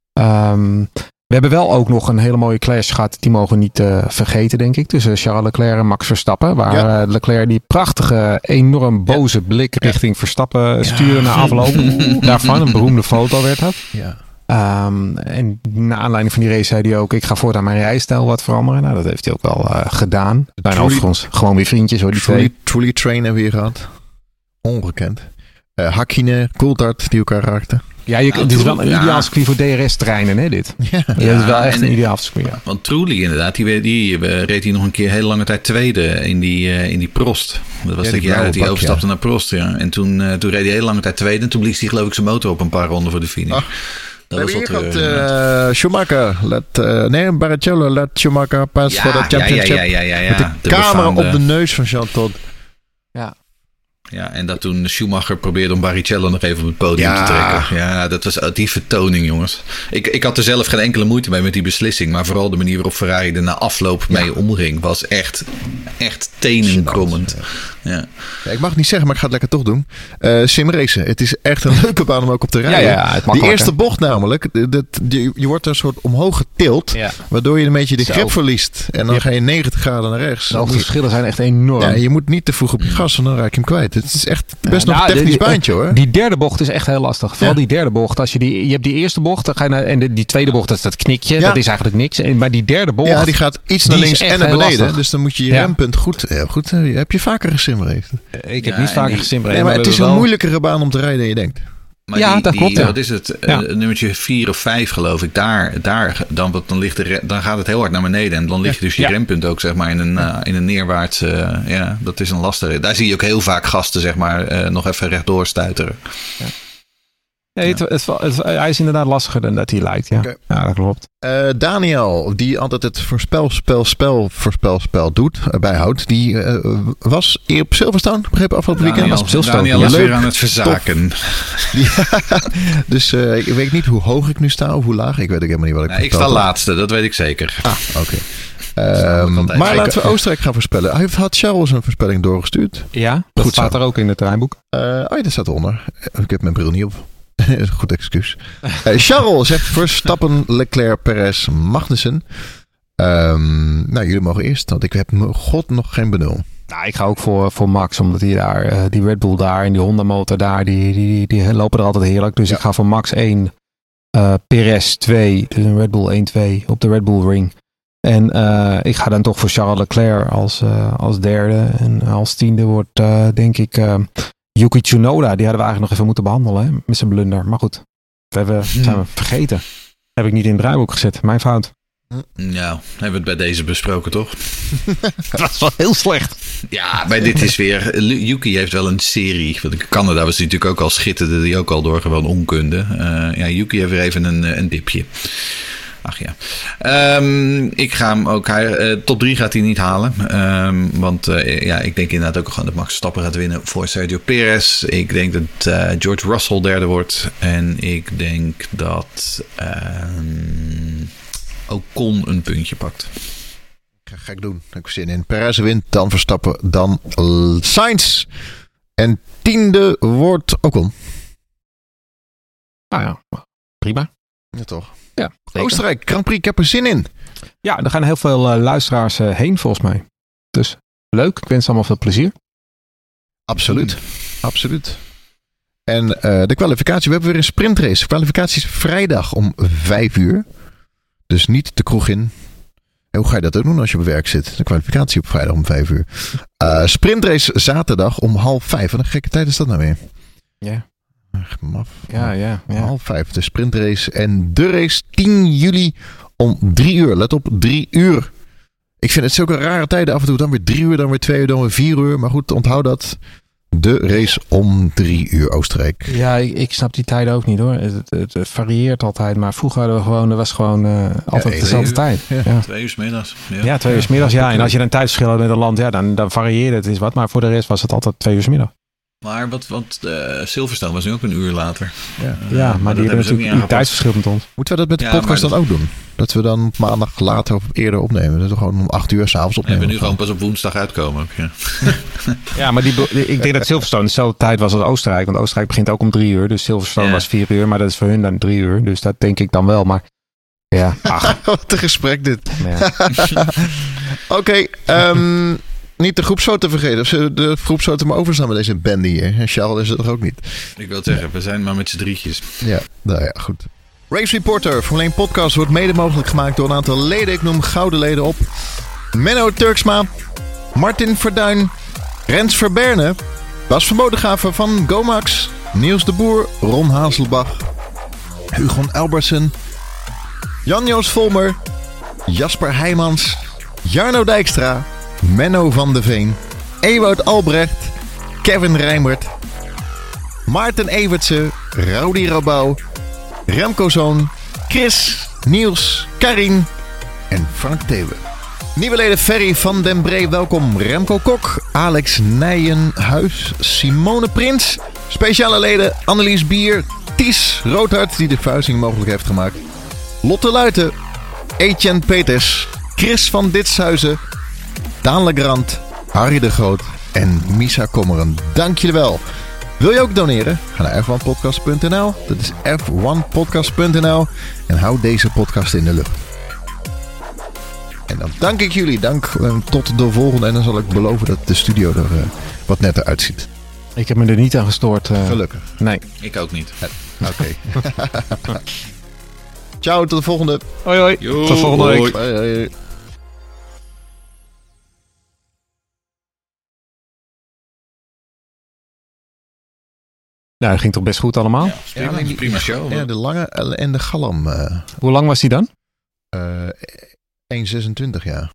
Um, we hebben wel ook nog een hele mooie clash gehad. Die mogen we niet uh, vergeten, denk ik. Tussen Charles Leclerc en Max Verstappen. Waar ja. uh, Leclerc die prachtige, enorm boze ja. blik richting Verstappen ja. stuurde na afloop. Daarvan een beroemde foto werd dat. Ja. Um, en na aanleiding van die race zei hij ook, ik ga voortaan mijn rijstijl wat veranderen. Nou, dat heeft hij ook wel uh, gedaan. Bijna overigens gewoon weer vriendjes hoor, die truly, twee. Truly Train hebben we hier gehad. Ongekend. Uh, Hakkinen, Coulthard die elkaar raakten. Ja, je, nou, dit is wel een ja. ideaal circuit voor D R S-treinen, hè, dit. Ja, ja, dit is wel echt een ideaal circuit. Ja. Want Trulli inderdaad, die, die reed hij nog een keer heel lange tijd tweede in die, uh, in die Prost. Dat was ja, het jaar dat hij overstapte ja. naar Prost, ja. En toen, uh, toen reed hij heel lange tijd tweede en toen blies hij geloof ik zijn motor op een paar ronden voor de finish. Oh. Dat was wat gaat, uh, Schumacher, let, uh, nee, Barrichello, let Schumacher pass ja, voor de championship. Ja, ja, ja, ja, ja. Met de, de camera befaamde... op de neus van Jean Todt. Ja. Ja, en dat toen Schumacher probeerde om Barrichello nog even op het podium ja. te trekken. Ja, dat was die vertoning, jongens. Ik, ik had er zelf geen enkele moeite mee met die beslissing. Maar vooral de manier waarop Ferrari er na afloop ja. mee omging was echt, echt tenenkrommend. Ja. Ja, ik mag het niet zeggen, maar ik ga het lekker toch doen. Uh, simracen. Het is echt een leuke baan om ook op te rijden. Ja, ja, die eerste bocht namelijk, dat, die, je wordt er een soort omhoog getild. Ja. Waardoor je een beetje de grip verliest. En dan ja. ga je negentig graden naar rechts. De verschillen zijn echt enorm. Ja, je moet niet te vroeg op je gas, dan raak je hem kwijt. Het is echt best ja, nog nou, een technisch die, baantje hoor. Die derde bocht is echt heel lastig. Vooral ja. die derde bocht. Als je, die, je hebt die eerste bocht dan ga je naar, en de, die tweede bocht, dat is dat knikje. Ja. Dat is eigenlijk niks. En, maar die derde bocht. Ja, die gaat iets naar links en naar beneden. Lastig. Dus dan moet je je ja. rempunt goed. Ja, goed heb je vaker gesimraced? Ik heb ja, niet vaker gesimraced. Nee, maar het is een wel... moeilijkere baan om te rijden dan je denkt. Maar ja, die, dat die, klopt. Ja. Wat is het? Ja. Uh, nummertje vier of vijf geloof ik. Daar, daar dan, dan, ligt de, dan gaat het heel hard naar beneden. En dan ligt je dus je ja. rempunt ook zeg maar in een, uh, in een neerwaarts. Uh, ja, dat is een lastige. Daar zie je ook heel vaak gasten zeg maar uh, nog even rechtdoor stuiteren. Ja. Ja, het, het, het, het, hij is inderdaad lastiger dan dat hij lijkt. Ja, okay. ja dat klopt. Uh, Daniel, die altijd het voorspelspel, spel, voorspelspel doet, uh, bijhoudt, die uh, was hier op Silverstone, begrepen afgelopen Daniel, weekend. Was op Daniel ja, is weer aan het verzaken. Ja, dus uh, ik weet niet hoe hoog ik nu sta of hoe laag. Ik weet ook helemaal niet wat ik nee, Ik sta laatste, dat weet ik zeker. Ah, oké. Okay. Um, maar laten we Oostenrijk gaan voorspellen. Hij had Charles een voorspelling doorgestuurd. Ja, dat Goed staat zo. Er ook in het draaiboek. Uh, oh ja, dat staat eronder. Ik heb mijn bril niet op. Goed excuus. Uh, Charles zegt Verstappen, Leclerc, Perez, Magnussen. Um, nou, jullie mogen eerst, want ik heb god nog geen benul. Nou, ik ga ook voor, voor Max, omdat hij daar, uh, die Red Bull daar en die Honda motor daar, die, die, die, die lopen er altijd heerlijk. Dus ja. ik ga voor Max één, uh, Perez twee, dus een Red Bull één twee op de Red Bull Ring. En uh, ik ga dan toch voor Charles Leclerc als, uh, als derde. En als tiende wordt, uh, denk ik, uh, Yuki Tsunoda. Die hadden we eigenlijk nog even moeten behandelen, hè, met zijn blunder. Maar goed, dat hebben we, zijn we vergeten. Heb ik niet in het draaiboek gezet. Mijn fout. Nou, hebben we het bij deze besproken, toch? Dat was wel heel slecht. Ja, maar dit is weer... Yuki heeft wel een serie. Want in Canada was hij natuurlijk ook al schitterde. Die ook al door gewoon onkunde. Uh, ja, Yuki heeft weer even een, een dipje. Ach ja. Um, ik ga hem ook... Hij, uh, top drie gaat hij niet halen. Um, want uh, ja, ik denk inderdaad ook gewoon dat Max Verstappen gaat winnen voor Sergio Perez. Ik denk dat uh, George Russell derde wordt. En ik denk dat... Um, Ocon een puntje pakt. Ga, ga ik doen. Daar heb ik zin in. Perez wint, dan Verstappen, dan Sainz. En tiende wordt Ocon. Nou ja, prima. Ja, toch? Ja, zeker. Oostenrijk, Grand Prix, ik heb er zin in. Ja, er gaan heel veel uh, luisteraars uh, heen volgens mij. Dus leuk, ik wens allemaal veel plezier. Absoluut, mm. absoluut. En uh, de kwalificatie, we hebben weer een sprintrace. De kwalificatie is vrijdag om vijf uur. Dus niet de kroeg in. En hoe ga je dat ook doen als je op werk zit? De kwalificatie op vrijdag om vijf uur. Uh, sprintrace zaterdag om half vijf. Wat een gekke tijd is dat nou weer? Ja. Echt maf. Ja, ja, ja. Half vijf, de sprintrace. En de race tien juli om drie uur. Let op, drie uur. Ik vind het zulke rare tijden. Af en toe dan weer drie uur, dan weer twee uur, dan weer vier uur. Maar goed, onthoud dat. De race om drie uur Oostenrijk. Ja, ik, ik snap die tijden ook niet hoor. Het, het, het varieert altijd. Maar vroeger hadden we gewoon, er was gewoon uh, altijd ja, dezelfde uur. tijd. Ja. Ja. Twee uur 's middags. Ja, ja, twee uur 's middags. Ja, en als je een tijdsverschil had met een land, ja, dan, dan varieerde het eens wat. Maar voor de rest was het altijd twee uur 's middag. Maar wat, wat uh, Silverstone was nu ook een uur later. Ja, Ja, Uh, maar, maar die hebben natuurlijk een tijdsverschil met ons. moeten we dat met de Ja, podcast maar dan ook doen? Dat we dan op maandag later of eerder opnemen. Dat we gewoon om acht uur s'avonds En opnemen. we nu gewoon pas op woensdag uitkomen ook. Ja. Ja, maar die, ik denk dat Silverstone dezelfde tijd was als Oostenrijk. Want Oostenrijk begint ook om drie uur. Dus Silverstone Ja. was vier uur. Maar dat is voor hun dan drie uur. Dus dat denk ik dan wel. Maar ja, ach. Wat een gesprek dit. Ja. Oké, okay, um, niet de groepsfoto vergeten. Of ze de groepsfoto maar overstaan met deze bende hier. En Charles is het toch ook niet? Ik wil het zeggen, we zijn maar met z'n drietjes. Ja, nou ja, goed. Race Reporter, Formule één podcast, wordt mede mogelijk gemaakt door een aantal leden. Ik noem gouden leden op. Menno Turksma, Martin Verduin, Rens Verberne, Bas van Bodegraven van Gomax, Niels de Boer, Ron Hazelbach, Hugon Elbersen, Jan-Joos Volmer, Jasper Heijmans, Jarno Dijkstra, Menno van de Veen, Ewout Albrecht, Kevin Rijmert, Maarten Evertsen, Rowdy Rabouw, Remco Zoon, Chris, Niels, Karin en Frank Thewe. Nieuwe leden Ferry van den Bree, welkom. Remco Kok, Alex Nijenhuis, Simone Prins. Speciale leden Annelies Bier, Ties Roodhart, die de vuizing mogelijk heeft gemaakt. Lotte Luiten, Etienne Peters, Chris van Ditshuizen, Daan Legrand, Harry de Groot en Misa Kommeren. Dank jullie wel. Wil je ook doneren? Ga naar f one podcast punt n l. Dat is f one podcast punt n l. En hou deze podcast in de lucht. En dan dank ik jullie. Dank uh, tot de volgende. En dan zal ik beloven dat de studio er uh, wat netter uitziet. Ik heb me er niet aan gestoord. Uh, Gelukkig. Nee. Ik ook niet. Oké. Okay. Ciao, tot de volgende. Hoi hoi. Yo, tot volgende hoi. week. Hoi, hoi. Nou, dat ging toch best goed allemaal? Ja, prima, Ja, die- prima show. Ja, de lange en de galam. Uh, Hoe lang was die dan? uh, één zesentwintig, ja.